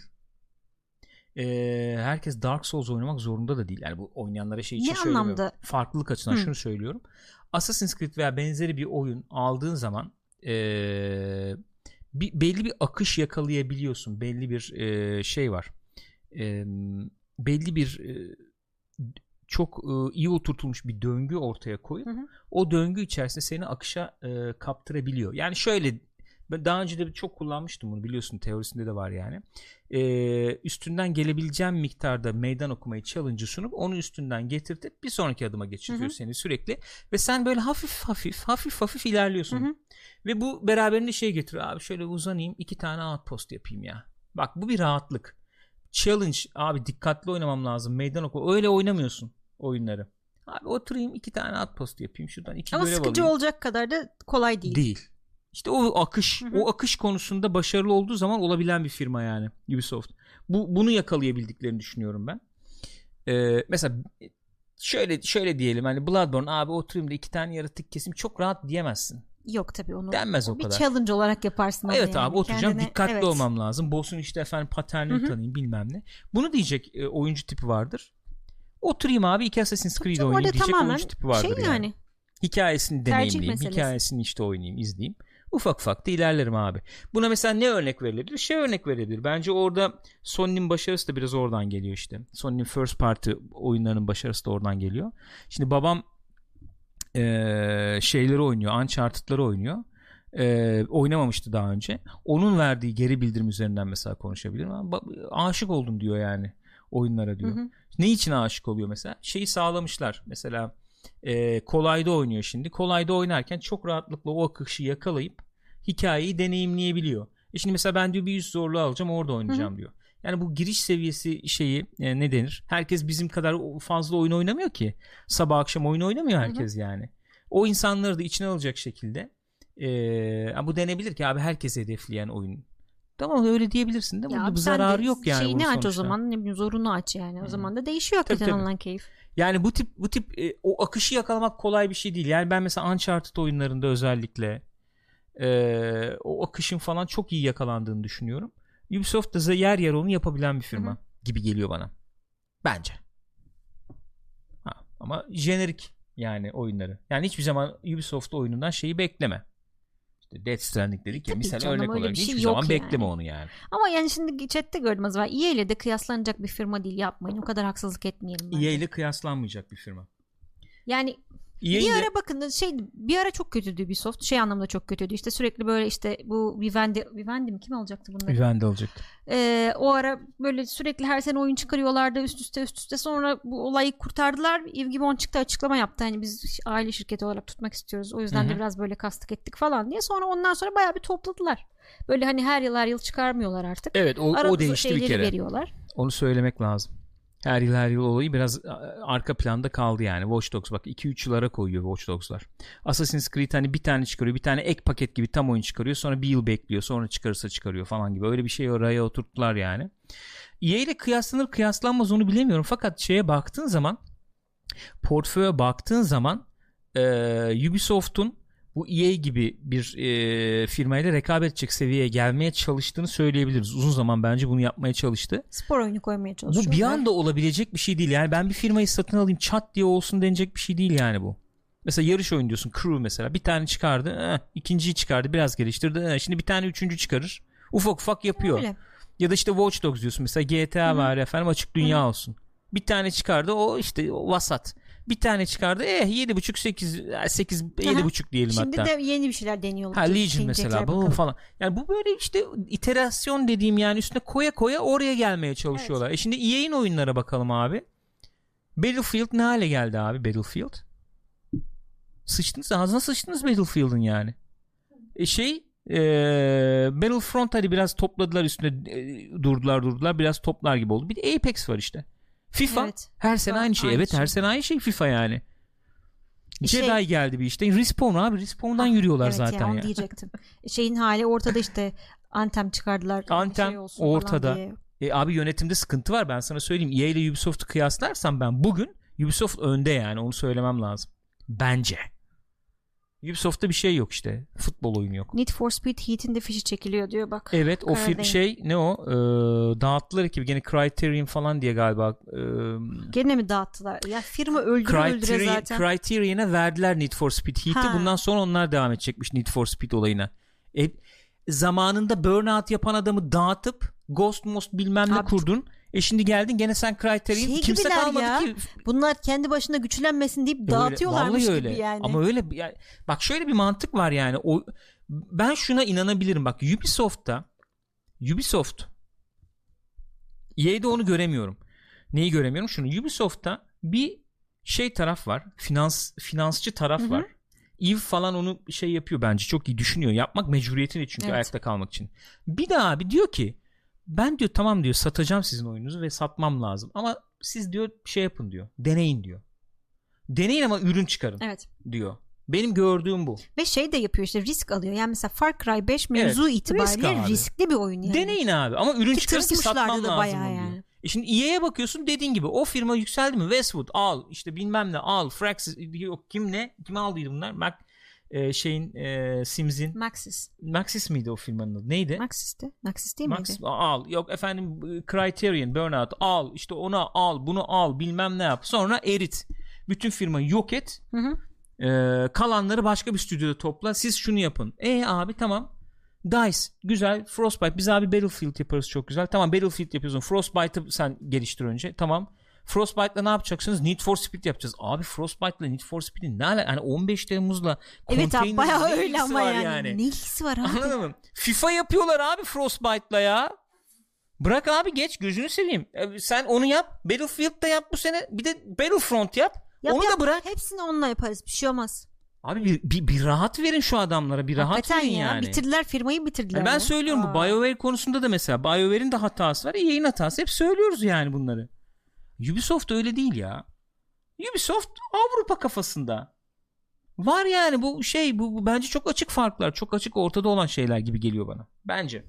Ee, herkes Dark Souls oynamak zorunda da değil. Yani bu oynayanlara şey için ne söylemiyorum. Anlamda? Farklılık açısından Hı. şunu söylüyorum. Assassin's Creed veya benzeri bir oyun aldığın zaman ee, bir, belli bir akış yakalayabiliyorsun. Belli bir ee, şey var. Ee, belli bir ee, çok e, iyi oturtulmuş bir döngü ortaya koyup hı hı. o döngü içerisinde seni akışa e, kaptırabiliyor. Yani şöyle ben daha önce de çok kullanmıştım bunu biliyorsun teorisinde de var yani. E, üstünden gelebileceğin miktarda meydan okumayı challenge'ı sunup onu üstünden getirtip bir sonraki adıma geçiriyor hı hı. seni sürekli ve sen böyle hafif hafif hafif hafif ilerliyorsun. Hı hı. Ve bu beraberinde şey getiriyor abi şöyle uzanayım iki tane outpost yapayım ya. Bak bu bir rahatlık. Challenge abi dikkatli oynamam lazım meydan oku öyle oynamıyorsun oyunları abi oturayım iki tane outpost yapayım şuradan iki ama görev sıkıcı alayım. Olacak kadar da kolay değil değil işte o akış hı hı. o akış konusunda başarılı olduğu zaman olabilen bir firma yani Ubisoft bu bunu yakalayabildiklerini düşünüyorum ben. Ee, mesela şöyle şöyle diyelim hani Bloodborne abi oturayım da iki tane yaratık keseyim çok rahat diyemezsin. Yok tabii onu denmez o bir kadar. challenge olarak yaparsın. Evet yani. abi oturacağım Kendine, dikkatli evet. olmam lazım. Boss'un işte efendim paternini tanıyayım bilmem ne. Bunu diyecek e, oyuncu tipi vardır. Oturayım abi iki Assassin's Creed oynayayım diyecek oyuncu tipi vardır şey yani. yani. Hikayesini deneyimleyeyim. Hikayesini işte oynayayım izleyeyim. Ufak ufak da ilerlerim abi. Buna mesela ne örnek verilebilir? Şey örnek verilebilir. Bence orada Sony'nin başarısı da biraz oradan geliyor işte. Sony'nin first party oyunlarının başarısı da oradan geliyor. Şimdi babam e, şeyleri oynuyor. Uncharted'ları oynuyor. Ee, oynamamıştı daha önce. Onun verdiği geri bildirim üzerinden mesela konuşabilirim. Ama aşık oldum diyor yani oyunlara diyor. Hı hı. Ne için aşık oluyor mesela? Şeyi sağlamışlar. Mesela e, kolayda oynuyor şimdi. Kolayda oynarken çok rahatlıkla o akışı yakalayıp hikayeyi deneyimleyebiliyor. E şimdi mesela ben diyor bir üst zorluğu alacağım orada oynayacağım hı hı. diyor. Yani bu giriş seviyesi şeyi e, ne denir? Herkes bizim kadar fazla oyun oynamıyor ki. Sabah akşam oyun oynamıyor herkes hı hı. yani. O insanları da içine alacak şekilde Ee, bu denebilir ki abi herkes hedefleyen oyun. Tamam öyle diyebilirsin de burada bir zararı yok yani. Şeyini aç o zaman ne bileyim zorunu aç yani. Hmm. O zaman da değişiyor hakikaten alınan keyif. Yani bu tip bu tip e, o akışı yakalamak kolay bir şey değil. Yani ben mesela Uncharted oyunlarında özellikle e, o akışın falan çok iyi yakalandığını düşünüyorum. Ubisoft da yer yer onu yapabilen bir firma Hı-hı. gibi geliyor bana. Bence. Ha, ama jenerik yani oyunları. Yani hiçbir zaman Ubisoft oyunundan şeyi bekleme. Death Stranding dedik ya misal örnek olarak şey hiçbir zaman yani. Bekleme onu yani. Ama yani şimdi chatte gördüm az var. E A ile de kıyaslanacak bir firma değil yapmayın. O kadar haksızlık etmeyelim bence. E A ile kıyaslanmayacak bir firma. Yani E A bir ara bakın şey bir ara çok kötüydü Ubisoft. Şey anlamda çok kötüydü. İşte sürekli böyle işte bu Vivendi Vivendi mi kim alacaktı bunları? Vivendi alacaktı. Ee, o ara böyle sürekli her sene oyun çıkarıyorlardı üst üste üst üste. Sonra bu olayı kurtardılar. Yves Guillemot çıktı açıklama yaptı. Hani biz aile şirketi olarak tutmak istiyoruz. O yüzden Hı-hı. de biraz böyle kastık ettik falan diye. Sonra ondan sonra bayağı bir topladılar. Böyle hani her yıl her yıl çıkarmıyorlar artık. Evet o, o değişti bir kere. Veriyorlar. Onu söylemek lazım. Her yıl her yıl olayı biraz arka planda kaldı yani. Watch Dogs bak iki üç yıllara koyuyor Watch Dogs'lar. Assassin's Creed hani bir tane çıkarıyor, bir tane ek paket gibi tam oyun çıkarıyor. Sonra bir yıl bekliyor, sonra çıkarırsa çıkarıyor falan gibi. Öyle bir şey oraya oturttular yani. E A ile kıyaslanır kıyaslanmaz onu bilemiyorum. Fakat şeye baktığın zaman, portföye baktığın zaman e, Ubisoft'un bu E A gibi bir e, firmayla rekabet edecek seviyeye gelmeye çalıştığını söyleyebiliriz. Uzun zaman bence bunu yapmaya çalıştı. Spor oyunu koymaya çalışıyor. Bu bir anda olabilecek bir şey değil. Yani ben bir firmayı satın alayım çat diye olsun denecek bir şey değil yani bu. Mesela yarış oyun diyorsun. Crew mesela. Bir tane çıkardı. Eh, ikinciyi çıkardı. Biraz geliştirdi. Eh, şimdi bir tane üçüncü çıkarır. Ufak ufak yapıyor. Öyle. Ya da işte Watch Dogs diyorsun. Mesela G T A Hı-hı. var efendim açık dünya Hı-hı. olsun. Bir tane çıkardı. O işte o vasat. Bir tane çıkardı. Eh yedi buçuk sekiz sekiz yedi buçuk diyelim Şimdi hatta. Şimdi de yeni bir şeyler deniyorlar. Ha Legion mesela bu falan. Yani bu böyle işte iterasyon dediğim yani üstüne koya koya oraya gelmeye çalışıyorlar. Evet. E şimdi E A'in oyunlara bakalım abi. Battlefield ne hale geldi abi Battlefield? Sıçtınız, ağzına sıçtınız Battlefield'ın yani. E şey e, Battlefront hadi biraz topladılar üstüne e, durdular durdular biraz toplar gibi oldu. Bir de Apex var işte. FIFA Evet. her sene aynı şey. Aynı Evet şey. her sene aynı şey FIFA yani. Şey- Jedi geldi bir işte. Respawn abi. Respawn'dan yürüyorlar Evet zaten ya, onu ya. diyecektim. Şeyin hali ortada işte Anthem çıkardılar. Anthem şey olsun falan ortada. diye. E, abi yönetimde sıkıntı var. Ben sana söyleyeyim. E A ile Ubisoft'u kıyaslarsam ben bugün Ubisoft önde yani. Onu söylemem lazım. Bence. Ubisoft'ta bir şey yok işte. Futbol oyunu yok. Need for Speed Heat'in de fişi çekiliyor diyor bak. Evet o film Karadayım. şey ne o? Ee, dağıttılar ekibi. Gene Criterion falan diye galiba. Ee, Gene mi dağıttılar? Ya firma öldüre öldüre Criterion, zaten. Criterion'a verdiler Need for Speed Heat'i. Ha. Bundan sonra onlar devam edecekmiş Need for Speed olayına. E, zamanında Burnout yapan adamı dağıtıp Ghost Most bilmem ne Abi kurdun. E şimdi geldin gene sen Criterion. Şey Kimse gibiler kalmadı ya. ki. Bunlar kendi başına güçlenmesin deyip Öyle, dağıtıyorlarmış vallahi gibi öyle. yani. Ama öyle yani, bak şöyle bir mantık var yani. O, ben şuna inanabilirim. Bak Ubisoft'ta Ubisoft E A'de onu göremiyorum. Neyi göremiyorum? Şunu. Ubisoft'ta bir şey taraf var. Finans finansçı taraf Hı hı. var. Eve falan onu şey yapıyor bence. Çok iyi düşünüyor. Yapmak mecburiyetinde çünkü Evet. ayakta kalmak için. Bir daha abi diyor ki ben diyor tamam diyor satacağım sizin oyununuzu ve satmam lazım. Ama siz diyor şey yapın diyor. Deneyin diyor. Deneyin ama ürün çıkarın Evet. diyor. Benim gördüğüm bu. Ve şey de yapıyor işte risk alıyor. Yani mesela Far Cry beş mevzu Evet, itibariyle risk abi. riskli bir oyun yani. Deneyin abi ama ürün Ki çıkarın ki tırsmışlardı satmam da lazım bayağı diyor. yani. E şimdi E A'ye bakıyorsun dediğin gibi o firma yükseldi mi? Westwood al işte bilmem ne al. Fraxis yok kim ne? Kim aldıydı bunlar? Mac e, şeyin e, Sims'in Maxis. Maxis miydi o firmanın adı? Neydi? Maxis'ti. Maxis değil Max, miydi? al. Yok efendim Criterion, Burnout al. İşte ona al, bunu al, bilmem ne yap. Sonra erit. Bütün firmayı yok et. Hı hı. Ee, kalanları başka bir stüdyoda topla. Siz şunu yapın. E abi tamam. DICE güzel. Frostbite biz abi Battlefield yaparız çok güzel. Tamam Battlefield yapıyorsun. Frostbite'ı sen geliştir önce. Tamam. Frostbite'la ne yapacaksınız? Need for Speed yapacağız. Abi Frostbite'la Need for Speed'in ne alakası? Yani on beş Temmuz'la Evet abi bayağı ne öyle ilgisi ama var yani. Ne ilgisi var abi? Anladın mı? FIFA yapıyorlar abi Frostbite'la ya. Bırak abi geç gözünü seveyim. Ee, Sen onu yap. Battlefield'da yap bu sene. Bir de Battlefront yap. Yap, onu yap. da bırak. Hepsini onunla yaparız. Bir şey olmaz. Abi bir, bir, bir rahat verin şu adamlara. Bir rahat Hakikaten verin ya. yani. Bitirdiler firmayı bitirdiler. Yani ben ya. söylüyorum Aa. bu BioWare konusunda da mesela BioWare'in de hatası var. E A'nin hatası. Hep söylüyoruz yani bunları. Ubisoft öyle değil ya. Ubisoft Avrupa kafasında. Var yani bu şey bu, bu bence çok açık farklar. Çok açık ortada olan şeyler gibi geliyor bana. Bence.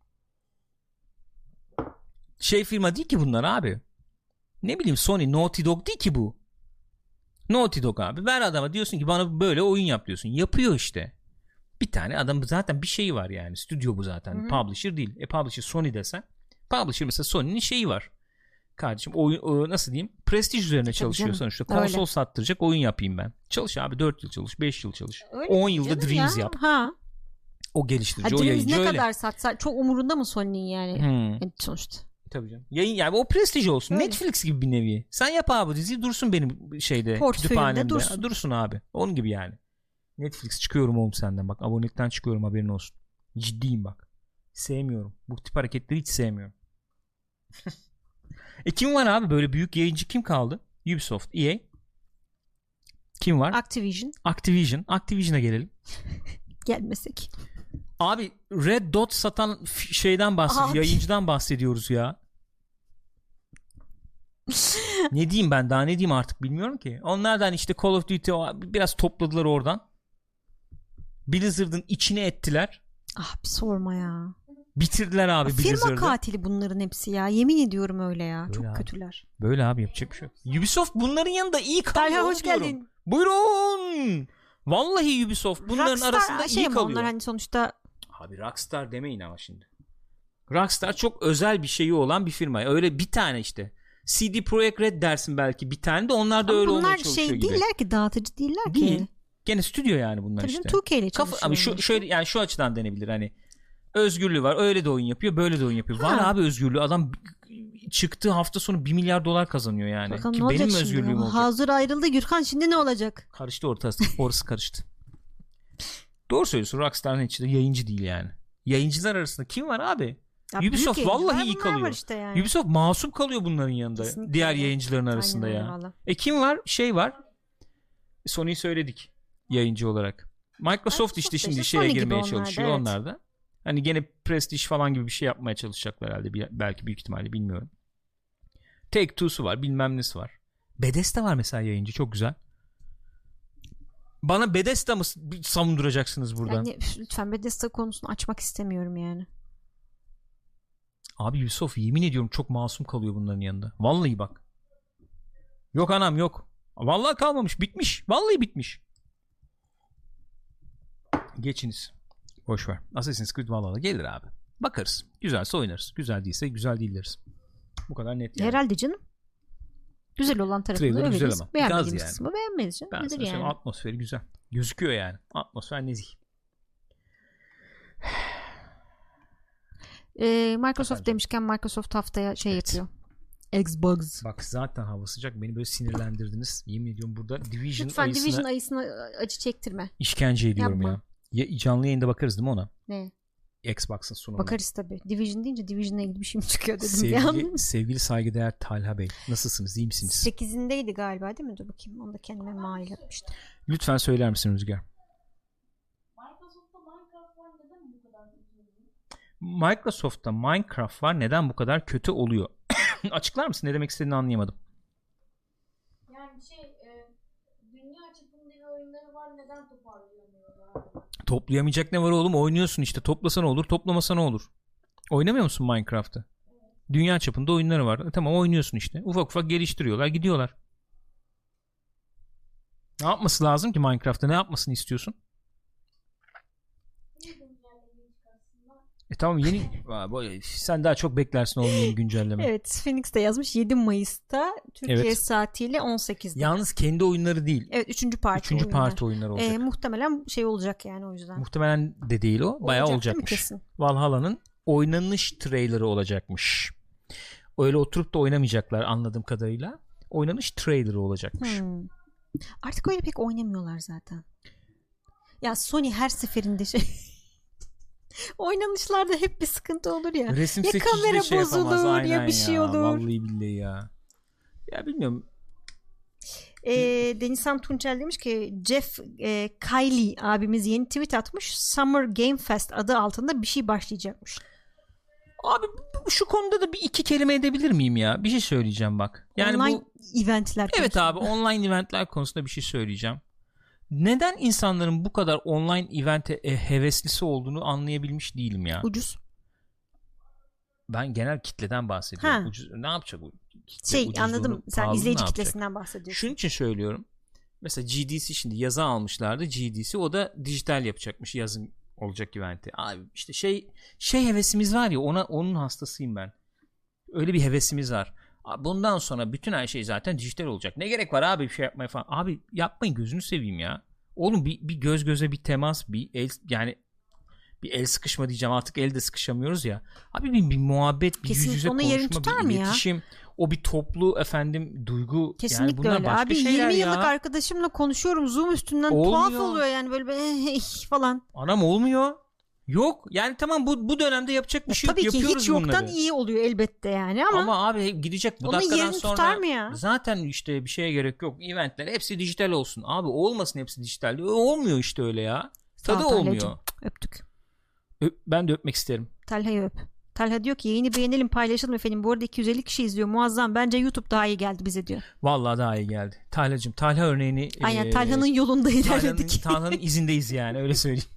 Şey firma değil ki bunlar abi. Ne bileyim Sony, Naughty Dog değil ki bu. Naughty Dog abi. Ver adama diyorsun ki bana böyle oyun yap diyorsun. Yapıyor işte. Bir tane adam zaten bir şeyi var yani. Stüdyo bu zaten. Hı-hı. Publisher değil. E publisher Sony desen. Publisher mesela Sony'nin şeyi var. Kardeşim oyun o, nasıl diyeyim? Prestij üzerine çalışıyor canım. sonuçta. Konsol Öyle. sattıracak oyun yapayım ben. Çalış abi dört yıl çalış, beş yıl çalış. Öyle on mi yılda canım Dreams ya? yap. Ha. O geliştirici, Ha, o Dreams yayıncı ne öyle. kadar satsa çok umurunda mı Sony'nin yani? Hmm. Yani sonuçta. Tabii canım. Yayın yani o prestij olsun. Öyle. Netflix gibi bir nevi. Sen yap abi diziyi dursun benim şeyde Portföyümde kütüphanemde. dursun. Dursun abi. Onun gibi yani. Netflix çıkıyorum oğlum senden bak. Abonelikten çıkıyorum haberin olsun. Ciddiyim bak. Sevmiyorum. Bu tip hareketleri hiç sevmiyorum. e kim var abi böyle büyük yayıncı kim kaldı? Ubisoft, E A. Kim var? Activision. Activision. Activision'a gelelim. Gelmesek. Abi Red Dot satan f- şeyden bahsediyoruz. Abi. Yayıncıdan bahsediyoruz ya. Ne diyeyim ben daha ne diyeyim artık bilmiyorum ki. Onlardan işte Call of Duty biraz topladılar oradan. Blizzard'ın içine ettiler. Ah bir sorma ya. Bitirdiler abi Firma Blizzard'ı. katili bunların hepsi ya. Yemin ediyorum öyle ya. Öyle Çok abi. kötüler. Böyle abi yapacak bir şey yok. Ubisoft bunların yanında iyi kalıyor. Talha onu hoş diyorum. geldin. Buyurun. Vallahi Ubisoft bunların Rockstar, arasında şey iyi mi kalıyor. onlar hani sonuçta Abi Rockstar demeyin ama şimdi. Rockstar çok özel bir şeyi olan bir firma. Öyle bir tane işte. C D Projekt Red dersin belki bir tane de onlar da ama öyle olmaya bunlar çalışıyor şey gibi. değiller ki dağıtıcı değiller Değil. ki. Gene stüdyo yani bunlar Tabii işte. canım iki K ile Kafa, çalışıyor. abi şu onlar. şöyle yani şu açıdan denebilir hani özgürlüğü var. Öyle de oyun yapıyor, böyle de oyun yapıyor. Ha. Var abi özgürlüğü. Adam çıktığı hafta sonu bir milyar dolar kazanıyor yani. Bakalım Ki ne olacak benim şimdi? özgürlüğüm olacak. Hazır ayrıldı Gürkan şimdi ne olacak? Karıştı ortası. Orası karıştı. Doğru söylüyorsun. Rockstar'ın içinde yayıncı değil yani. Yayıncılar arasında kim var abi? Ya Ubisoft büyük vallahi yayıncılar iyi bunlar kalıyor. var işte yani. Ubisoft masum kalıyor bunların yanında. Kesinlikle Diğer öyle. yayıncıların arasında Aynen ya. öyle valla. E kim var? Şey var. Sony'yi söyledik. yayıncı olarak. Microsoft, Microsoft işte şimdi şeye girmeye çalışıyor evet. Onlar da. Hani gene Prestige falan gibi bir şey yapmaya çalışacaklar herhalde. Belki büyük ihtimalle bilmiyorum. Take-Two'su var, bilmem nesi var. Bethesda var mesela yayıncı, çok güzel. Bana Bethesda mı savunduracaksınız buradan? Yani, lütfen Bethesda konusunu açmak istemiyorum yani. Abi Ubisoft yemin ediyorum çok masum kalıyor bunların yanında. Vallahi bak. Yok anam yok. Vallahi kalmamış, bitmiş. Vallahi bitmiş. Geçiniz. Boş ver. Assassin's Creed Valhalla gelir abi. Bakarız. Güzelse oynarız. Güzel değilse güzel değil deriz. Bu kadar net yani. Herhalde canım. Güzel olan tarafını överiz. Beğenmediğimiz yani. Kısmı beğenmeyiz canım. Ben yani. Atmosferi güzel. Gözüküyor yani. Atmosfer nezih. Ee, Microsoft Efendim? demişken Microsoft haftaya şey evet. yapıyor. Xbox. Bak zaten hava sıcak. Beni böyle sinirlendirdiniz. Yemin ediyorum burada Division Lütfen ayısına... Division ayısına acı çektirme. İşkence ediyorum Yapma. ya. ya. Canlı yayında bakarız değil mi ona? Ne? Xbox'ın sunumuna. Bakarız tabii. Division deyince Division'la ilgili bir şey mi çıkıyor dedim. Sevgili, sevgili saygıdeğer Talha Bey. Nasılsınız? İyi misiniz? sekizindeydi galiba değil mi? Dur bakayım. Onu da kendime mail yapmıştım. Lütfen söyler misin Rüzgar? Microsoft'ta Minecraft var. Neden bu kadar kötü oluyor? Açıklar mısın? Ne demek istediğini anlayamadım. Yani şey e, dünya çapında bir oyunları var. Neden toparlayamıyorlar? Toplayamayacak ne var oğlum? Oynuyorsun işte. Toplasa ne olur? Toplamasa ne olur? Oynamıyor musun Minecraft'ı? Evet. Dünya çapında oyunları var. E, tamam oynuyorsun işte. Ufak ufak geliştiriyorlar. Gidiyorlar. Ne yapması lazım ki Minecraft'ta? Ne yapmasını istiyorsun? E tamam yeni sen daha çok beklersin oğlum yeni güncelleme. Evet, Phoenix de yazmış yedi Mayıs'ta Türkiye evet. saatiyle on sekizde. Yalnız kendi oyunları değil. Evet, üçüncü parti üçüncü oyunlar. parti oyunları olacak. Ee, muhtemelen şey olacak yani o yüzden. Muhtemelen de değil o. Bayağı olacak olacakmış. Valhalla'nın oynanış trailerı olacakmış. Öyle oturup da oynamayacaklar anladığım kadarıyla. Oynanış trailerı olacakmış. Hmm. Artık öyle pek oynamıyorlar zaten. Ya Sony her seferinde şey oynanışlarda hep bir sıkıntı olur ya. Resim ya kamera şey bozulur ya bir şey ya. olur. Vallahi billahi ya. Ya bilmiyorum. E, Denizhan Tunçel demiş ki Jeff e, Kylie abimiz yeni tweet atmış. Summer Game Fest adı altında bir şey başlayacakmış. Abi şu konuda da bir iki kelime edebilir miyim ya? Bir şey söyleyeceğim bak. Yani online bu eventler evet konusunda. abi online eventler konusunda bir şey söyleyeceğim. Neden insanların bu kadar online evente e, heveslisi olduğunu anlayabilmiş değilim ya. Ucuz. Ben genel kitleden bahsediyorum. Ucuz, ne yapacak bu? Kitle şey anladım. Sen izleyici kitlesinden bahsediyorsun. Şunun için söylüyorum. Mesela G D C şimdi yaza almışlardı. G D C o da dijital yapacakmış. Yazın olacak eventi. Abi işte şey şey hevesimiz var ya ona onun hastasıyım ben. Öyle bir hevesimiz var. Bundan sonra bütün her şey zaten dijital olacak. Ne gerek var abi bir şey yapmaya falan. Abi yapmayın gözünü seveyim ya. Oğlum bir, bir göz göze bir temas bir el yani bir el sıkışma diyeceğim artık elde sıkışamıyoruz ya. Abi bir, bir muhabbet bir kesinlikle yüz yüze konuşma bir iletişim. Ya? O bir toplu efendim duygu. Kesinlikle yani bunlar öyle. Başka abi şeyler yirmi ya. yıllık arkadaşımla konuşuyorum Zoom üstünden olmuyor. Tuhaf oluyor yani böyle eh, falan. Anam olmuyor. Yok yani tamam bu bu dönemde yapacak bir şey yok. Tabii ki hiç yoktan bunları. iyi oluyor elbette yani ama. Ama abi gidecek bu dakikadan sonra. Tutar mı ya? Zaten işte bir şeye gerek yok. Eventler hepsi dijital olsun. Abi olmasın hepsi dijital. Olmuyor işte öyle ya. Tadı Sağ olmuyor. Talhacığım. Öptük. Öp, ben de öpmek isterim. Talha'yı öp. Talha diyor ki yayını beğenelim paylaşalım efendim. Bu arada iki yüz elli kişi izliyor. Muazzam. Bence YouTube daha iyi geldi bize diyor. Vallahi daha iyi geldi. Talhacığım Talha örneğini. Aynen e, Talha'nın yolunda ilerledik. Talha'nın, Talha'nın izindeyiz yani öyle söyleyeyim.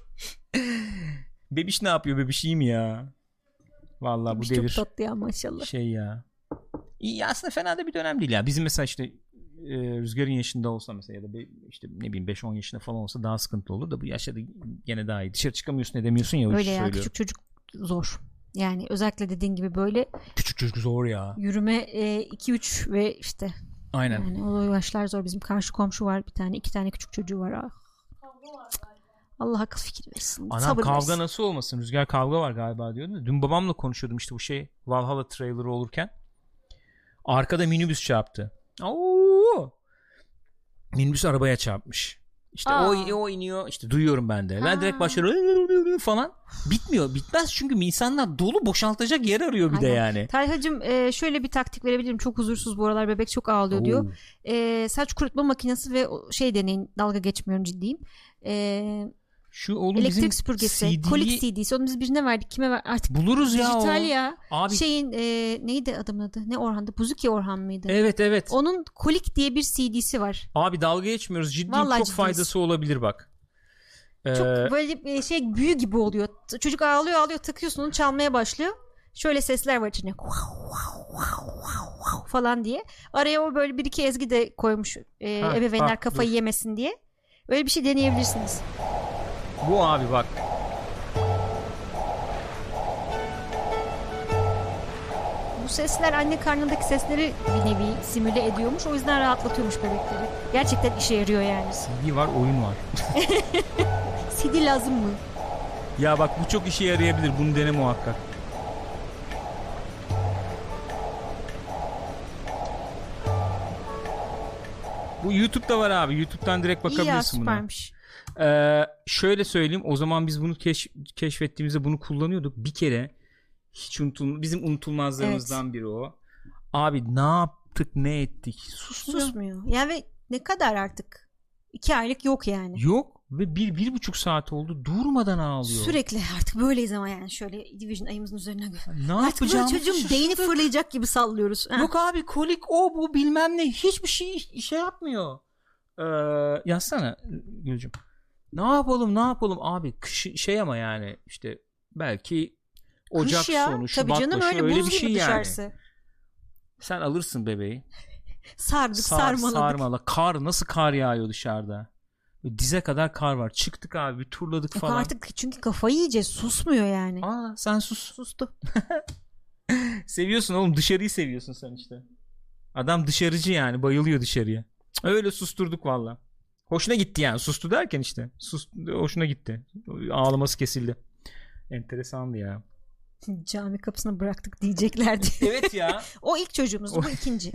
Bebiş ne yapıyor bebiş iyi mi ya? Vallahi bebiş bu devir. Çok tatlı ya maşallah. Şey ya. İyi aslında fena da bir dönem değil ya. Bizim mesela işte e, Rüzgar'ın yaşında olsa mesela ya da be, işte ne bileyim beş on yaşında falan olsa daha sıkıntı olur da bu yaşta da gene daha iyi. Dışarı çıkamıyorsun edemiyorsun ya. Öyle ya küçük çocuk zor. Yani özellikle dediğin gibi böyle küçük çocuk zor ya. Yürüme iki üç ve işte. Aynen. Yani o yaşlar zor. Bizim karşı komşu var bir tane iki tane küçük çocuğu var. Ah. Allah akıl fikir versin. Anam sabır kavga versin. Nasıl olmasın? Rüzgar kavga var galiba diyordu. Dün babamla konuşuyordum işte bu şey Valhalla trailerı olurken. Arkada minibüs çarptı. Oo! Minibüs arabaya çarpmış. İşte o, o iniyor. İşte duyuyorum ben de. Ben direkt başlıyorum. oluyor falan. Bitmiyor. Bitmez çünkü insanlar dolu boşaltacak yer arıyor bir Aynen. de yani. Talhacığım e, şöyle bir taktik verebilirim. Çok huzursuz bu aralar, bebek çok ağlıyor diyor. E, saç kurutma makinesi ve şey deneyin. Dalga geçmiyorum, ciddiyim. E, Şu oğlum elektrik bizim süpürgesi, C D'yi kolik C D'si. Onu biz birine verdik. Kime ver? Artık buluruz ya. dijital o. ya. Abi. Şeyin e, neydi adamın adı? Ne Orhan'dı? Buzuki Orhan mıydı? Evet evet. Onun kolik diye bir C D'si var. Abi dalga geçmiyoruz. Ciddi Vallahi çok ciddiyiz. faydası olabilir bak. Ee, Çok böyle bir şey, büyü gibi oluyor. Çocuk ağlıyor ağlıyor, takıyorsun onu, çalmaya başlıyor. Şöyle sesler var içinde. Falan diye. Araya o böyle bir iki ezgi de koymuş. E, Ha, ebeveynler bak, kafayı dur. yemesin diye. Öyle bir şey deneyebilirsiniz. Bu abi bak. Bu sesler anne karnındaki sesleri bir nevi simüle ediyormuş. O yüzden rahatlatıyormuş bebekleri. Gerçekten işe yarıyor yani. C D var, oyun var. C D lazım mı? Ya bak bu çok işe yarayabilir. Bunu dene muhakkak. Bu YouTube'da var abi. YouTube'dan direkt İyi ya, bakabilirsin buna. süpermiş. Ee, şöyle söyleyeyim. O zaman biz bunu keş- keşfettiğimizde bunu kullanıyorduk. Bir kere hiç unutul bizim unutulmazlarımızdan Evet. biri o. Abi ne yaptık ne ettik? Susmuyor. Susmuyor. Yani ve ne kadar artık? İki aylık yok yani. Yok ve bir, bir buçuk saat oldu. Durmadan ağlıyor. Sürekli artık böyleyiz ama yani şöyle Division ayımızın üzerine Ne artık böyle yapacağımızı çocuğun şaşırdık. beyni fırlayacak gibi sallıyoruz. Ha. Yok abi kolik o bu bilmem ne. Hiçbir şey şey yapmıyor. Ee, yazsana Gülcüm. Ne yapalım ne yapalım abi kış, şey ama yani işte belki Ocak Kış ya, sonu tabii Şubat canım, başı öyle, öyle buz bir gibi şey yani. dışarısı. Sen alırsın bebeği. Sardık Sar, sarmaladık. sarmala. Kar nasıl kar yağıyor dışarıda. Dize kadar kar var. Çıktık abi bir turladık Yok falan. artık çünkü kafayı yiyeceğiz, susmuyor yani. Aa sen sus. Sustu. Seviyorsun oğlum, dışarıyı seviyorsun sen işte. Adam dışarıcı yani, bayılıyor dışarıya. Öyle susturduk valla. Hoşuna gitti yani, sustu derken işte. Sus, hoşuna gitti. Ağlaması kesildi. Enteresandı ya. Cami kapısına bıraktık diyeceklerdi. Evet ya. O ilk çocuğumuzdu, bu ikinci.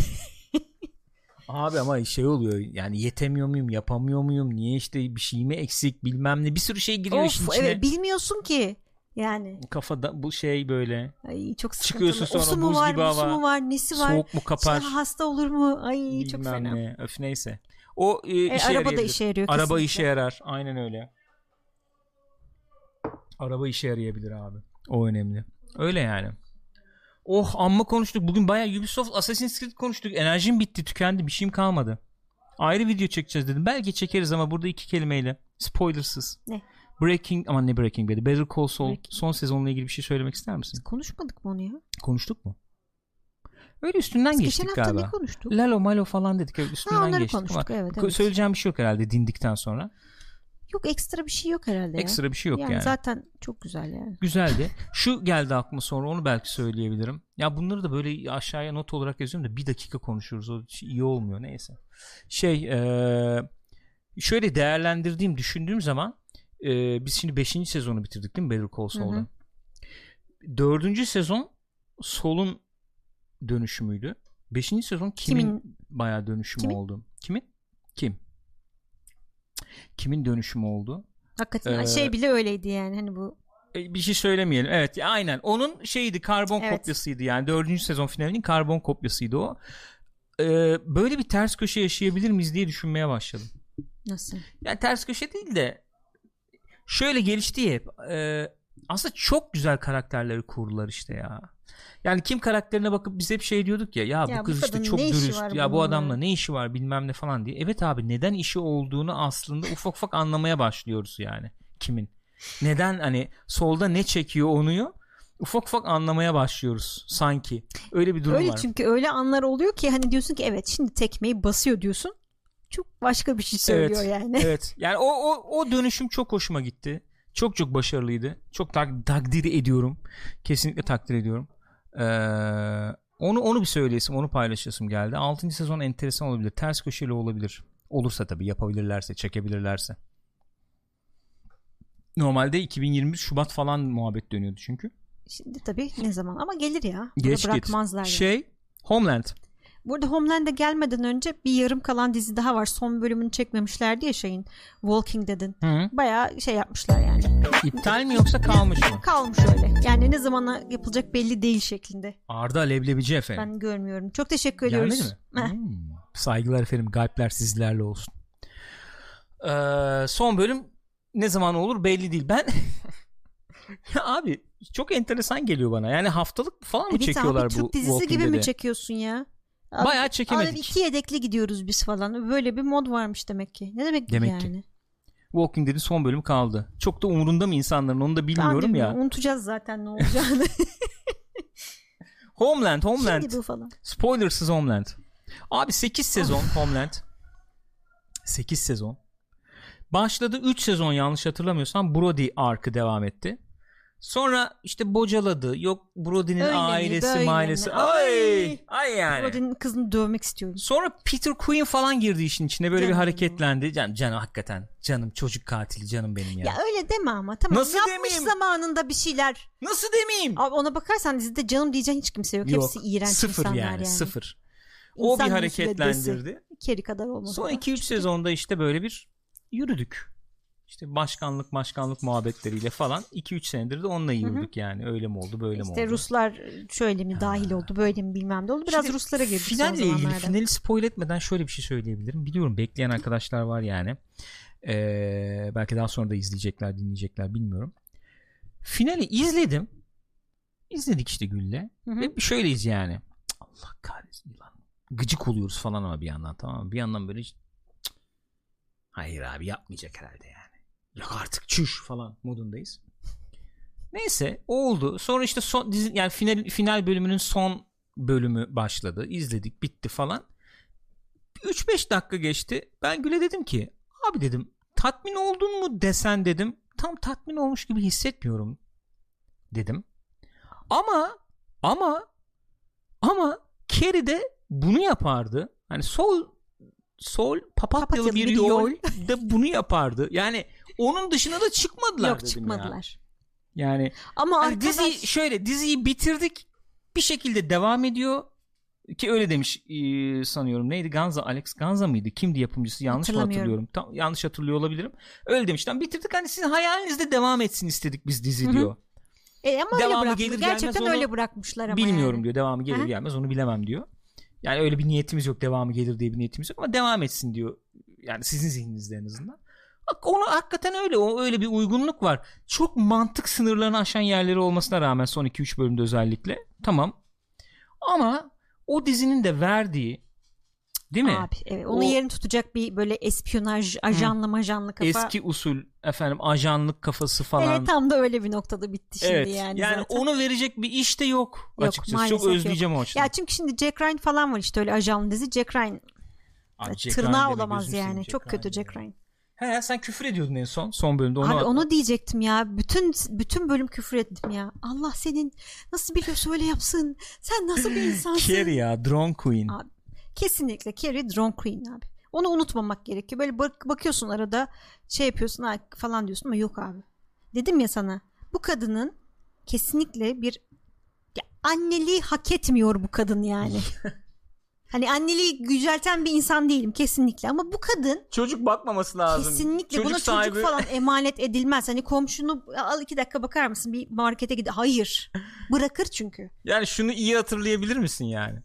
Abi ama şey oluyor yani, yetemiyor muyum, yapamıyor muyum, niye işte bir şey mi eksik bilmem ne, bir sürü şey giriyor işin Of içine. evet, bilmiyorsun ki yani. Kafada bu şey böyle. Ay çok sıkıntılı. Çıkıyorsun sonra, O su mu buz var, gibi bu su hava. mu var, nesi var? Soğuk mu kapar. İşte hasta olur mu? Ay Bilmem çok fena. ne. Öf neyse. O e, E, işe araba da yarayabilir. işe yarıyor Araba kesinlikle. işe yarar. Aynen öyle. Araba işe yarayabilir abi. O önemli. Öyle yani. Oh amma konuştuk. Bugün bayağı Ubisoft, Assassin's Creed konuştuk. Enerjim bitti, tükendi. Bir şeyim kalmadı. Ayrı video çekeceğiz dedim. Belki çekeriz ama burada iki kelimeyle. Spoilersız. Ne? Breaking, aman ne Breaking Bad'i. Better Call Saul Breaking. son sezonla ilgili bir şey söylemek ister misin? Konuşmadık mı onu ya? Konuştuk mu? Öyle üstünden Biz geçtik geçen hafta galiba. ne konuştuk? Lalo malo falan dedik. Öyle üstünden Ha, onları geçtik. konuştuk, Ama evet, evet. söyleyeceğim bir şey yok herhalde dindikten sonra. Yok, ekstra bir şey yok herhalde ya. Ekstra bir şey yok yani. yani. Zaten çok güzel yani. Güzeldi. Şu geldi aklıma, sonra onu belki söyleyebilirim. Ya bunları da böyle aşağıya not olarak yazıyorum da bir dakika konuşuruz. O iyi olmuyor, neyse. Şey ee, şöyle değerlendirdiğim, düşündüğüm zaman ee, biz şimdi beşinci sezonu bitirdik değil mi Better Call Saul'da? dördüncü sezon Saul'un dönüşümüydü. beşinci sezon kimin, Kimin? bayağı dönüşümü Kimin? oldu? Kimin? Kim? Kimin dönüşümü oldu? Hakikaten Ee, şey bile öyleydi yani, hani bu. E, bir şey söylemeyelim. Evet ya, aynen. Onun şeydi, karbon Evet. kopyasıydı yani. Dördüncü sezon finalinin karbon kopyasıydı o. Ee, böyle bir ters köşe yaşayabilir miyiz diye düşünmeye başladım. Nasıl? Yani ters köşe değil de şöyle gelişti ya hep. Ee, aslında çok güzel karakterleri kurdular işte ya. Yani Kim karakterine bakıp biz hep şey diyorduk ya. Ya, Ya bu bu kız işte kadının çok ne işi dürüst. var Ya bu bununla? adamla ne işi var bilmem ne falan diye. Evet abi, neden işi olduğunu aslında ufak ufak anlamaya başlıyoruz yani. Kim'in. Neden, hani solda ne çekiyor onuyu ufak ufak anlamaya başlıyoruz sanki. Öyle bir durum Öyle var. çünkü öyle anlar oluyor ki hani diyorsun ki evet şimdi tekmeyi basıyor diyorsun. Çok başka bir şey söylüyor Evet, yani. Evet. Yani o o o dönüşüm çok hoşuma gitti. Çok çok başarılıydı. Çok tak, takdir ediyorum. Kesinlikle takdir ediyorum. Ee, onu onu bir söyleyesim, onu paylaşasım geldi. altıncı sezon enteresan olabilir. Ters köşeli olabilir. Olursa tabii, yapabilirlerse, çekebilirlerse. Normalde iki bin yirmi bir Şubat falan muhabbet dönüyordu çünkü. Şimdi tabii ne zaman ama gelir ya. Geç Bunu bırakmazlar git. yani. Şey, Homeland. Burada Homeland'e gelmeden önce bir yarım kalan dizi daha var. Son bölümünü çekmemişlerdi ya şeyin. Walking Dead'in. Hı. Bayağı şey yapmışlar yani. İptal mi yoksa kalmış mı? Kalmış öyle. Yani ne zamana yapılacak belli değil şeklinde. Arda Leblebici efendim. Ben görmüyorum. Çok teşekkür ediyoruz. Gelmedi mi? Hmm. Saygılar efendim. Galpler sizlerle olsun. Ee, son bölüm ne zaman olur belli değil. Ben ya abi çok enteresan geliyor bana. Yani haftalık falan mı evet çekiyorlar abi, bu Türk dizisi gibi Dead'i? mi çekiyorsun ya? Abi, bayağı çekemedik. Abi iki yedekli gidiyoruz biz falan. Böyle bir mod varmış demek ki. Ne demek, demek yani? Ki. Walking Dead'in son bölümü kaldı. Çok da umurunda mı insanların onu da bilmiyorum ya. Unutacağız zaten ne olacağını. Homeland, Homeland. Şimdi bu falan. Spoilersız Homeland. Abi sekiz sezon Homeland. sekiz sezon. Başladı üç sezon yanlış hatırlamıyorsam Brody arkı devam etti. Sonra işte bocaladı. Yok Brody'nin öyle ailesi, mi, mailesi. mi? Ay, ay yani. Brody'nin kızını dövmek istiyorum. Sonra Peter Quinn falan girdi işin içine. Böyle canım. bir hareketlendi. Can, canım hakikaten. Canım çocuk katili canım benim ya. Ya öyle deme ama tamam. Nasıl yapmış demeyeyim? Zamanında bir şeyler. Nasıl demeyeyim? Abi ona bakarsan dizide canım diyeceğin hiç kimse yok. Yok. Hepsi iğrenç sıfır insanlar yani, yani. Sıfır. O İnsan bir hareketlendirdi. Keri kadar olmaz. Son iki üç sezonda işte böyle bir yürüdük. İşte başkanlık başkanlık muhabbetleriyle falan iki üç senedir de onunla yürüdük yani. Öyle mi oldu böyle işte mi oldu? İşte Ruslar şöyle mi dahil oldu böyle mi bilmem ne oldu. Biraz Şimdi Ruslara girdik son finalle ilgili zamanlarda. finali spoil etmeden şöyle bir şey söyleyebilirim. Biliyorum bekleyen arkadaşlar var yani. Ee, belki daha sonra da izleyecekler dinleyecekler bilmiyorum. Finali izledim. İzledik işte Gül'le. Hı hı. Ve şöyleyiz yani. Allah kahretsin lan. Gıcık oluyoruz falan ama bir yandan tamam mı? Bir yandan böyle cık, hayır abi yapmayacak herhalde yani. Yok artık çüş falan modundayız. Neyse oldu. Sonra işte son dizi, yani final final bölümünün son bölümü başladı. İzledik, bitti falan. üç beş dakika geçti. Ben Gül'e dedim ki, abi dedim, tatmin oldun mu desen dedim. Tam tatmin olmuş gibi hissetmiyorum dedim. Ama ama ama Carrie de bunu yapardı. Hani sol sol papatyalı, papatyalı bir, bir yol da bunu yapardı. Yani onun dışına da çıkmadılar. Yok çıkmadılar. Ya. Yani ama hani arkadaş... dizi şöyle diziyi bitirdik. Bir şekilde devam ediyor. Ki öyle demiş e, sanıyorum. Neydi? Ganza, Alex Ganza mıydı? Kimdi yapımcısı? Yanlış mı hatırlıyorum? Tam, yanlış hatırlıyor olabilirim. Öyle demiş. Tam bitirdik. Hani sizin hayalinizde devam etsin istedik biz dizi Hı-hı. diyor. E ama devamı öyle gelir gerçekten gelmez öyle bırakmışlar ama bilmiyorum yani. diyor. Devamı gelir Hı-hı. gelmez onu bilemem diyor. Yani öyle bir niyetimiz yok. Devamı gelir diye bir niyetimiz yok ama devam etsin diyor. Yani sizin zihninizde en azından. Onu hakikaten öyle. O öyle bir uygunluk var. Çok mantık sınırlarını aşan yerleri olmasına rağmen son iki üç bölümde özellikle. Tamam. Ama o dizinin de verdiği, değil mi? Abi evet. Onun o, yerini tutacak bir böyle espiyonaj, ajanlı majanlı kafa. Eski usul efendim ajanlık kafası falan. Evet tam da öyle bir noktada bitti şimdi evet, yani. Yani zaten. onu verecek bir iş de yok, yok açıkçası. Çok özleyeceğim yok. o açıdan. Ya çünkü şimdi Jack Ryan falan var işte öyle ajanlı dizi. Jack Ryan Abi, Jack tırnağı Ryan olamaz yani. Çok Jack kötü Jack Ryan. He sen küfür ediyordun en son son bölümde onu. Abi onu diyecektim ya. Bütün bütün bölüm küfür ettim ya. Allah senin nasıl biliyorsa öyle yapsın. Sen nasıl bir insansın? Carrie ya, Drone Queen. Abi, kesinlikle Carrie Drone Queen abi. Onu unutmamak gerekiyor. Böyle bak, bakıyorsun arada şey yapıyorsun falan diyorsun ama yok abi. Dedim ya sana bu kadının kesinlikle bir ya, anneliği hak etmiyor bu kadın yani. Hani anneliği yücelten bir insan değilim kesinlikle ama bu kadın çocuk bakmaması lazım. Kesinlikle çocuk buna sahibi... çocuk falan emanet edilmez. Hani komşunu al iki dakika bakar mısın bir markete gide. Hayır. Bırakır çünkü. Yani şunu iyi hatırlayabilir misin yani?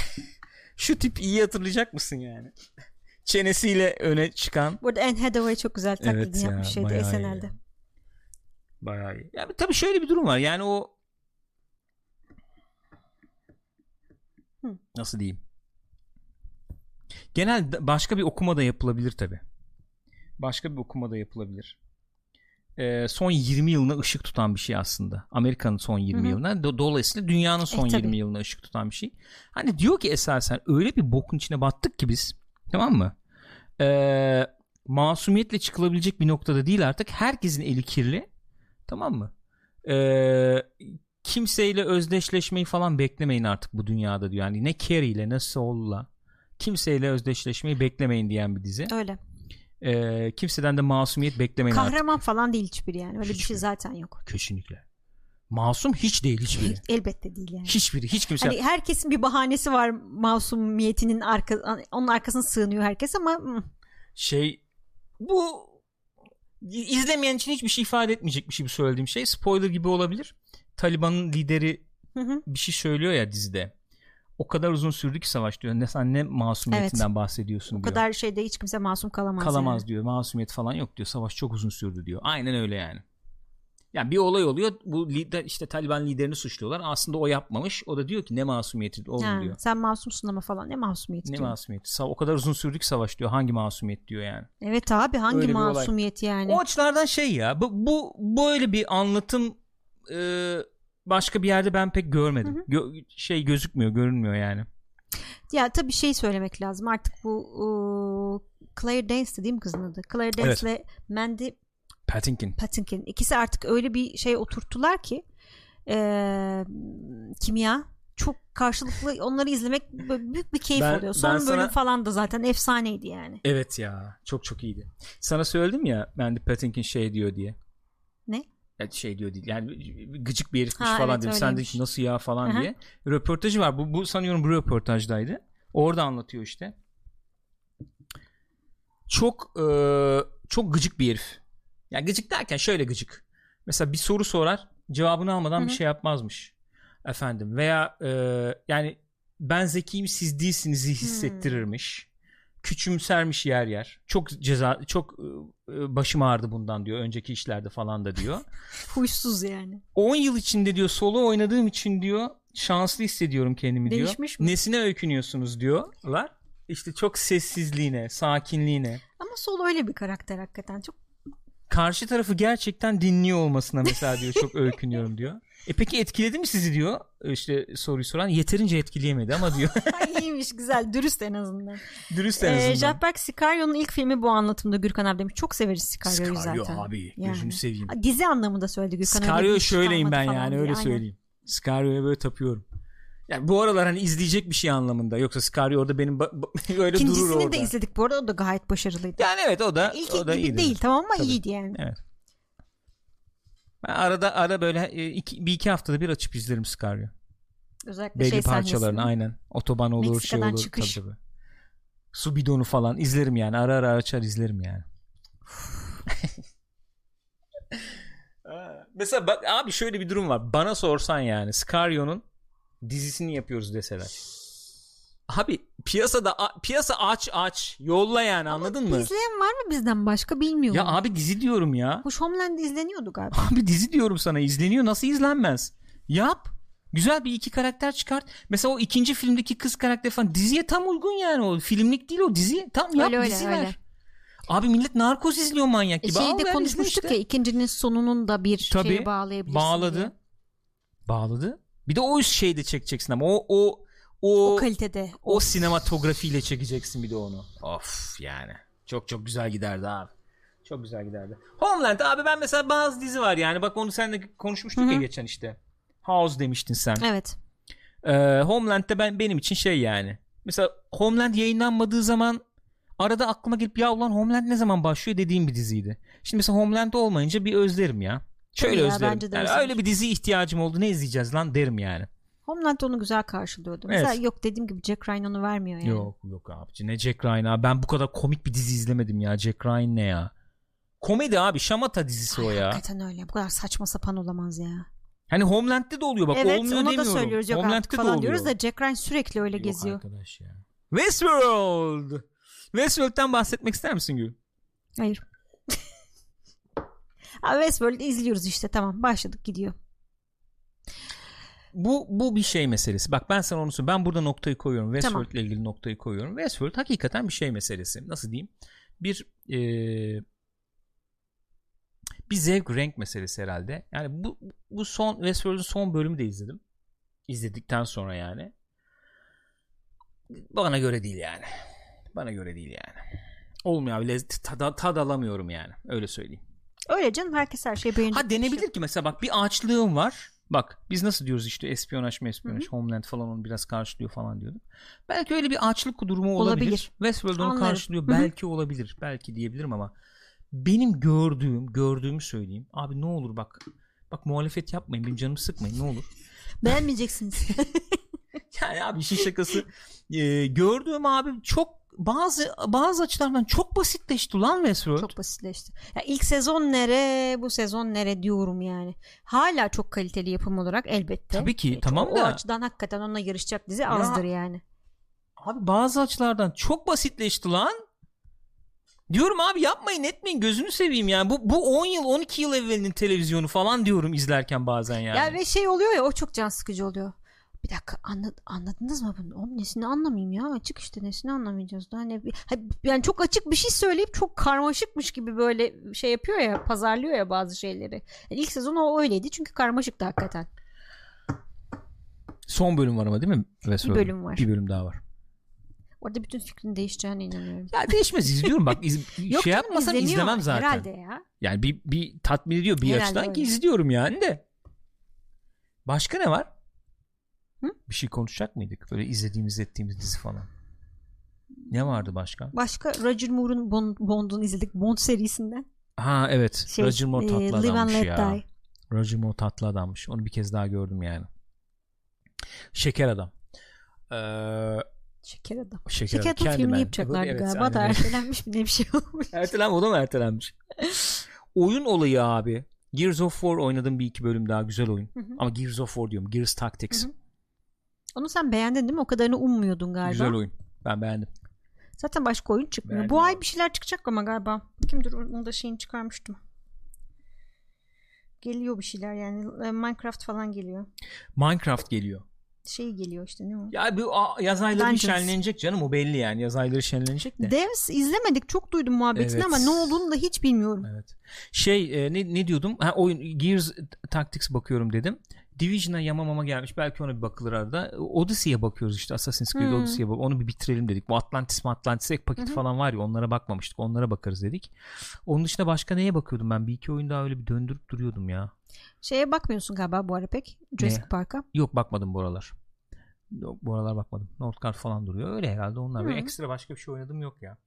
Şu tip iyi hatırlayacak mısın yani? Çenesiyle öne çıkan. Burada Anne Hathaway çok güzel taklidini evet yapmış şeydi S N L'de. Bayağı iyi. Yani tabii şöyle bir durum var. Yani o Hı. nasıl diyeyim? Genel başka bir okuma da yapılabilir tabii. Başka bir okuma da yapılabilir. Ee, son yirmi yılına ışık tutan bir şey aslında. Amerika'nın son yirmi Hı-hı. yılına. Dolayısıyla dünyanın son e, yirmi yılına ışık tutan bir şey. Hani diyor ki esasen öyle bir bokun içine battık ki biz. Tamam mı? Ee, masumiyetle çıkılabilecek bir noktada değil artık. Herkesin eli kirli. Tamam mı? Ee, kimseyle özdeşleşmeyi falan beklemeyin artık bu dünyada diyor. Yani ne Carrie ile ne Saul'la kimseyle özdeşleşmeyi beklemeyin diyen bir dizi. Öyle. Ee, kimseden de masumiyet beklemeyin Kahraman artık. falan değil hiçbir yani. Öyle Hiçbir. bir şey zaten yok. Kesinlikle. Masum hiç değil hiçbiri. Elbette değil yani. Hiçbiri, hiç kimse. Hani herkesin bir bahanesi var masumiyetinin arka, onun arkasına sığınıyor herkes ama şey bu izlemeyen için hiçbir şey ifade etmeyecek bir şey bu söylediğim şey. Spoiler gibi olabilir. Taliban'ın lideri hı hı. bir şey söylüyor ya dizide. O kadar uzun sürdü ki savaş diyor. Ne sen ne masumiyetinden evet. bahsediyorsun o diyor. O kadar şeyde hiç kimse masum kalamaz. Kalamaz yani. diyor. Masumiyet falan yok diyor. Savaş çok uzun sürdü diyor. Aynen öyle yani. Yani bir olay oluyor. Bu lider, işte Taliban liderini suçluyorlar. Aslında o yapmamış. O da diyor ki ne masumiyeti oğlum ha, diyor. Sen masumsun ama falan. Ne masumiyeti Ne diyor. masumiyeti? O kadar uzun sürdü ki savaş diyor. Hangi masumiyet diyor yani. Evet abi hangi öyle masumiyet yani. O açılardan şey ya. Bu, bu böyle bir anlatım e, başka bir yerde ben pek görmedim. Hı hı. Gö- şey gözükmüyor, görünmüyor yani. Ya tabii şey söylemek lazım. Artık bu o, Claire Danes değil mi kızın adı? Claire Danes ile evet. Mandy Patinkin. Patinkin. İkisi artık öyle bir şey oturttular ki e, kimya çok karşılıklı onları izlemek büyük bir keyif ben, oluyor. Son bölüm sana... falan da zaten efsaneydi yani. Evet ya. Çok çok iyiydi. Sana söyledim ya Mandy Patinkin şey diyor diye. Ne? Yani şey diyor değil. Yani gıcık bir herifmiş ha, falan evet, diyor. Sen de nasıl ya falan Hı-hı. diye. Röportajı var. Bu, bu sanıyorum bu röportajdaydı. Orada anlatıyor işte. Çok e, çok gıcık bir herif. Ya gıcık derken şöyle gıcık. Mesela bir soru sorar, cevabını almadan Hı-hı. bir şey yapmazmış. Efendim veya e, yani ben zekiyim siz değilsinizi hissettirirmiş. Hı-hı. Küçümsermiş yer yer. Çok ceza çok e, başım ağrıdı bundan diyor. Önceki işlerde falan da diyor. Huysuz yani. on yıl içinde diyor solo oynadığım için diyor şanslı hissediyorum kendimi diyor. Değişmiş mi? Nesine öykünüyorsunuz diyorlar. İşte çok sessizliğine, sakinliğine. Ama solo öyle bir karakter hakikaten çok. Karşı tarafı gerçekten dinliyor olmasına mesela diyor çok öykünüyorum diyor. E peki etkiledi mi sizi diyor işte soruyu soran. Yeterince etkileyemedi ama diyor. İyiymiş güzel dürüst en azından. Dürüst en azından. Ee, Jack Sicariu'nun ilk filmi bu anlatımda Gürkan abi demiş. Çok severiz Sicariu'yu zaten. Sicario abi yani. Gözünü seveyim. Dizi anlamında söyledi Gürkan abi. Sicario şöyleyim ben yani öyle diye. söyleyeyim. Sicario'ya böyle tapıyorum. Yani bu aralar hani izleyecek bir şey anlamında. Yoksa Sicario orada benim ba- ba- öyle İkincisini durur orada. İkincisini de izledik bu arada o da gayet başarılıydı. Yani evet o da yani ilk o da gibi değil tamam ama Tabii. iyiydi yani. Evet. Ben arada ara böyle iki, bir iki haftada bir açıp izlerim Sicario. Özellikle belli şey parçalarını sahnesini. aynen. Otoban olur Meksika'dan şey olur. Çıkış. Tabii, tabii. Su bidonu falan izlerim yani. Ara ara açar izlerim yani. Mesela bak abi şöyle bir durum var. Bana sorsan yani Sicario'nun dizisini yapıyoruz deseler. Abi piyasada piyasa aç aç yolla yani Ama anladın mı? İzleyen var mı bizden başka bilmiyorum. Ya abi dizi diyorum ya. Hoş Homeland izleniyordu galiba. Abi dizi diyorum sana izleniyor nasıl izlenmez? Yap. Güzel bir iki karakter çıkart. Mesela o ikinci filmdeki kız karakter falan diziye tam uygun yani o filmlik değil o dizi. Tam yap öyle, dizi öyle, ver. Öyle. Abi millet Narkoz izliyor manyak gibi. Şeyi de konuşmuştuk işte. Ya ikincinin sonunun da bir Tabii, şeye bağlayabilirsin bağladı. Diye. Bağladı. Bir de o şeyde çekeceksin ama o o o, o kalitede. O of. Sinematografiyle çekeceksin bir de onu. Of yani. Çok çok güzel giderdi abi. Çok güzel giderdi. Homeland abi ben mesela bazı dizi var yani bak onu seninle konuşmuştuk Hı-hı. ya geçen işte. House demiştin sen. Evet. Ee, Homeland'de ben benim için şey yani. Mesela Homeland yayınlanmadığı zaman arada aklıma gelip ya ulan Homeland ne zaman başlıyor dediğim bir diziydi. Şimdi mesela Homeland olmayınca bir özlerim ya. Şöyle ya, özlerim. Yani öyle bir dizi ihtiyacım oldu. Ne izleyeceğiz lan derim yani. Homeland onu güzel karşılıyordu. Evet. Mesela yok dediğim gibi Jack Ryan onu vermiyor yani. Yok yok abici ne Jack Ryan abi. Ben bu kadar komik bir dizi izlemedim ya. Jack Ryan ne ya? Komedi abi şamata dizisi Ay, o ya. Hakikaten öyle. Bu kadar saçma sapan olamaz ya. Hani Homeland'de de oluyor bak evet, olmuyor demiyorum. Evet onu da söylüyoruz yok Homeland'de falan de oluyor. diyoruz da Jack Ryan sürekli öyle yok geziyor. Arkadaş ya. Westworld. Westworld'den bahsetmek ister misin Gül? Hayır. Abi Westworld'ı izliyoruz işte tamam başladık gidiyor. Bu bu bir şey meselesi. Bak ben sana onu söyleyeyim. Ben burada noktayı koyuyorum. Westworld tamam. ile ilgili noktayı koyuyorum. Westworld hakikaten bir şey meselesi. Nasıl diyeyim? Bir ee, bir zevk renk meselesi herhalde. Yani bu bu son Westworld'un son bölümü de izledim. İzledikten sonra yani. Bana göre değil yani. Bana göre değil yani. Olmuyor abi. Tad, tad alamıyorum yani. Öyle söyleyeyim. Öyle canım. Herkes her şeyi beğeniyor. Ha denebilir ki mesela bak bir ağaçlığım var. Bak biz nasıl diyoruz işte espiyonaj mı espiyonaj. Hı-hı. Homeland falan onu biraz karşılıyor falan diyorduk. Belki öyle bir ağaçlık durumu olabilir. olabilir. Westworld onu Anlarım. karşılıyor. Hı-hı. Belki olabilir. Belki diyebilirim ama benim gördüğüm gördüğümü söyleyeyim. Abi ne olur bak. Bak muhalefet yapmayın, benim canımı sıkmayın ne olur. Beğenmeyeceksiniz. Yani abi işin şakası e, gördüğüm abi çok bazı bazı açılardan çok basitleşti lan Westworld. Çok basitleşti. Ya ilk sezon nere, bu sezon nere diyorum yani. Hala çok kaliteli yapım olarak elbette. Tabii ki e, tamam o, da. O açıdan hakikaten onunla yarışacak dizi azdır yani. Abi bazı açılardan çok basitleşti lan. Diyorum abi yapmayın etmeyin gözünü seveyim yani. Bu bu on yıl on iki yıl evvelinin televizyonu falan diyorum izlerken bazen yani. Ya ve şey oluyor ya, o çok can sıkıcı oluyor. Bir dakika anlad, anladınız mı bunu? Oğlum nesini anlamayayım ya, açık işte, nesini anlamayacağız daha ne, yani çok açık bir şey söyleyip çok karmaşıkmış gibi böyle şey yapıyor ya, pazarlıyor ya bazı şeyleri. Yani ilk sezon o öyleydi çünkü karmaşıktı hakikaten. Son bölüm var ama değil mi? Bir bölüm var. Bir bölüm daha var. Orada bütün fikrin değişeceğine inanıyorum. Ya değişmez, izliyorum bak iz, Yok şey canım, yapmasam izleniyor izlemem zaten. Herhalde ya. Yani bir, bir tatmin ediyor bir Herhalde açıdan öyle. ki izliyorum yani de. Başka ne var? Hı? Bir şey konuşacak mıydık? Böyle izlediğimiz ettiğimiz dizi falan. Ne vardı başka? Başka Roger Moore'un Bond, Bond'unu izledik. Bond serisinden. Ha evet. Şey, Roger Moore tatlı e, Live and adammış Let ya. Die. Roger Moore tatlı adammış. Onu bir kez daha gördüm yani. Şeker adam. Ee, Şeker Adam. Şeker, Şeker Adam filmini ben. yapacaklardı Evet, galiba da aynen. ertelenmiş mi ne bir şey olmuş. Ertelenmiş, o da mı ertelenmiş? Oyun olayı abi. Gears of War oynadım bir iki bölüm daha, güzel oyun. Hı hı. Ama Gears of War diyorum. Gears Tactics. Hı hı. Onu sen beğendin değil mi? O kadarını ummuyordun galiba. Güzel oyun. Ben beğendim. Zaten başka oyun çıkmıyor. Beğendim Bu abi. ay bir şeyler çıkacak ama galiba. Kim dur, onu da şeyini çıkarmıştım. Geliyor bir şeyler yani. Minecraft falan geliyor. Minecraft geliyor. Şey geliyor işte, ne o? Ya bu a, yaz ayları Dungeons. şenlenecek canım, o belli yani. Yaz ayları şenlenecek de. Devs izlemedik. Çok duydum muhabbetini Evet. ama ne olduğunu da hiç bilmiyorum. Evet. Şey e, ne, ne diyordum? Ha, oyun Gears Tactics bakıyorum dedim. Division'a yamamama gelmiş. Belki ona bir bakılır arada. Odyssey'e bakıyoruz işte. Assassin's Creed Hmm. Odyssey'e bak. Onu bir bitirelim dedik. Bu Atlantis mi Atlantis ek paketi Hı hı. falan var ya, onlara bakmamıştık. Onlara bakarız dedik. Onun dışında başka neye bakıyordum ben? Bir iki oyun daha öyle bir döndürüp duruyordum ya. Şeye bakmıyorsun galiba bu ara pek. Jurassic Neye? Park'a. Yok bakmadım bu aralar. Yok, bu aralar bakmadım. Northgard falan duruyor. Öyle herhalde onlar. Hı. Ve ekstra başka bir şey oynadım yok ya.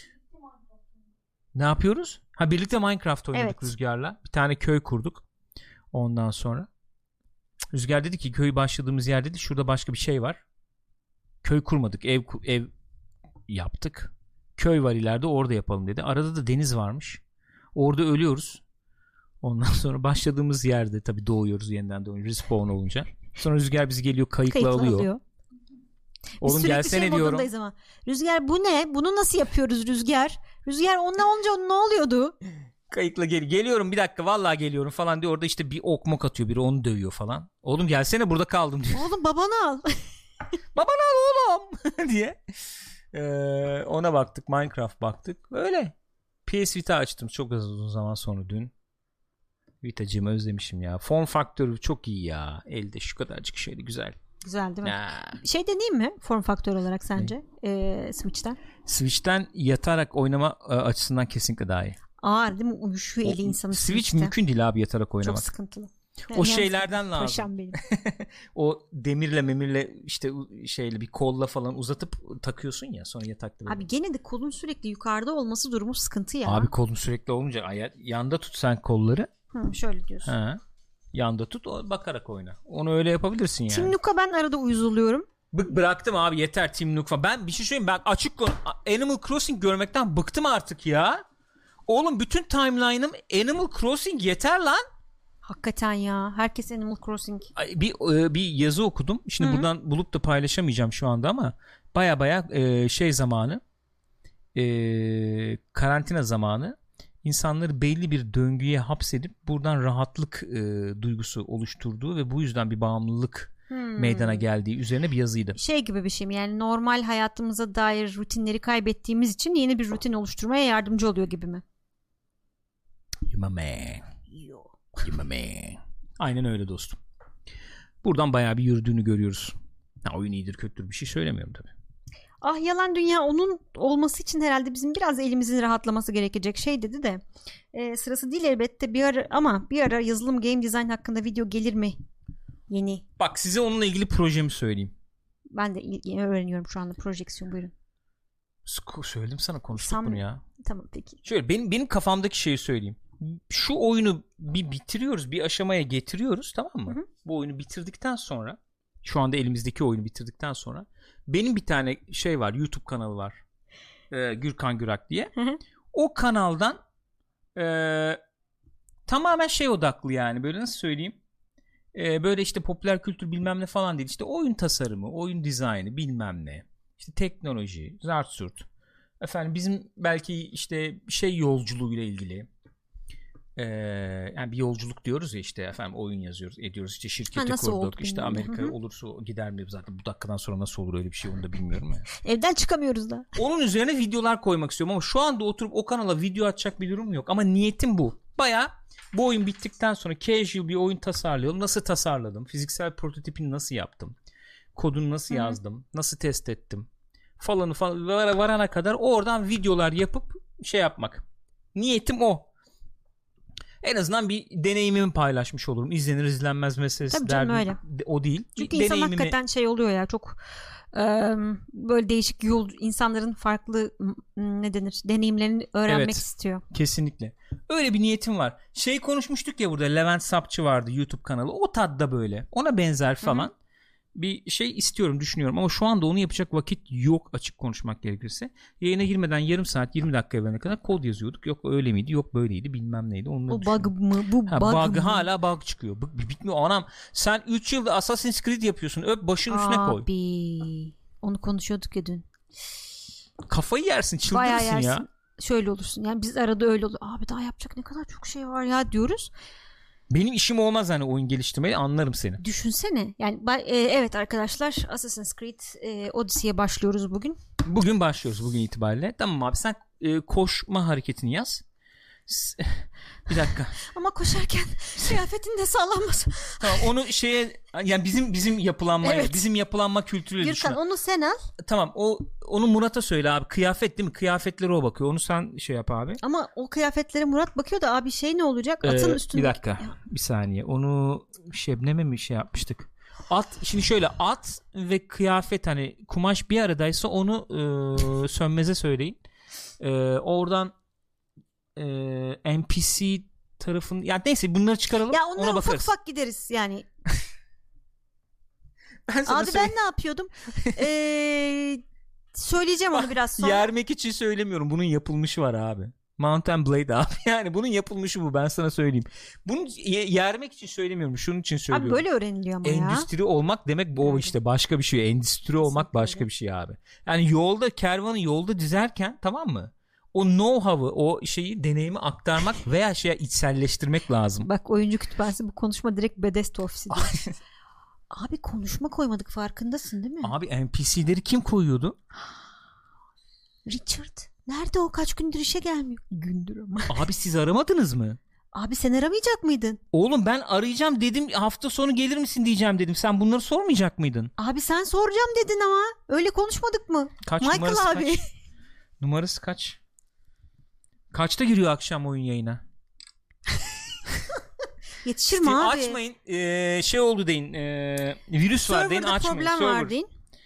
Ne yapıyoruz? Ha birlikte Minecraft oynadık Evet. Rüzgar'la. Bir tane köy kurduk. Ondan sonra Rüzgar dedi ki köy başladığımız yer dedi şurada başka bir şey var. Köy kurmadık. Ev ev yaptık. Köy var ileride, orada yapalım dedi. Arada da deniz varmış. Orada ölüyoruz. Ondan sonra başladığımız yerde tabii doğuyoruz, yeniden doğuyoruz. Respawn olunca. Sonra Rüzgar bizi geliyor kayıkla, Kayıtlı alıyor. alıyor. Oğlum Biz sürekli gelsene şey diyorum. modundayız ama. Rüzgar bu ne? Bunu nasıl yapıyoruz Rüzgar? Rüzgar onunla olunca ne oluyordu? Kayıkla gel geliyorum bir dakika vallahi geliyorum falan diyor. Orada işte bir ok mok atıyor, biri onu dövüyor falan. Oğlum gelsene burada kaldım diyor. Oğlum babanı al. Babanı al oğlum diye. Ee, ona baktık, Minecraft baktık. Öyle. P S Vita açtım çok az uzun zaman sonra dün. Vita'cığımı özlemişim ya. Form faktörü çok iyi ya. Elde şu kadarcık şeydi, güzel. Güzel değil mi? Ya. Şey deneyeyim mi form faktör olarak sence? Ee, Switch'ten. Switch'ten yatarak oynama e, açısından kesinlikle daha iyi. Ağır değil mi? Uyuşuyor eli insanın Switch Switch'te. mümkün değil abi yatarak oynamak. Çok sıkıntılı. O Yani şeylerden lazım. paşam benim. O demirle memirle işte şeyle bir kolla falan uzatıp takıyorsun ya sonra yatakta. Böyle. Abi gene de kolun sürekli yukarıda olması durumu sıkıntı ya. Abi kolun sürekli olunca aya- yanda tut sen kolları. Hı, şöyle diyorsun. Ha. Yanda tut, o bakarak oyna. Onu öyle yapabilirsin yani. Team Nuka ben arada uyuz oluyorum. Bık bıraktım abi, yeter Team Nook falan. Ben bir şey söyleyeyim, ben açık konu Animal Crossing görmekten bıktım artık ya. Oğlum bütün timeline'ım Animal Crossing, yeter lan. Hakikaten ya. Herkes Animal Crossing. Ay, Bir e, bir yazı okudum. Şimdi Hı-hı. buradan bulup da paylaşamayacağım şu anda ama baya baya e, şey zamanı, e, karantina zamanı insanları belli bir döngüye hapsedip buradan rahatlık e, duygusu oluşturduğu ve bu yüzden bir bağımlılık Hmm. meydana geldiği üzerine bir yazıydı. Şey gibi bir şey mi? Yani normal hayatımıza dair rutinleri kaybettiğimiz için yeni bir rutin oluşturmaya yardımcı oluyor gibi mi? You're my man. You're my man. Aynen öyle dostum. Buradan bayağı bir yürüdüğünü görüyoruz. Ha, oyun iyidir kötüdür bir şey söylemiyorum tabii. Ah yalan dünya, onun olması için herhalde bizim biraz elimizin rahatlaması gerekecek şey dedi de e, sırası değil elbette bir ara, ama bir ara yazılım game design hakkında video gelir mi? Yeni. Bak size onunla ilgili projemi söyleyeyim. Ben de il- öğreniyorum şu anda, projeksiyon, buyurun. Söyledim sana, konuştuk Sam... bunu ya. Tamam peki. Şöyle benim benim kafamdaki şeyi söyleyeyim. Şu oyunu bir bitiriyoruz, bir aşamaya getiriyoruz, tamam mı? Hı hı. Bu oyunu bitirdikten sonra, şu anda elimizdeki oyunu bitirdikten sonra benim bir tane şey var, YouTube kanalı var. Ee, Gürkan Gürak diye. Hı hı. O kanaldan e, tamamen şey odaklı yani, böyle nasıl söyleyeyim? Ee, böyle işte popüler kültür bilmem ne falan değil. İşte oyun tasarımı, oyun dizaynı bilmem ne. İşte teknoloji, zart surt. Efendim bizim belki işte şey yolculuğuyla ilgili. Ee, yani bir yolculuk diyoruz ya, işte efendim oyun yazıyoruz, ediyoruz, işte şirkete kurduk, işte Amerika Hı-hı. olursa gider mi, zaten bu dakikadan sonra nasıl olur öyle bir şey onu da bilmiyorum ya. Evden çıkamıyoruz da. Onun üzerine videolar koymak istiyorum ama şu anda oturup o kanala video atacak bir durum yok. Ama niyetim bu. Baya bu oyun bittikten sonra casual bir oyun tasarlayalım. Nasıl tasarladım? Fiziksel prototipini nasıl yaptım? Kodunu nasıl Hı-hı. yazdım? Nasıl test ettim? Falanı falan varana kadar oradan videolar yapıp şey yapmak. Niyetim o. En azından bir deneyimimi paylaşmış olurum. İzlenir izlenmez meselesi. Tabii canım, derdim, öyle. O değil. Çünkü insan deneyimimi... hakikaten şey oluyor ya, çok e, böyle değişik yol, insanların farklı ne denir, deneyimlerini öğrenmek evet, istiyor. Kesinlikle. Öyle bir niyetim var. Şey konuşmuştuk ya burada, Levent Sapçı vardı YouTube kanalı. O tadda böyle. Ona benzer falan. Hı-hı. Bir şey istiyorum, düşünüyorum ama şu anda onu yapacak vakit yok, açık konuşmak gerekirse. Yayına girmeden yarım saat yirmi dakika evvelene kadar kod yazıyorduk. Yok öyle miydi, yok böyleydi, bilmem neydi. Onu bu bug mı? Bu ha, bug, bug mı? Hala bug çıkıyor. Bug, bitmiyor anam. Sen üç yılda Assassin's Creed yapıyorsun. Öp başın Abi, üstüne koy. Abi onu konuşuyorduk ya dün. Kafayı yersin, çıldırırsın yersin. Ya. Şöyle olursun. Yani biz arada öyle olur. Abi daha yapacak ne kadar çok şey var ya diyoruz. Benim işim olmaz hani oyun geliştirmeyi, anlarım seni. Düşünsene. Yani e, evet arkadaşlar, Assassin's Creed e, Odyssey'e başlıyoruz bugün. Bugün başlıyoruz bugün itibariyle. Tamam abi, sen e, koşma hareketini yaz. Bir dakika. Ama koşarken kıyafetin de sağlanmasın. Tamam, onu şeye, yani bizim bizim yapılanma evet. bizim yapılanma kültürüyle düşün. Gürkan onu sen al. Tamam, o onu Murat'a söyle abi. Kıyafet değil mi? Kıyafetleri o bakıyor. Onu sen şey yap abi. Ama o kıyafetlere Murat bakıyor da abi şey ne olacak? Atın ee, üstünde. Bir dakika. Ya. Bir saniye. Onu Şebnem'e mi şey yapmıştık? At, şimdi şöyle, at ve kıyafet, hani kumaş bir aradaysa onu e, Sönmez'e söyleyin. E, oradan e, N P C tarafın, ya neyse bunları çıkaralım. Ya onlara ufak ufak gideriz yani. ben abi söyle... ben ne yapıyordum? Eee söyleyeceğim onu biraz sonra. Yermek için söylemiyorum. Bunun yapılmışı var abi. Mountain Blade abi. Yani bunun yapılmışı bu. Ben sana söyleyeyim. Bunu yermek için söylemiyorum. Şunun için söylüyorum. Abi böyle öğreniliyor ama Endüstri ya. Endüstri olmak demek bu evet. işte başka bir şey. Endüstri olmak başka bir şey abi. Yani yolda, kervanı yolda dizerken, tamam mı? O know-how'ı, o şeyi, deneyimi aktarmak veya şeye içselleştirmek lazım. Bak, oyuncu kütüphanesi bu konuşma direkt Bethesda ofisi diyor. Abi konuşma koymadık, farkındasın değil mi? Abi N P C'leri kim koyuyordu? Richard. Nerede o, kaç gündür işe gelmiyor? Gündür ama. Abi siz aramadınız mı? Abi sen aramayacak mıydın? Oğlum ben arayacağım dedim, hafta sonu gelir misin diyeceğim dedim. Sen bunları sormayacak mıydın? Abi sen soracağım dedin ama. Öyle konuşmadık mı? Kaç Michael numarası abi. Kaç? Numarası kaç? Kaçta giriyor akşam oyun yayına? Yetişir mi abi? Açmayın. Ee, şey oldu deyin. Ee, virüs Server'da var deyin, açmayın. Problem Server. Var deyin.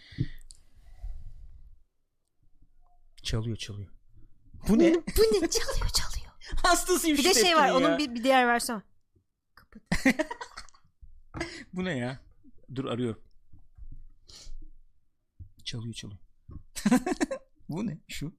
Çalıyor çalıyor. Bu ne? Bu ne? Çalıyor çalıyor. Hastasıyım şu Bir de şey var, ya. onun bir, bir diğer versiyonu. Kapat. Bu ne ya? Dur, arıyorum. Çalıyor çalıyor. Bu ne? Şu.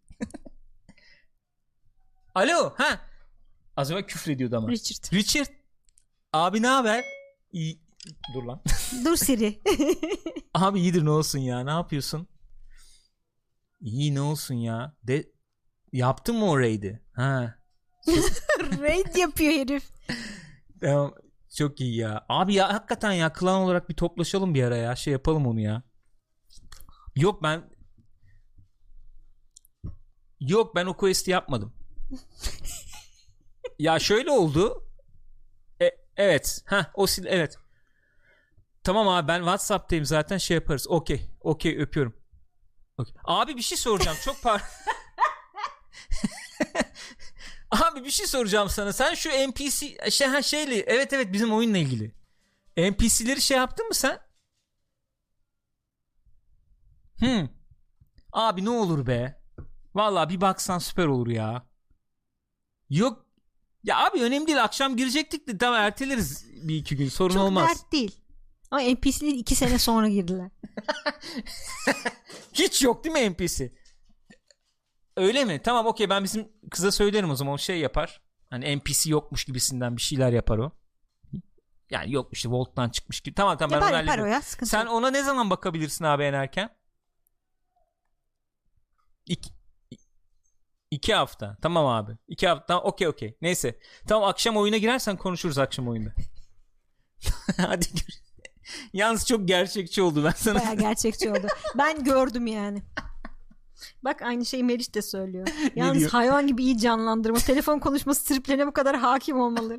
Alo. Ha. Az önce küfür ediyordu ama. Richard. Richard. Abi ne haber? İyi. Dur lan. Dur Siri. Abi iyidir, ne olsun ya? Ne yapıyorsun? İyi, ne olsun ya? De yaptın mı o raid'i? Ha. Raid yapıyor herif. Tamam. Çok iyi ya. Abi ya hakikaten ya, klan olarak bir toplaşalım bir ara ya. Şey yapalım onu ya. Yok ben Yok ben o quest'i yapmadım. Ya şöyle oldu. E, evet. Ha o sil evet. Tamam abi, ben WhatsApp'tayım zaten, şey yaparız. Okey. Okey, öpüyorum. Okay. Abi bir şey soracağım. Çok pardon. Abi bir şey soracağım sana. Sen şu N P C şey ha şeyli evet evet bizim oyunla ilgili. N P C'leri şey yaptın mı sen? Hmm. Abi ne olur be. Vallahi bir baksan süper olur ya. Yok. Ya abi önemli değil. Akşam girecektik de tamam erteleriz bir iki gün. Sorun Çok olmaz. Çok dert değil. Ama N P C'leri iki sene sonra girdiler. Hiç yok değil mi N P C? Öyle mi? Tamam okey, ben bizim kıza söylerim o zaman, o şey yapar. Hani N P C yokmuş gibisinden bir şeyler yapar o. Yani yok işte Volt'tan çıkmış gibi. Tamam tamam yapar, ben onu yapar hallederim. o ya, sıkıntı Sen yok. ona ne zaman bakabilirsin abi en erken? İki, iki hafta. Tamam abi. İki hafta. Tamam okey okey. Neyse. Tamam akşam oyuna girersen konuşuruz akşam oyunda. Hadi gör. Yalnız çok gerçekçi oldu, ben sana. Bayağı gerçekçi oldu. Ben gördüm yani. Bak aynı şeyi Meriç de söylüyor. Yalnız diyor? hayvan gibi iyi canlandırma. Telefon konuşması triplerine bu kadar hakim olmalı.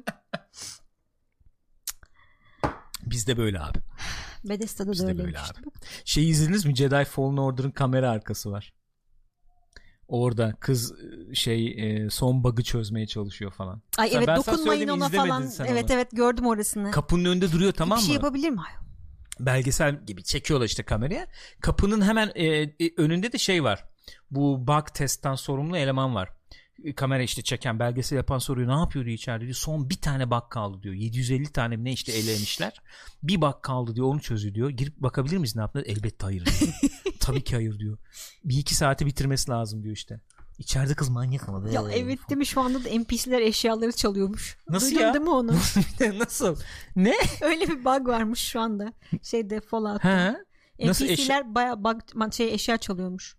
Bizde böyle abi. Bethesda'da Bizde da böyle öyleymiş. abi. Şey izlediniz mi? Jedi Fallen Order'ın kamera arkası var. Orada kız şey e, son bug'ı çözmeye çalışıyor falan. Ay Sen, evet, ben sana dokunmayın söyledim, ona izlemedin falan. sen Evet onu. evet gördüm orasını. Kapının önünde duruyor, tamam Bir mı? şey yapabilir mi? Belgesel gibi çekiyorlar işte kameraya. Kapının hemen e, e, önünde de şey var. Bu bug testten sorumlu eleman var. E, kamera işte çeken, belgesel yapan soruyor ne yapıyor diyor içeride diyor. Son bir tane bug kaldı diyor. yedi yüz elli tane ne işte elemişler. Bir bug kaldı diyor, onu çözüyor diyor. Girip bakabilir miyiz ne yaptığını? Elbette hayır diyor. Tabii ki hayır diyor. Bir iki saate bitirmesi lazım diyor işte. İçeride kız manyak ama. Ya evet değil mi, şu anda da N P C'ler eşyaları çalıyormuş. Nasıl Duydun ya? değil mi onu? Nasıl? Ne? Öyle bir bug varmış şu anda. Şeyde Fallout'ta. He? Nasıl N P C'ler bayağı bug, şey, eşya çalıyormuş.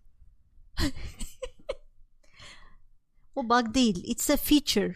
O bug değil. It's a feature.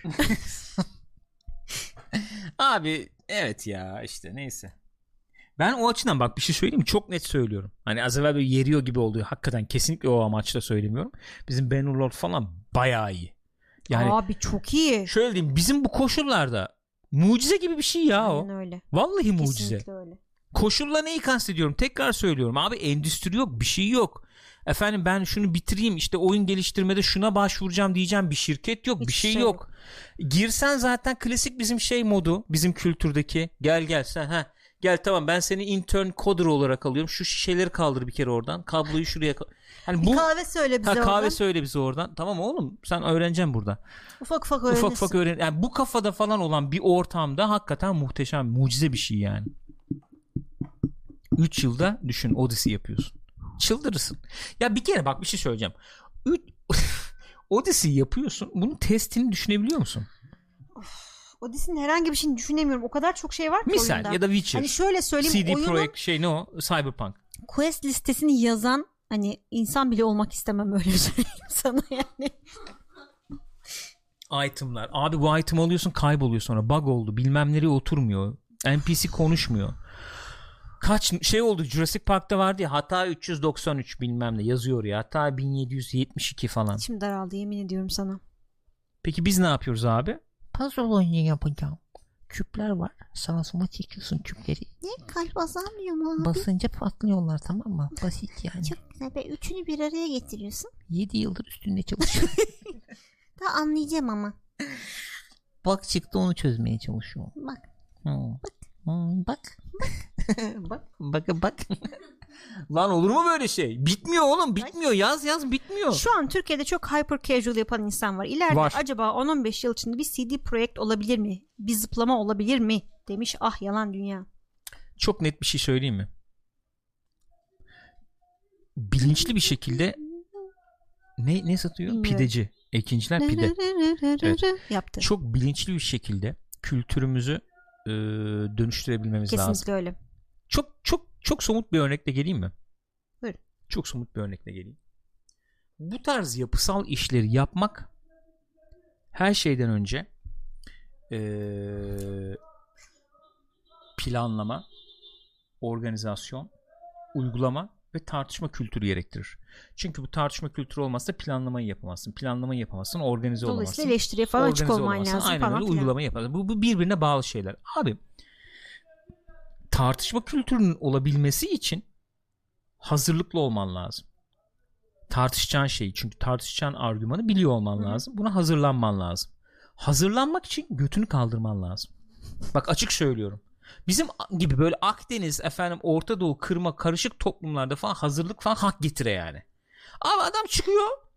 Abi evet ya işte neyse. Ben o açıdan bak bir şey söyleyeyim mi? Çok net söylüyorum. Hani az evvel böyle yeriyor gibi oluyor. Hakikaten kesinlikle o amaçla söylemiyorum. Bizim Bannerlord falan bayağı iyi. Yani Abi çok iyi. şöyle diyeyim, bizim bu koşullarda mucize gibi bir şey ya o. Aynen öyle. Vallahi mucize. Kesinlikle öyle. Koşulla neyi kastediyorum? Tekrar söylüyorum. Abi endüstri yok, bir şey yok. Efendim ben şunu bitireyim işte oyun geliştirmede şuna başvuracağım diyeceğim bir şirket yok. Hiçbir bir şey, şey yok. Girsen zaten klasik bizim şey modu, bizim kültürdeki gel gel sen ha gel tamam ben seni intern coder olarak alıyorum. Şu şişeleri kaldır bir kere oradan. Kabloyu şuraya kal- hani bu Bir kahve söyle bize ha, kahve oradan. söyle bize oradan. Tamam oğlum sen öğreneceksin burada. Ufak ufak öğrenirsin. Ufak ufak öğren. Yani bu kafada falan olan bir ortamda hakikaten muhteşem, mucize bir şey yani. üç yılda düşün Odyssey yapıyorsun. Çıldırırsın. Ya bir kere bak bir şey söyleyeceğim. Odyssey yapıyorsun. Bunun testini düşünebiliyor musun? Odyssey'nin herhangi bir şeyini düşünemiyorum. O kadar çok şey var ki Misal oyunda. ya da Witcher. Hani şöyle söyleyeyim, C D oyunun Projekt şey ne o? Cyberpunk. quest listesini yazan hani insan bile olmak istemem, öyle söyleyeyim sana yani. Itemlar. Abi bu item alıyorsun kayboluyor sonra. Bug oldu. Bilmem nereye oturmuyor. N P C konuşmuyor. Kaç şey oldu Jurassic Park'ta vardı ya, hata üç yüz doksan üç bilmem ne yazıyor ya, hata bin yedi yüz yetmiş iki falan. İçim daraldı yemin ediyorum sana. Peki biz ne yapıyoruz abi? Puzzle oyunu yapacağım. Küpler var. Sağa sola çekiyorsun küpleri. Ne, kalp azalmıyor mu abi? Basınca patlıyorlar, tamam mı? Basit yani. Çok güzel. Be, üçünü bir araya getiriyorsun. yedi yıldır üstünde çalışıyorum. Daha anlayacağım ama. Bak çıktı, onu çözmeye çalışıyorum. Bak. Hmm. Bak. Hmm, bak. bak bak bak. Lan olur mu böyle şey? Bitmiyor oğlum, bitmiyor. Yaz yaz bitmiyor. Şu an Türkiye'de çok hyper casual yapan insan var. İleride Var. acaba on on beş yıl içinde bir C D Projekt olabilir mi? Bir zıplama olabilir mi? Demiş. Ah yalan dünya. Çok net bir şey söyleyeyim mi? Bilinçli bir şekilde ne ne satıyor? Bilmiyorum. Pideci. Ekinciler pide. Evet. Yaptı. Çok bilinçli bir şekilde kültürümüzü e, dönüştürebilmemiz Kesinlikle lazım. öyle. Çok çok çok somut bir örnekle geleyim mi? Buyurun. Çok somut bir örnekle geleyim. Bu tarz yapısal işleri yapmak her şeyden önce ee, planlama, organizasyon, uygulama ve tartışma kültürü gerektirir. Çünkü bu tartışma kültürü olmazsa planlamayı yapamazsın. Planlamayı yapamazsın, organize olamazsın. Dolayısıyla eleştiriye falan açık Organize olman olamazsın. lazım Aynen falan öyle, filan. uygulamayı yapamazsın. Bu, bu birbirine bağlı şeyler. Abi tartışma kültürünün olabilmesi için hazırlıklı olman lazım. Tartışacağın şeyi, çünkü tartışacağın argümanı biliyor olman Hı-hı. lazım. Buna hazırlanman lazım. Hazırlanmak için götünü kaldırman lazım. Bak açık söylüyorum. Bizim gibi böyle Akdeniz, efendim Orta Doğu, kırma, karışık toplumlarda falan hazırlık falan hak getire yani. Ama adam çıkıyor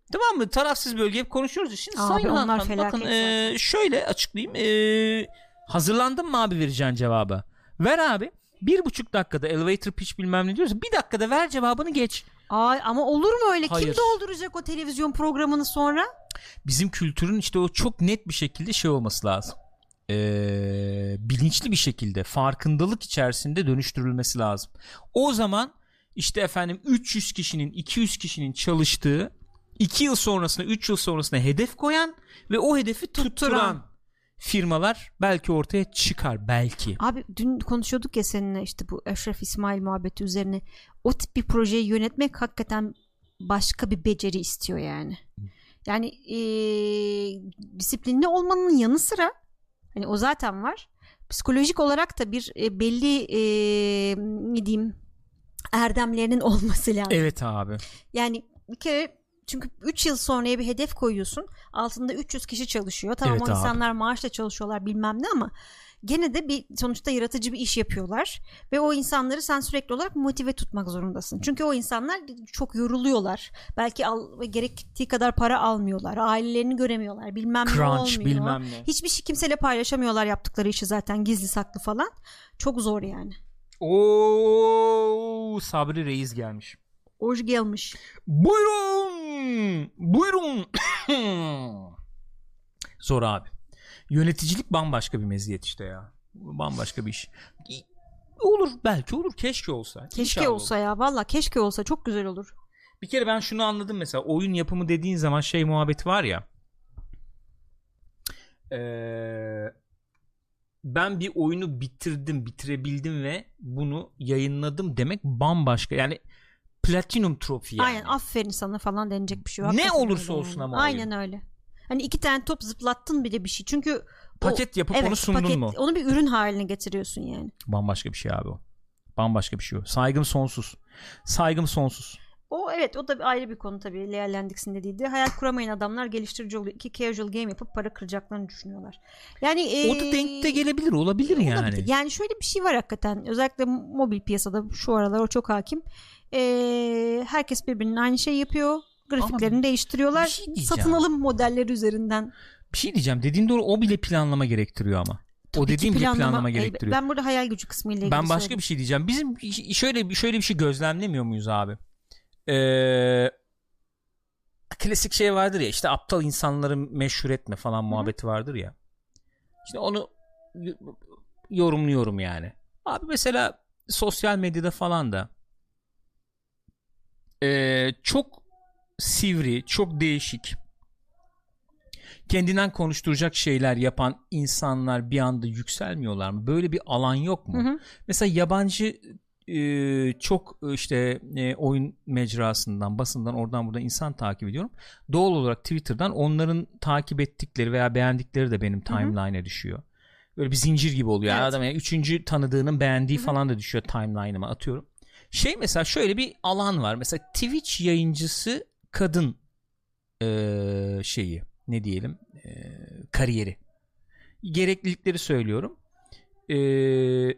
Tamam mı? Tarafsız bölge hep konuşuyoruz. Şimdi Abi, Sayın onlar Hakan felaket bakın e, zaten. şöyle açıklayayım. E, hazırlandın mı abi vereceğin cevabı? Ver abi. Bir buçuk dakikada elevator pitch bilmem ne diyoruz. Bir dakikada ver cevabını geç. Ay, ama olur mu öyle? Hayır. Kim dolduracak o televizyon programını sonra? Bizim kültürün işte o çok net bir şekilde şey olması lazım. Ee, bilinçli bir şekilde farkındalık içerisinde dönüştürülmesi lazım. O zaman işte efendim üç yüz kişinin iki yüz kişinin çalıştığı iki yıl sonrasına üç yıl sonrasına hedef koyan ve o hedefi tutturan, tutturan firmalar belki ortaya çıkar belki. Abi dün konuşuyorduk ya seninle işte bu Eşref İsmail muhabbeti üzerine. O tip bir projeyi yönetmek hakikaten başka bir beceri istiyor yani. Yani ee, disiplinli olmanın yanı sıra hani o zaten var. Psikolojik olarak da bir e, belli e, ne diyeyim erdemlerinin olması lazım. Evet abi. Yani bir kere çünkü üç yıl sonraya bir hedef koyuyorsun. Altında üç yüz kişi çalışıyor. Tamam, evet o abi. insanlar maaşla çalışıyorlar bilmem ne ama gene de bir sonuçta yaratıcı bir iş yapıyorlar. Ve o insanları sen sürekli olarak motive tutmak zorundasın. Çünkü o insanlar çok yoruluyorlar. Belki al, gerektiği kadar para almıyorlar. Ailelerini göremiyorlar. Bilmem Crunch, ne olmuyor. bilmem ne. Hiçbir şey kimseyle paylaşamıyorlar yaptıkları işi zaten. Gizli saklı falan. Çok zor yani. Oo, Sabri Reis gelmiş. Hoş gelmiş. Buyurun. Buyurun. Zor abi. Yöneticilik bambaşka bir meziyet işte ya. Bambaşka bir iş. Olur belki olur. Keşke olsa. Keşke İnşallah olsa olur. ya. Valla keşke olsa. Çok güzel olur. Bir kere ben şunu anladım mesela. Oyun yapımı dediğin zaman şey muhabbeti var ya. Eee ben bir oyunu bitirdim, bitirebildim ve bunu yayınladım demek bambaşka. Yani platinum trofi yani. Aynen, aferin sana falan denecek bir şey yok. Ne Hakikaten olursa öyle olsun yani. ama Aynen oyun. öyle. Hani iki tane top zıplattın bile bir şey. Çünkü paket o, yapıp evet, onu sundun paket, mu? onu bir ürün haline getiriyorsun yani. Bambaşka bir şey abi o. Bambaşka bir şey o. Saygım sonsuz. Saygım sonsuz. O evet, o da ayrı bir konu tabii. Lea Landix'in dediği. Hayal kuramayın adamlar, geliştirici oluyor. İki casual game yapıp para kıracaklarını düşünüyorlar. Yani ee, o da denk de gelebilir, olabilir yani. Olabilir. Yani şöyle bir şey var hakikaten. Özellikle mobil piyasada şu aralar o çok hakim. Ee, herkes birbirinin aynı şeyi yapıyor. Grafiklerini Ama değiştiriyorlar. şey Satın alım modelleri üzerinden. Bir şey diyeceğim. Dediğin doğru, o bile planlama gerektiriyor ama. Tabii o dediğim planlama, bile planlama gerektiriyor. Ben burada hayal gücü kısmı ile ilgili Ben başka söyledim. bir şey diyeceğim. Bizim şöyle şöyle bir şey gözlemlemiyor muyuz abi? Ee, klasik şey vardır ya, işte aptal insanları meşhur etme falan muhabbeti vardır ya. İşte onu yorumluyorum yani. Abi mesela sosyal medyada falan da ee, çok sivri, çok değişik, kendinden konuşturacak şeyler yapan insanlar bir anda yükselmiyorlar mı? Böyle bir alan yok mu? Hı hı. Mesela yabancı e, çok işte e, oyun mecrasından, basından, oradan buradan insan takip ediyorum. Doğal olarak Twitter'dan onların takip ettikleri veya beğendikleri de benim timeline'e düşüyor. Böyle bir zincir gibi oluyor. Evet. Yani adam yani üçüncü tanıdığının beğendiği Hı-hı. falan da düşüyor timeline'ıma, atıyorum. Şey mesela şöyle bir alan var. Mesela Twitch yayıncısı kadın e, şeyi ne diyelim e, kariyeri. Gereklilikleri söylüyorum. Eee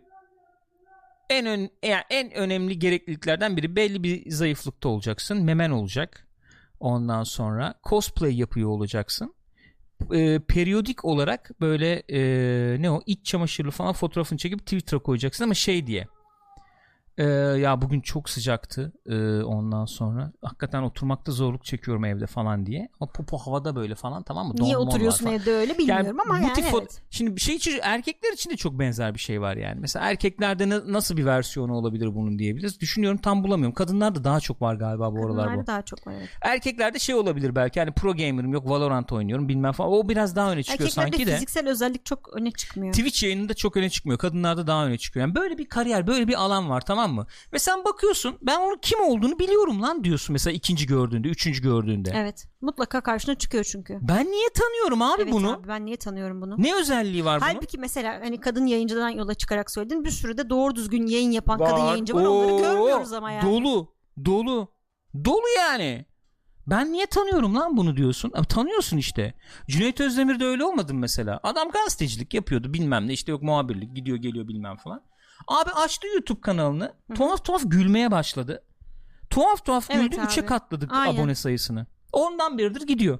En ön, yani en önemli gerekliliklerden biri, belli bir zayıflıkta olacaksın. Memen olacak. Ondan sonra cosplay yapıyor olacaksın. E, periyodik olarak böyle e, ne o iç çamaşırlı falan fotoğrafını çekip Twitter'a koyacaksın ama şey diye. E, ya bugün çok sıcaktı. E, ondan sonra hakikaten oturmakta zorluk çekiyorum evde falan diye. Ama popo havada böyle falan, tamam mı? Niye Don, oturuyorsun evde öyle bilmiyorum yani, ama yani tifo- evet. Şimdi bir şey için erkekler için de çok benzer bir şey var yani. Mesela erkeklerde ne, nasıl bir versiyonu olabilir bunun diyebiliriz. Düşünüyorum, tam bulamıyorum. Kadınlarda daha çok var galiba bu aralar bu. Kadınlarda daha çok var, evet. Erkeklerde şey olabilir belki, hani pro gamer'ım yok, Valorant oynuyorum bilmem falan. O biraz daha öne çıkıyor erkeklerde sanki de. Erkeklerde fiziksel özellik çok öne çıkmıyor. Twitch yayınında çok öne çıkmıyor. Kadınlarda daha öne çıkıyor. Yani böyle bir kariyer, böyle bir alan var, tamam mı? Ve sen bakıyorsun, ben onun kim olduğunu biliyorum lan diyorsun mesela ikinci gördüğünde, üçüncü gördüğünde. Evet. Mutlaka karşına çıkıyor çünkü. Ben niye tanıyorum abi evet bunu? Abi, ben niye tanıyorum bunu? Ne özelliği var bunun? Halbuki mesela hani kadın yayıncıdan yola çıkarak söyledin, bir sürü de doğru düzgün yayın yapan var. kadın yayıncı var. Oo, onları görmüyoruz ama yani. Dolu. Dolu. Dolu yani. Ben niye tanıyorum lan bunu diyorsun. Abi, tanıyorsun işte. Cüneyt Özdemir de öyle olmadı mı mesela? Adam gazetecilik yapıyordu bilmem ne, işte yok muhabirlik, gidiyor geliyor bilmem falan. Abi açtı YouTube kanalını. Hı. Tuhaf tuhaf gülmeye başladı. Tuhaf tuhaf evet güldü. Üçe katladık Aynen. abone sayısını. Ondan beridir gidiyor.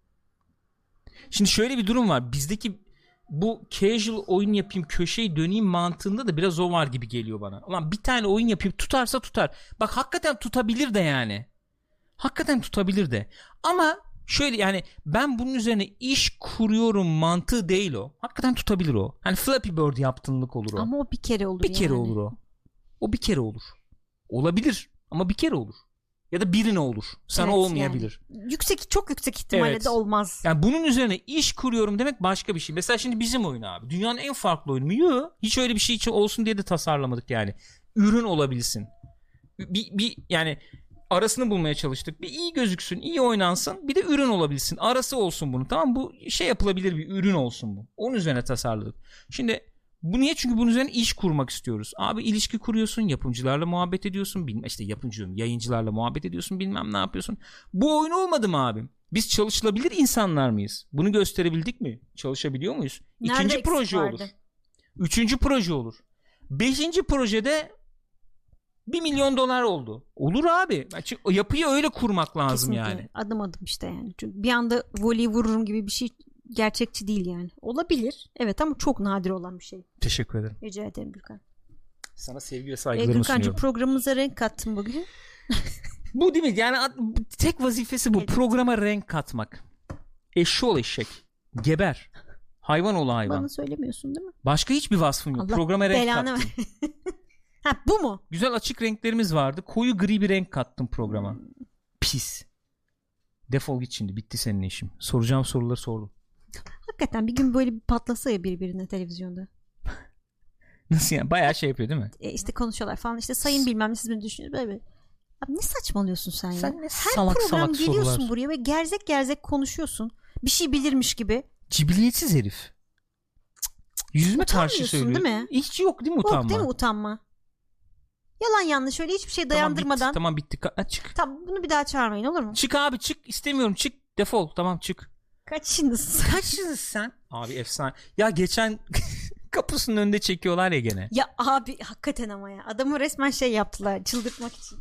Şimdi şöyle bir durum var. Bizdeki bu casual oyun yapayım, köşeyi döneyim mantığında da biraz o var gibi geliyor bana. Ulan bir tane oyun yapayım, tutarsa tutar. Bak hakikaten tutabilir de yani. Hakikaten tutabilir de. Ama şöyle yani ben bunun üzerine iş kuruyorum mantığı değil o. Hakikaten tutabilir o. Hani Flappy Bird yaptığınlık olur o. Ama o bir kere olur Bir yani. kere olur o. O bir kere olur. Olabilir ama bir kere olur. Ya da birine olur. Sana Evet, olmayabilir. Yani. Yüksek, çok yüksek ihtimalle Evet. de olmaz. Yani bunun üzerine iş kuruyorum demek başka bir şey. Mesela şimdi bizim oyun abi. Dünyanın en farklı oyunu mu? Yok. Hiç öyle bir şey için olsun diye de tasarlamadık yani. Ürün olabilsin. Bir, bir yani arasını bulmaya çalıştık. Bir iyi gözüksün, iyi oynansın. Bir de ürün olabilsin. Arası olsun bunun. Tamam, bu şey yapılabilir bir ürün olsun bu. Onun üzerine tasarladık. Şimdi bu niye? Çünkü bunun üzerine iş kurmak istiyoruz. Abi ilişki kuruyorsun, yapımcılarla muhabbet ediyorsun, bilmem işte yapımcı diyorum, yayıncılarla muhabbet ediyorsun, bilmem ne yapıyorsun. Bu oyun olmadı mı abim? Biz çalışılabilir insanlar mıyız? Bunu gösterebildik mi? Çalışabiliyor muyuz? Nerede İkinci eksik proje vardı? olur. Üçüncü proje olur. Beşinci projede bir milyon dolar oldu. Olur abi. Çünkü o yapıyı öyle kurmak lazım. Kesinlikle. Yani. Adım adım işte yani. Çünkü bir anda voleyi vururum gibi bir şey gerçekçi değil yani. Olabilir. Evet ama çok nadir olan bir şey. Teşekkür ederim. Rica ederim Gürkan. Sana sevgi ve E, saygılarımı Gürkan'cığım sunuyorum. programımıza renk kattın bugün. Bu değil mi? Yani ad- tek vazifesi bu. Evet. Programa renk katmak. Eşşoğlu eşek. Geber. Hayvan oğlu hayvan. Bana söylemiyorsun değil mi? Başka hiçbir vasfın yok. Allah Programa renk belanı kattım. ver. Ha bu mu? Güzel açık renklerimiz vardı. Koyu gri bir renk kattım programa. Pis. Defol git şimdi. Bitti senin işim. Soracağım soruları sordum. Hakikaten bir gün böyle bir patlasa ya birbirine televizyonda. Nasıl yani? Bayağı şey yapıyor değil mi? E, işte konuşuyorlar falan. İşte sayın bilmem ne siz mi düşünüyorsunuz? Böyle böyle. Abi ne saçmalıyorsun sen, Sen ya? ne Her salak program salak geliyorsun sorular. buraya ve gerzek gerzek konuşuyorsun. Bir şey bilirmiş gibi. Cibiliyetsiz herif. Cık, cık. Yüzüme karşı Utanmıyorsun söylüyor. değil mi? Hiç yok değil mi utanma? Yok değil mi utanma? Yalan yanlış öyle hiçbir şey Tamam, dayandırmadan. bitti, tamam bitti. Ka- çık. Tamam bunu bir daha çağırmayın olur mu? Çık abi çık. İstemiyorum çık. Defol. Tamam çık. Kaçınız? Kaçsınız sen? Abi efsane. Ya geçen kapısının önünde çekiyorlar ya gene. Ya abi hakikaten ama ya. Adamı resmen şey yaptılar çıldırtmak için.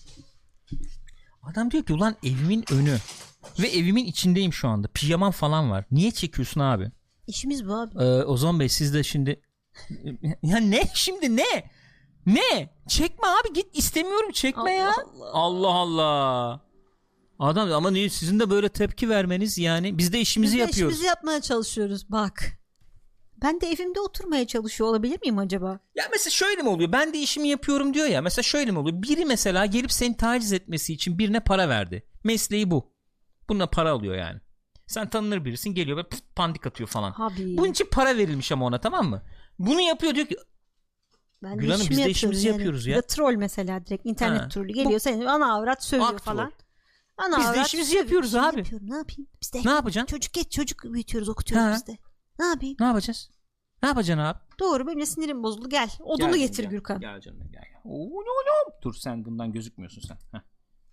Adam diyor ki ulan evimin önü. Ve evimin içindeyim şu anda. Pijamam falan var. Niye çekiyorsun abi? İşimiz bu abi. Ee, Ozan Bey siz de şimdi... Ya ne şimdi ne? Ne? Çekme abi git istemiyorum çekme Allah ya. Allah. Allah Allah. Adam ama niye sizin de böyle tepki vermeniz yani biz de işimizi Biz de yapıyoruz. işimizi yapmaya çalışıyoruz bak. Ben de evimde oturmaya çalışıyor olabilir miyim acaba? Ya mesela şöyle mi oluyor? Ben de işimi yapıyorum diyor ya. Mesela şöyle mi oluyor? Biri mesela gelip seni taciz etmesi için birine para verdi. Mesleği bu. Bununla para alıyor yani. Sen tanınır birisin geliyor ve pıt, pandik atıyor falan. Abi. Bunun için para verilmiş ama ona tamam mı? Bunu yapıyor diyor ki Ben Gül Hanım, biz de işimizi yani. yapıyoruz ya. Ya da troll mesela direkt internet Ha. trolü geliyor Bu- seni ana avrat sövüyor Ak falan. troll. Ana Biz de avrat işimizi sövüyor. yapıyoruz İşimi abi. yapıyorum. Ne yapayım? Biz de Ne yapacaksın? Çocuk geç çocuk büyütüyoruz okutuyoruz Ha. biz de. Ne yapayım? ne yapacağız? Ne yapacaksın abi? Doğru benim de sinirim bozuldu gel. Odunu Gel getir canım, gel. Gürkan. Gel canım gel. gel. Oo, no, no. Dur sen bundan gözükmüyorsun sen. Heh.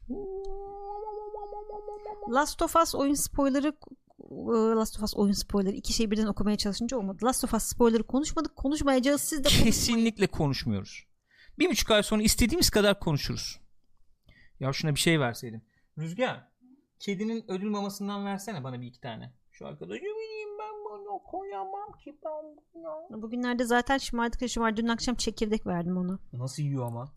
Last of Us oyun spoilerı Last of Us oyun spoilerı iki şey birden okumaya çalışınca olmadı. Last of Us spoilerı konuşmadık. Konuşmayacağız siz de konuşmayın. Kesinlikle konuşmuyoruz. Bir buçuk ay sonra istediğimiz kadar konuşuruz. Ya şuna bir şey verseydim. Rüzgar, kedinin ödül mamasından versene bana bir iki tane. Şu arkadaşı bileyim ben bunu koyamam ki ben bunu. Bugünlerde zaten şımardık şımar. Dün akşam çekirdek verdim ona. Nasıl yiyor ama?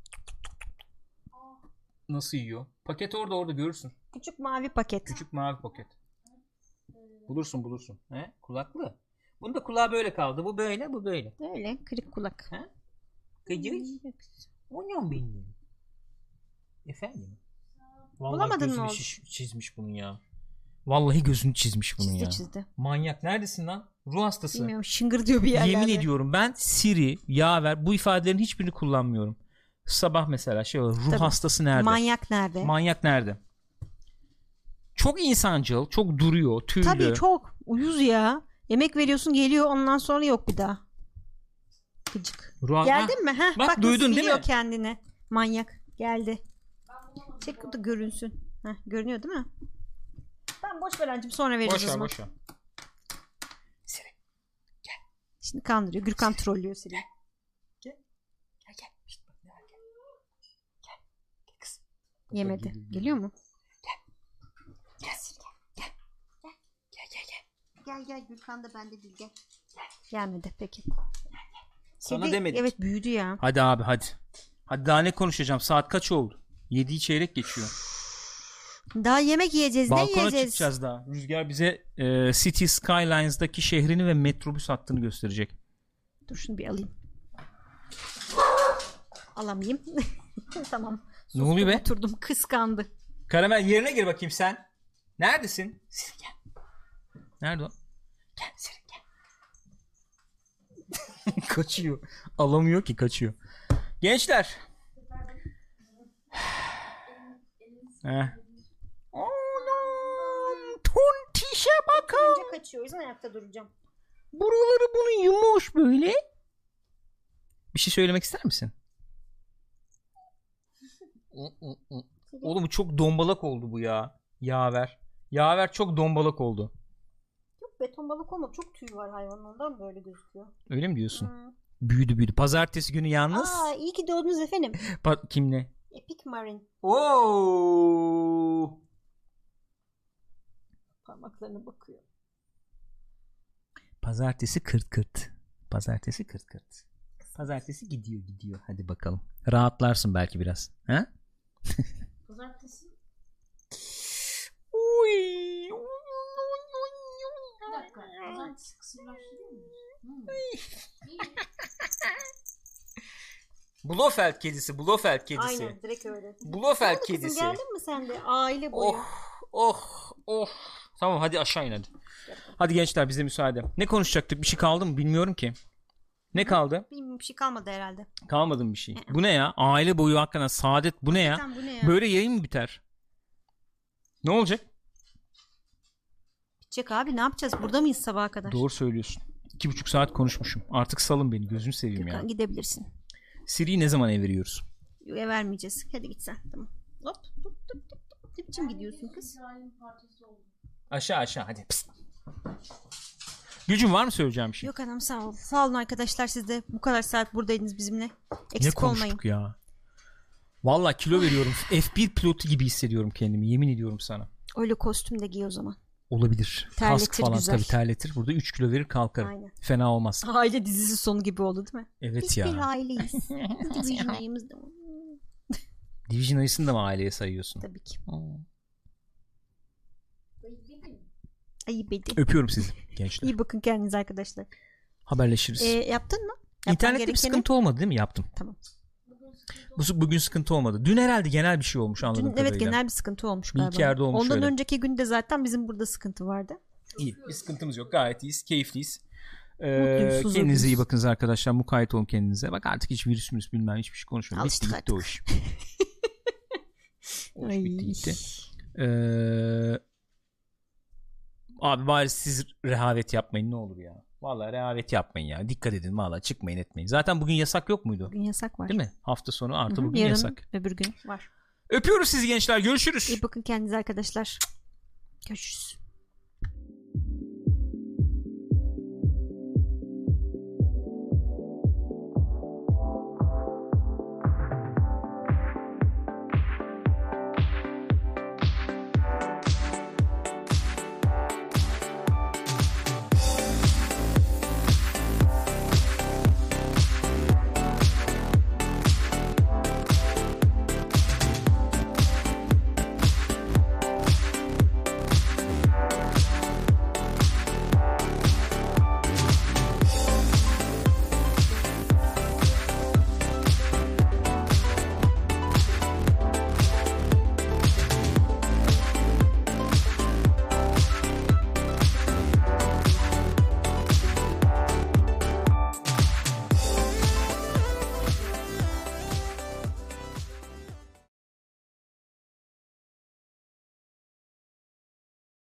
Nasıl yiyor? Paket orada orada görürsün. Küçük mavi paket. Küçük mavi paket. Bulursun bulursun. He? Kulaklı. Bunun da kulağı böyle kaldı. Bu böyle bu böyle. Öyle kırık kulak. He? Gıcır. Oynuyorum benim. Efendim? Vallahi Bulamadın gözünü mı oğlum? şiş- çizmiş bunun ya. Vallahi gözünü çizmiş bunun Çizdi ya. çizdi. Manyak neredesin lan? Ruh hastası. Bilmiyorum şıngır diyor bir yerlerde. Yemin ediyorum ben Siri, yaver bu ifadelerin hiçbirini kullanmıyorum. Sabah mesela şey olur. Ruh Tabii. hastası nerede? Manyak nerede? Manyak nerede? Çok insancıl, çok duruyor, tüylü. Tabii çok. Uyuz ya. Yemek veriyorsun geliyor ondan sonra yok bir daha. Gıcık. Ruh- Geldin mi? Heh, Bak, bak duydun nasıl değil biliyor mi? kendini. Manyak. Geldi. Çek o da görünsün. Heh, görünüyor değil mi? Tamam boş ver anneciğim sonra veririz Boş o ver zaman. boş ver. Şimdi kandırıyor. Gürkan trollüyor seni. Gel gel. Şişt, bak, gel gel. Gel. Gel kız. Bak, Yemedi. geliyor, geliyor. Geliyor mu? Gel Gel gel Gürkan da bende değil gel. Gelmedi peki. Sana Kedi, demedik. evet büyüdü ya. Hadi abi hadi. Hadi daha ne konuşacağım? Saat kaç oldu? yediyi çeyrek geçiyor. Daha yemek yiyeceğiz. Balkona ne yiyeceğiz? çıkacağız daha. Rüzgar bize e, City Skylines'daki şehrini ve metrobüs hattını gösterecek. Dur şunu bir alayım. Alamayayım. Tamam. Ne oluyor be? Oturdum kıskandı. Karamel yerine gir bakayım sen. Neredesin? Seri gel. Nerede o? Gel Seri gel. Kaçıyor. Alamıyor ki kaçıyor. Gençler. Heh. Oğlum tontişe bakın. Önce kaçıyor. O yüzden ayakta duracağım. Buraları bunu yumuş böyle. Bir şey söylemek ister misin? Oğlum çok dombalak oldu bu ya. Yaver. Yaver çok dombalak oldu. Yok beton balık olma. Çok tüy var hayvanın ondan böyle gözüküyor. Öyle mi diyorsun? Hmm. Büyüdü büyüdü. Pazartesi günü yalnız. Aa iyi ki doğdunuz efendim. Pa- kimle? Epic Marine. Oo. Parmaklarına bakıyor. Pazartesi kırt kırt. Pazartesi kırt kırt. Pazartesi gidiyor gidiyor. Hadi bakalım. Rahatlarsın belki biraz. Ha? Pazartesi. Uy. Bir dakika. Pazartesi kısırlaştırıyor muyuz? Hmm. İyi. Blofeld kedisi. Blofeld kedisi. Aynen direkt öyle. Blofeld Kızım kedisi. geldin mi sen de? Aile boyu. Oh oh oh. Tamam hadi aşağı in hadi. Hadi gençler bize müsaade. Ne konuşacaktık? Bir şey kaldı mı? Bilmiyorum ki. Ne kaldı? Bilmiyorum bir şey kalmadı herhalde. Kalmadı mı bir şey? Bu ne ya? Aile boyu hakikaten saadet bu ne ya? Hakikaten bu ne ya? Böyle yayın mı biter? Ne olacak? Bitecek abi ne yapacağız? Burada mıyız sabaha kadar? Doğru söylüyorsun. İki buçuk saat konuşmuşum. Artık salın beni. Gözünü seveyim ya. Gürkan, gidebilirsin. Siri'yi ne zaman ev veriyoruz? Eve vermeyeceğiz. Hadi git sen. Tamam. Hop. Hop, hop, hop, hop. Ne biçim gidiyorsun kız? İsrail'in parçası oldu. Aşağı aşağı hadi. Pist. Gülcüm var mı söyleyeceğim bir şey? Yok anam sağ ol. Sağ olun arkadaşlar siz de bu kadar saat buradaydınız bizimle. Ne Eksik konuştuk olmayın. ya? Vallahi kilo veriyorum. F bir pilotu gibi hissediyorum kendimi. Yemin ediyorum sana. Öyle kostüm de giy o zaman. Olabilir. Terletir Kask falan güzel. tabii terletir. Burada üç kilo verir kalkarım. Aynen. Fena olmaz. Aile dizisi sonu gibi oldu değil mi? Evet Biz ya. bir aileyiz. Division ayımız da var. Division ayısını da mı aileye sayıyorsun? Tabii ki. Bildin mi? Ayıp edin. Öpüyorum sizi gençler. İyi bakın kendinize arkadaşlar. Haberleşiriz. Ee, yaptın mı? Yapman İnternette bir gerekeni- sıkıntı olmadı değil mi? Yaptım. Tamam. Bugün sıkıntı Bu, bugün sıkıntı olmadı. Dün herhalde genel bir şey olmuş anladığım Dün, kadarıyla. evet genel bir sıkıntı olmuş Bir galiba. iki yerde olmuş Ondan öyle. önceki günde zaten bizim burada sıkıntı vardı. İyi. Bir sıkıntımız yok. Gayet iyiyiz. Keyifliyiz. Ee, Mutluyuz, huzurluyuz. kendinize iyi bakınız arkadaşlar. Mukayyet olun kendinize. Bak artık hiç virüs mürüs bilmem hiçbir şey konuşmuyorum. Bitti Alıştık gitti o artık. iş. O iş Ay. bitti gitti. Ee, abi bari siz rehavet yapmayın ne olur ya. Vallahi rehavet yapmayın ya. Dikkat edin vallahi çıkmayın etmeyin. Zaten bugün yasak yok muydu? Bugün yasak var. Değil mi? Hafta sonu artı Hı hı, bugün yarın yasak. öbür gün var. Öpüyoruz sizi gençler. Görüşürüz. İyi bakın kendinize arkadaşlar. Görüşürüz.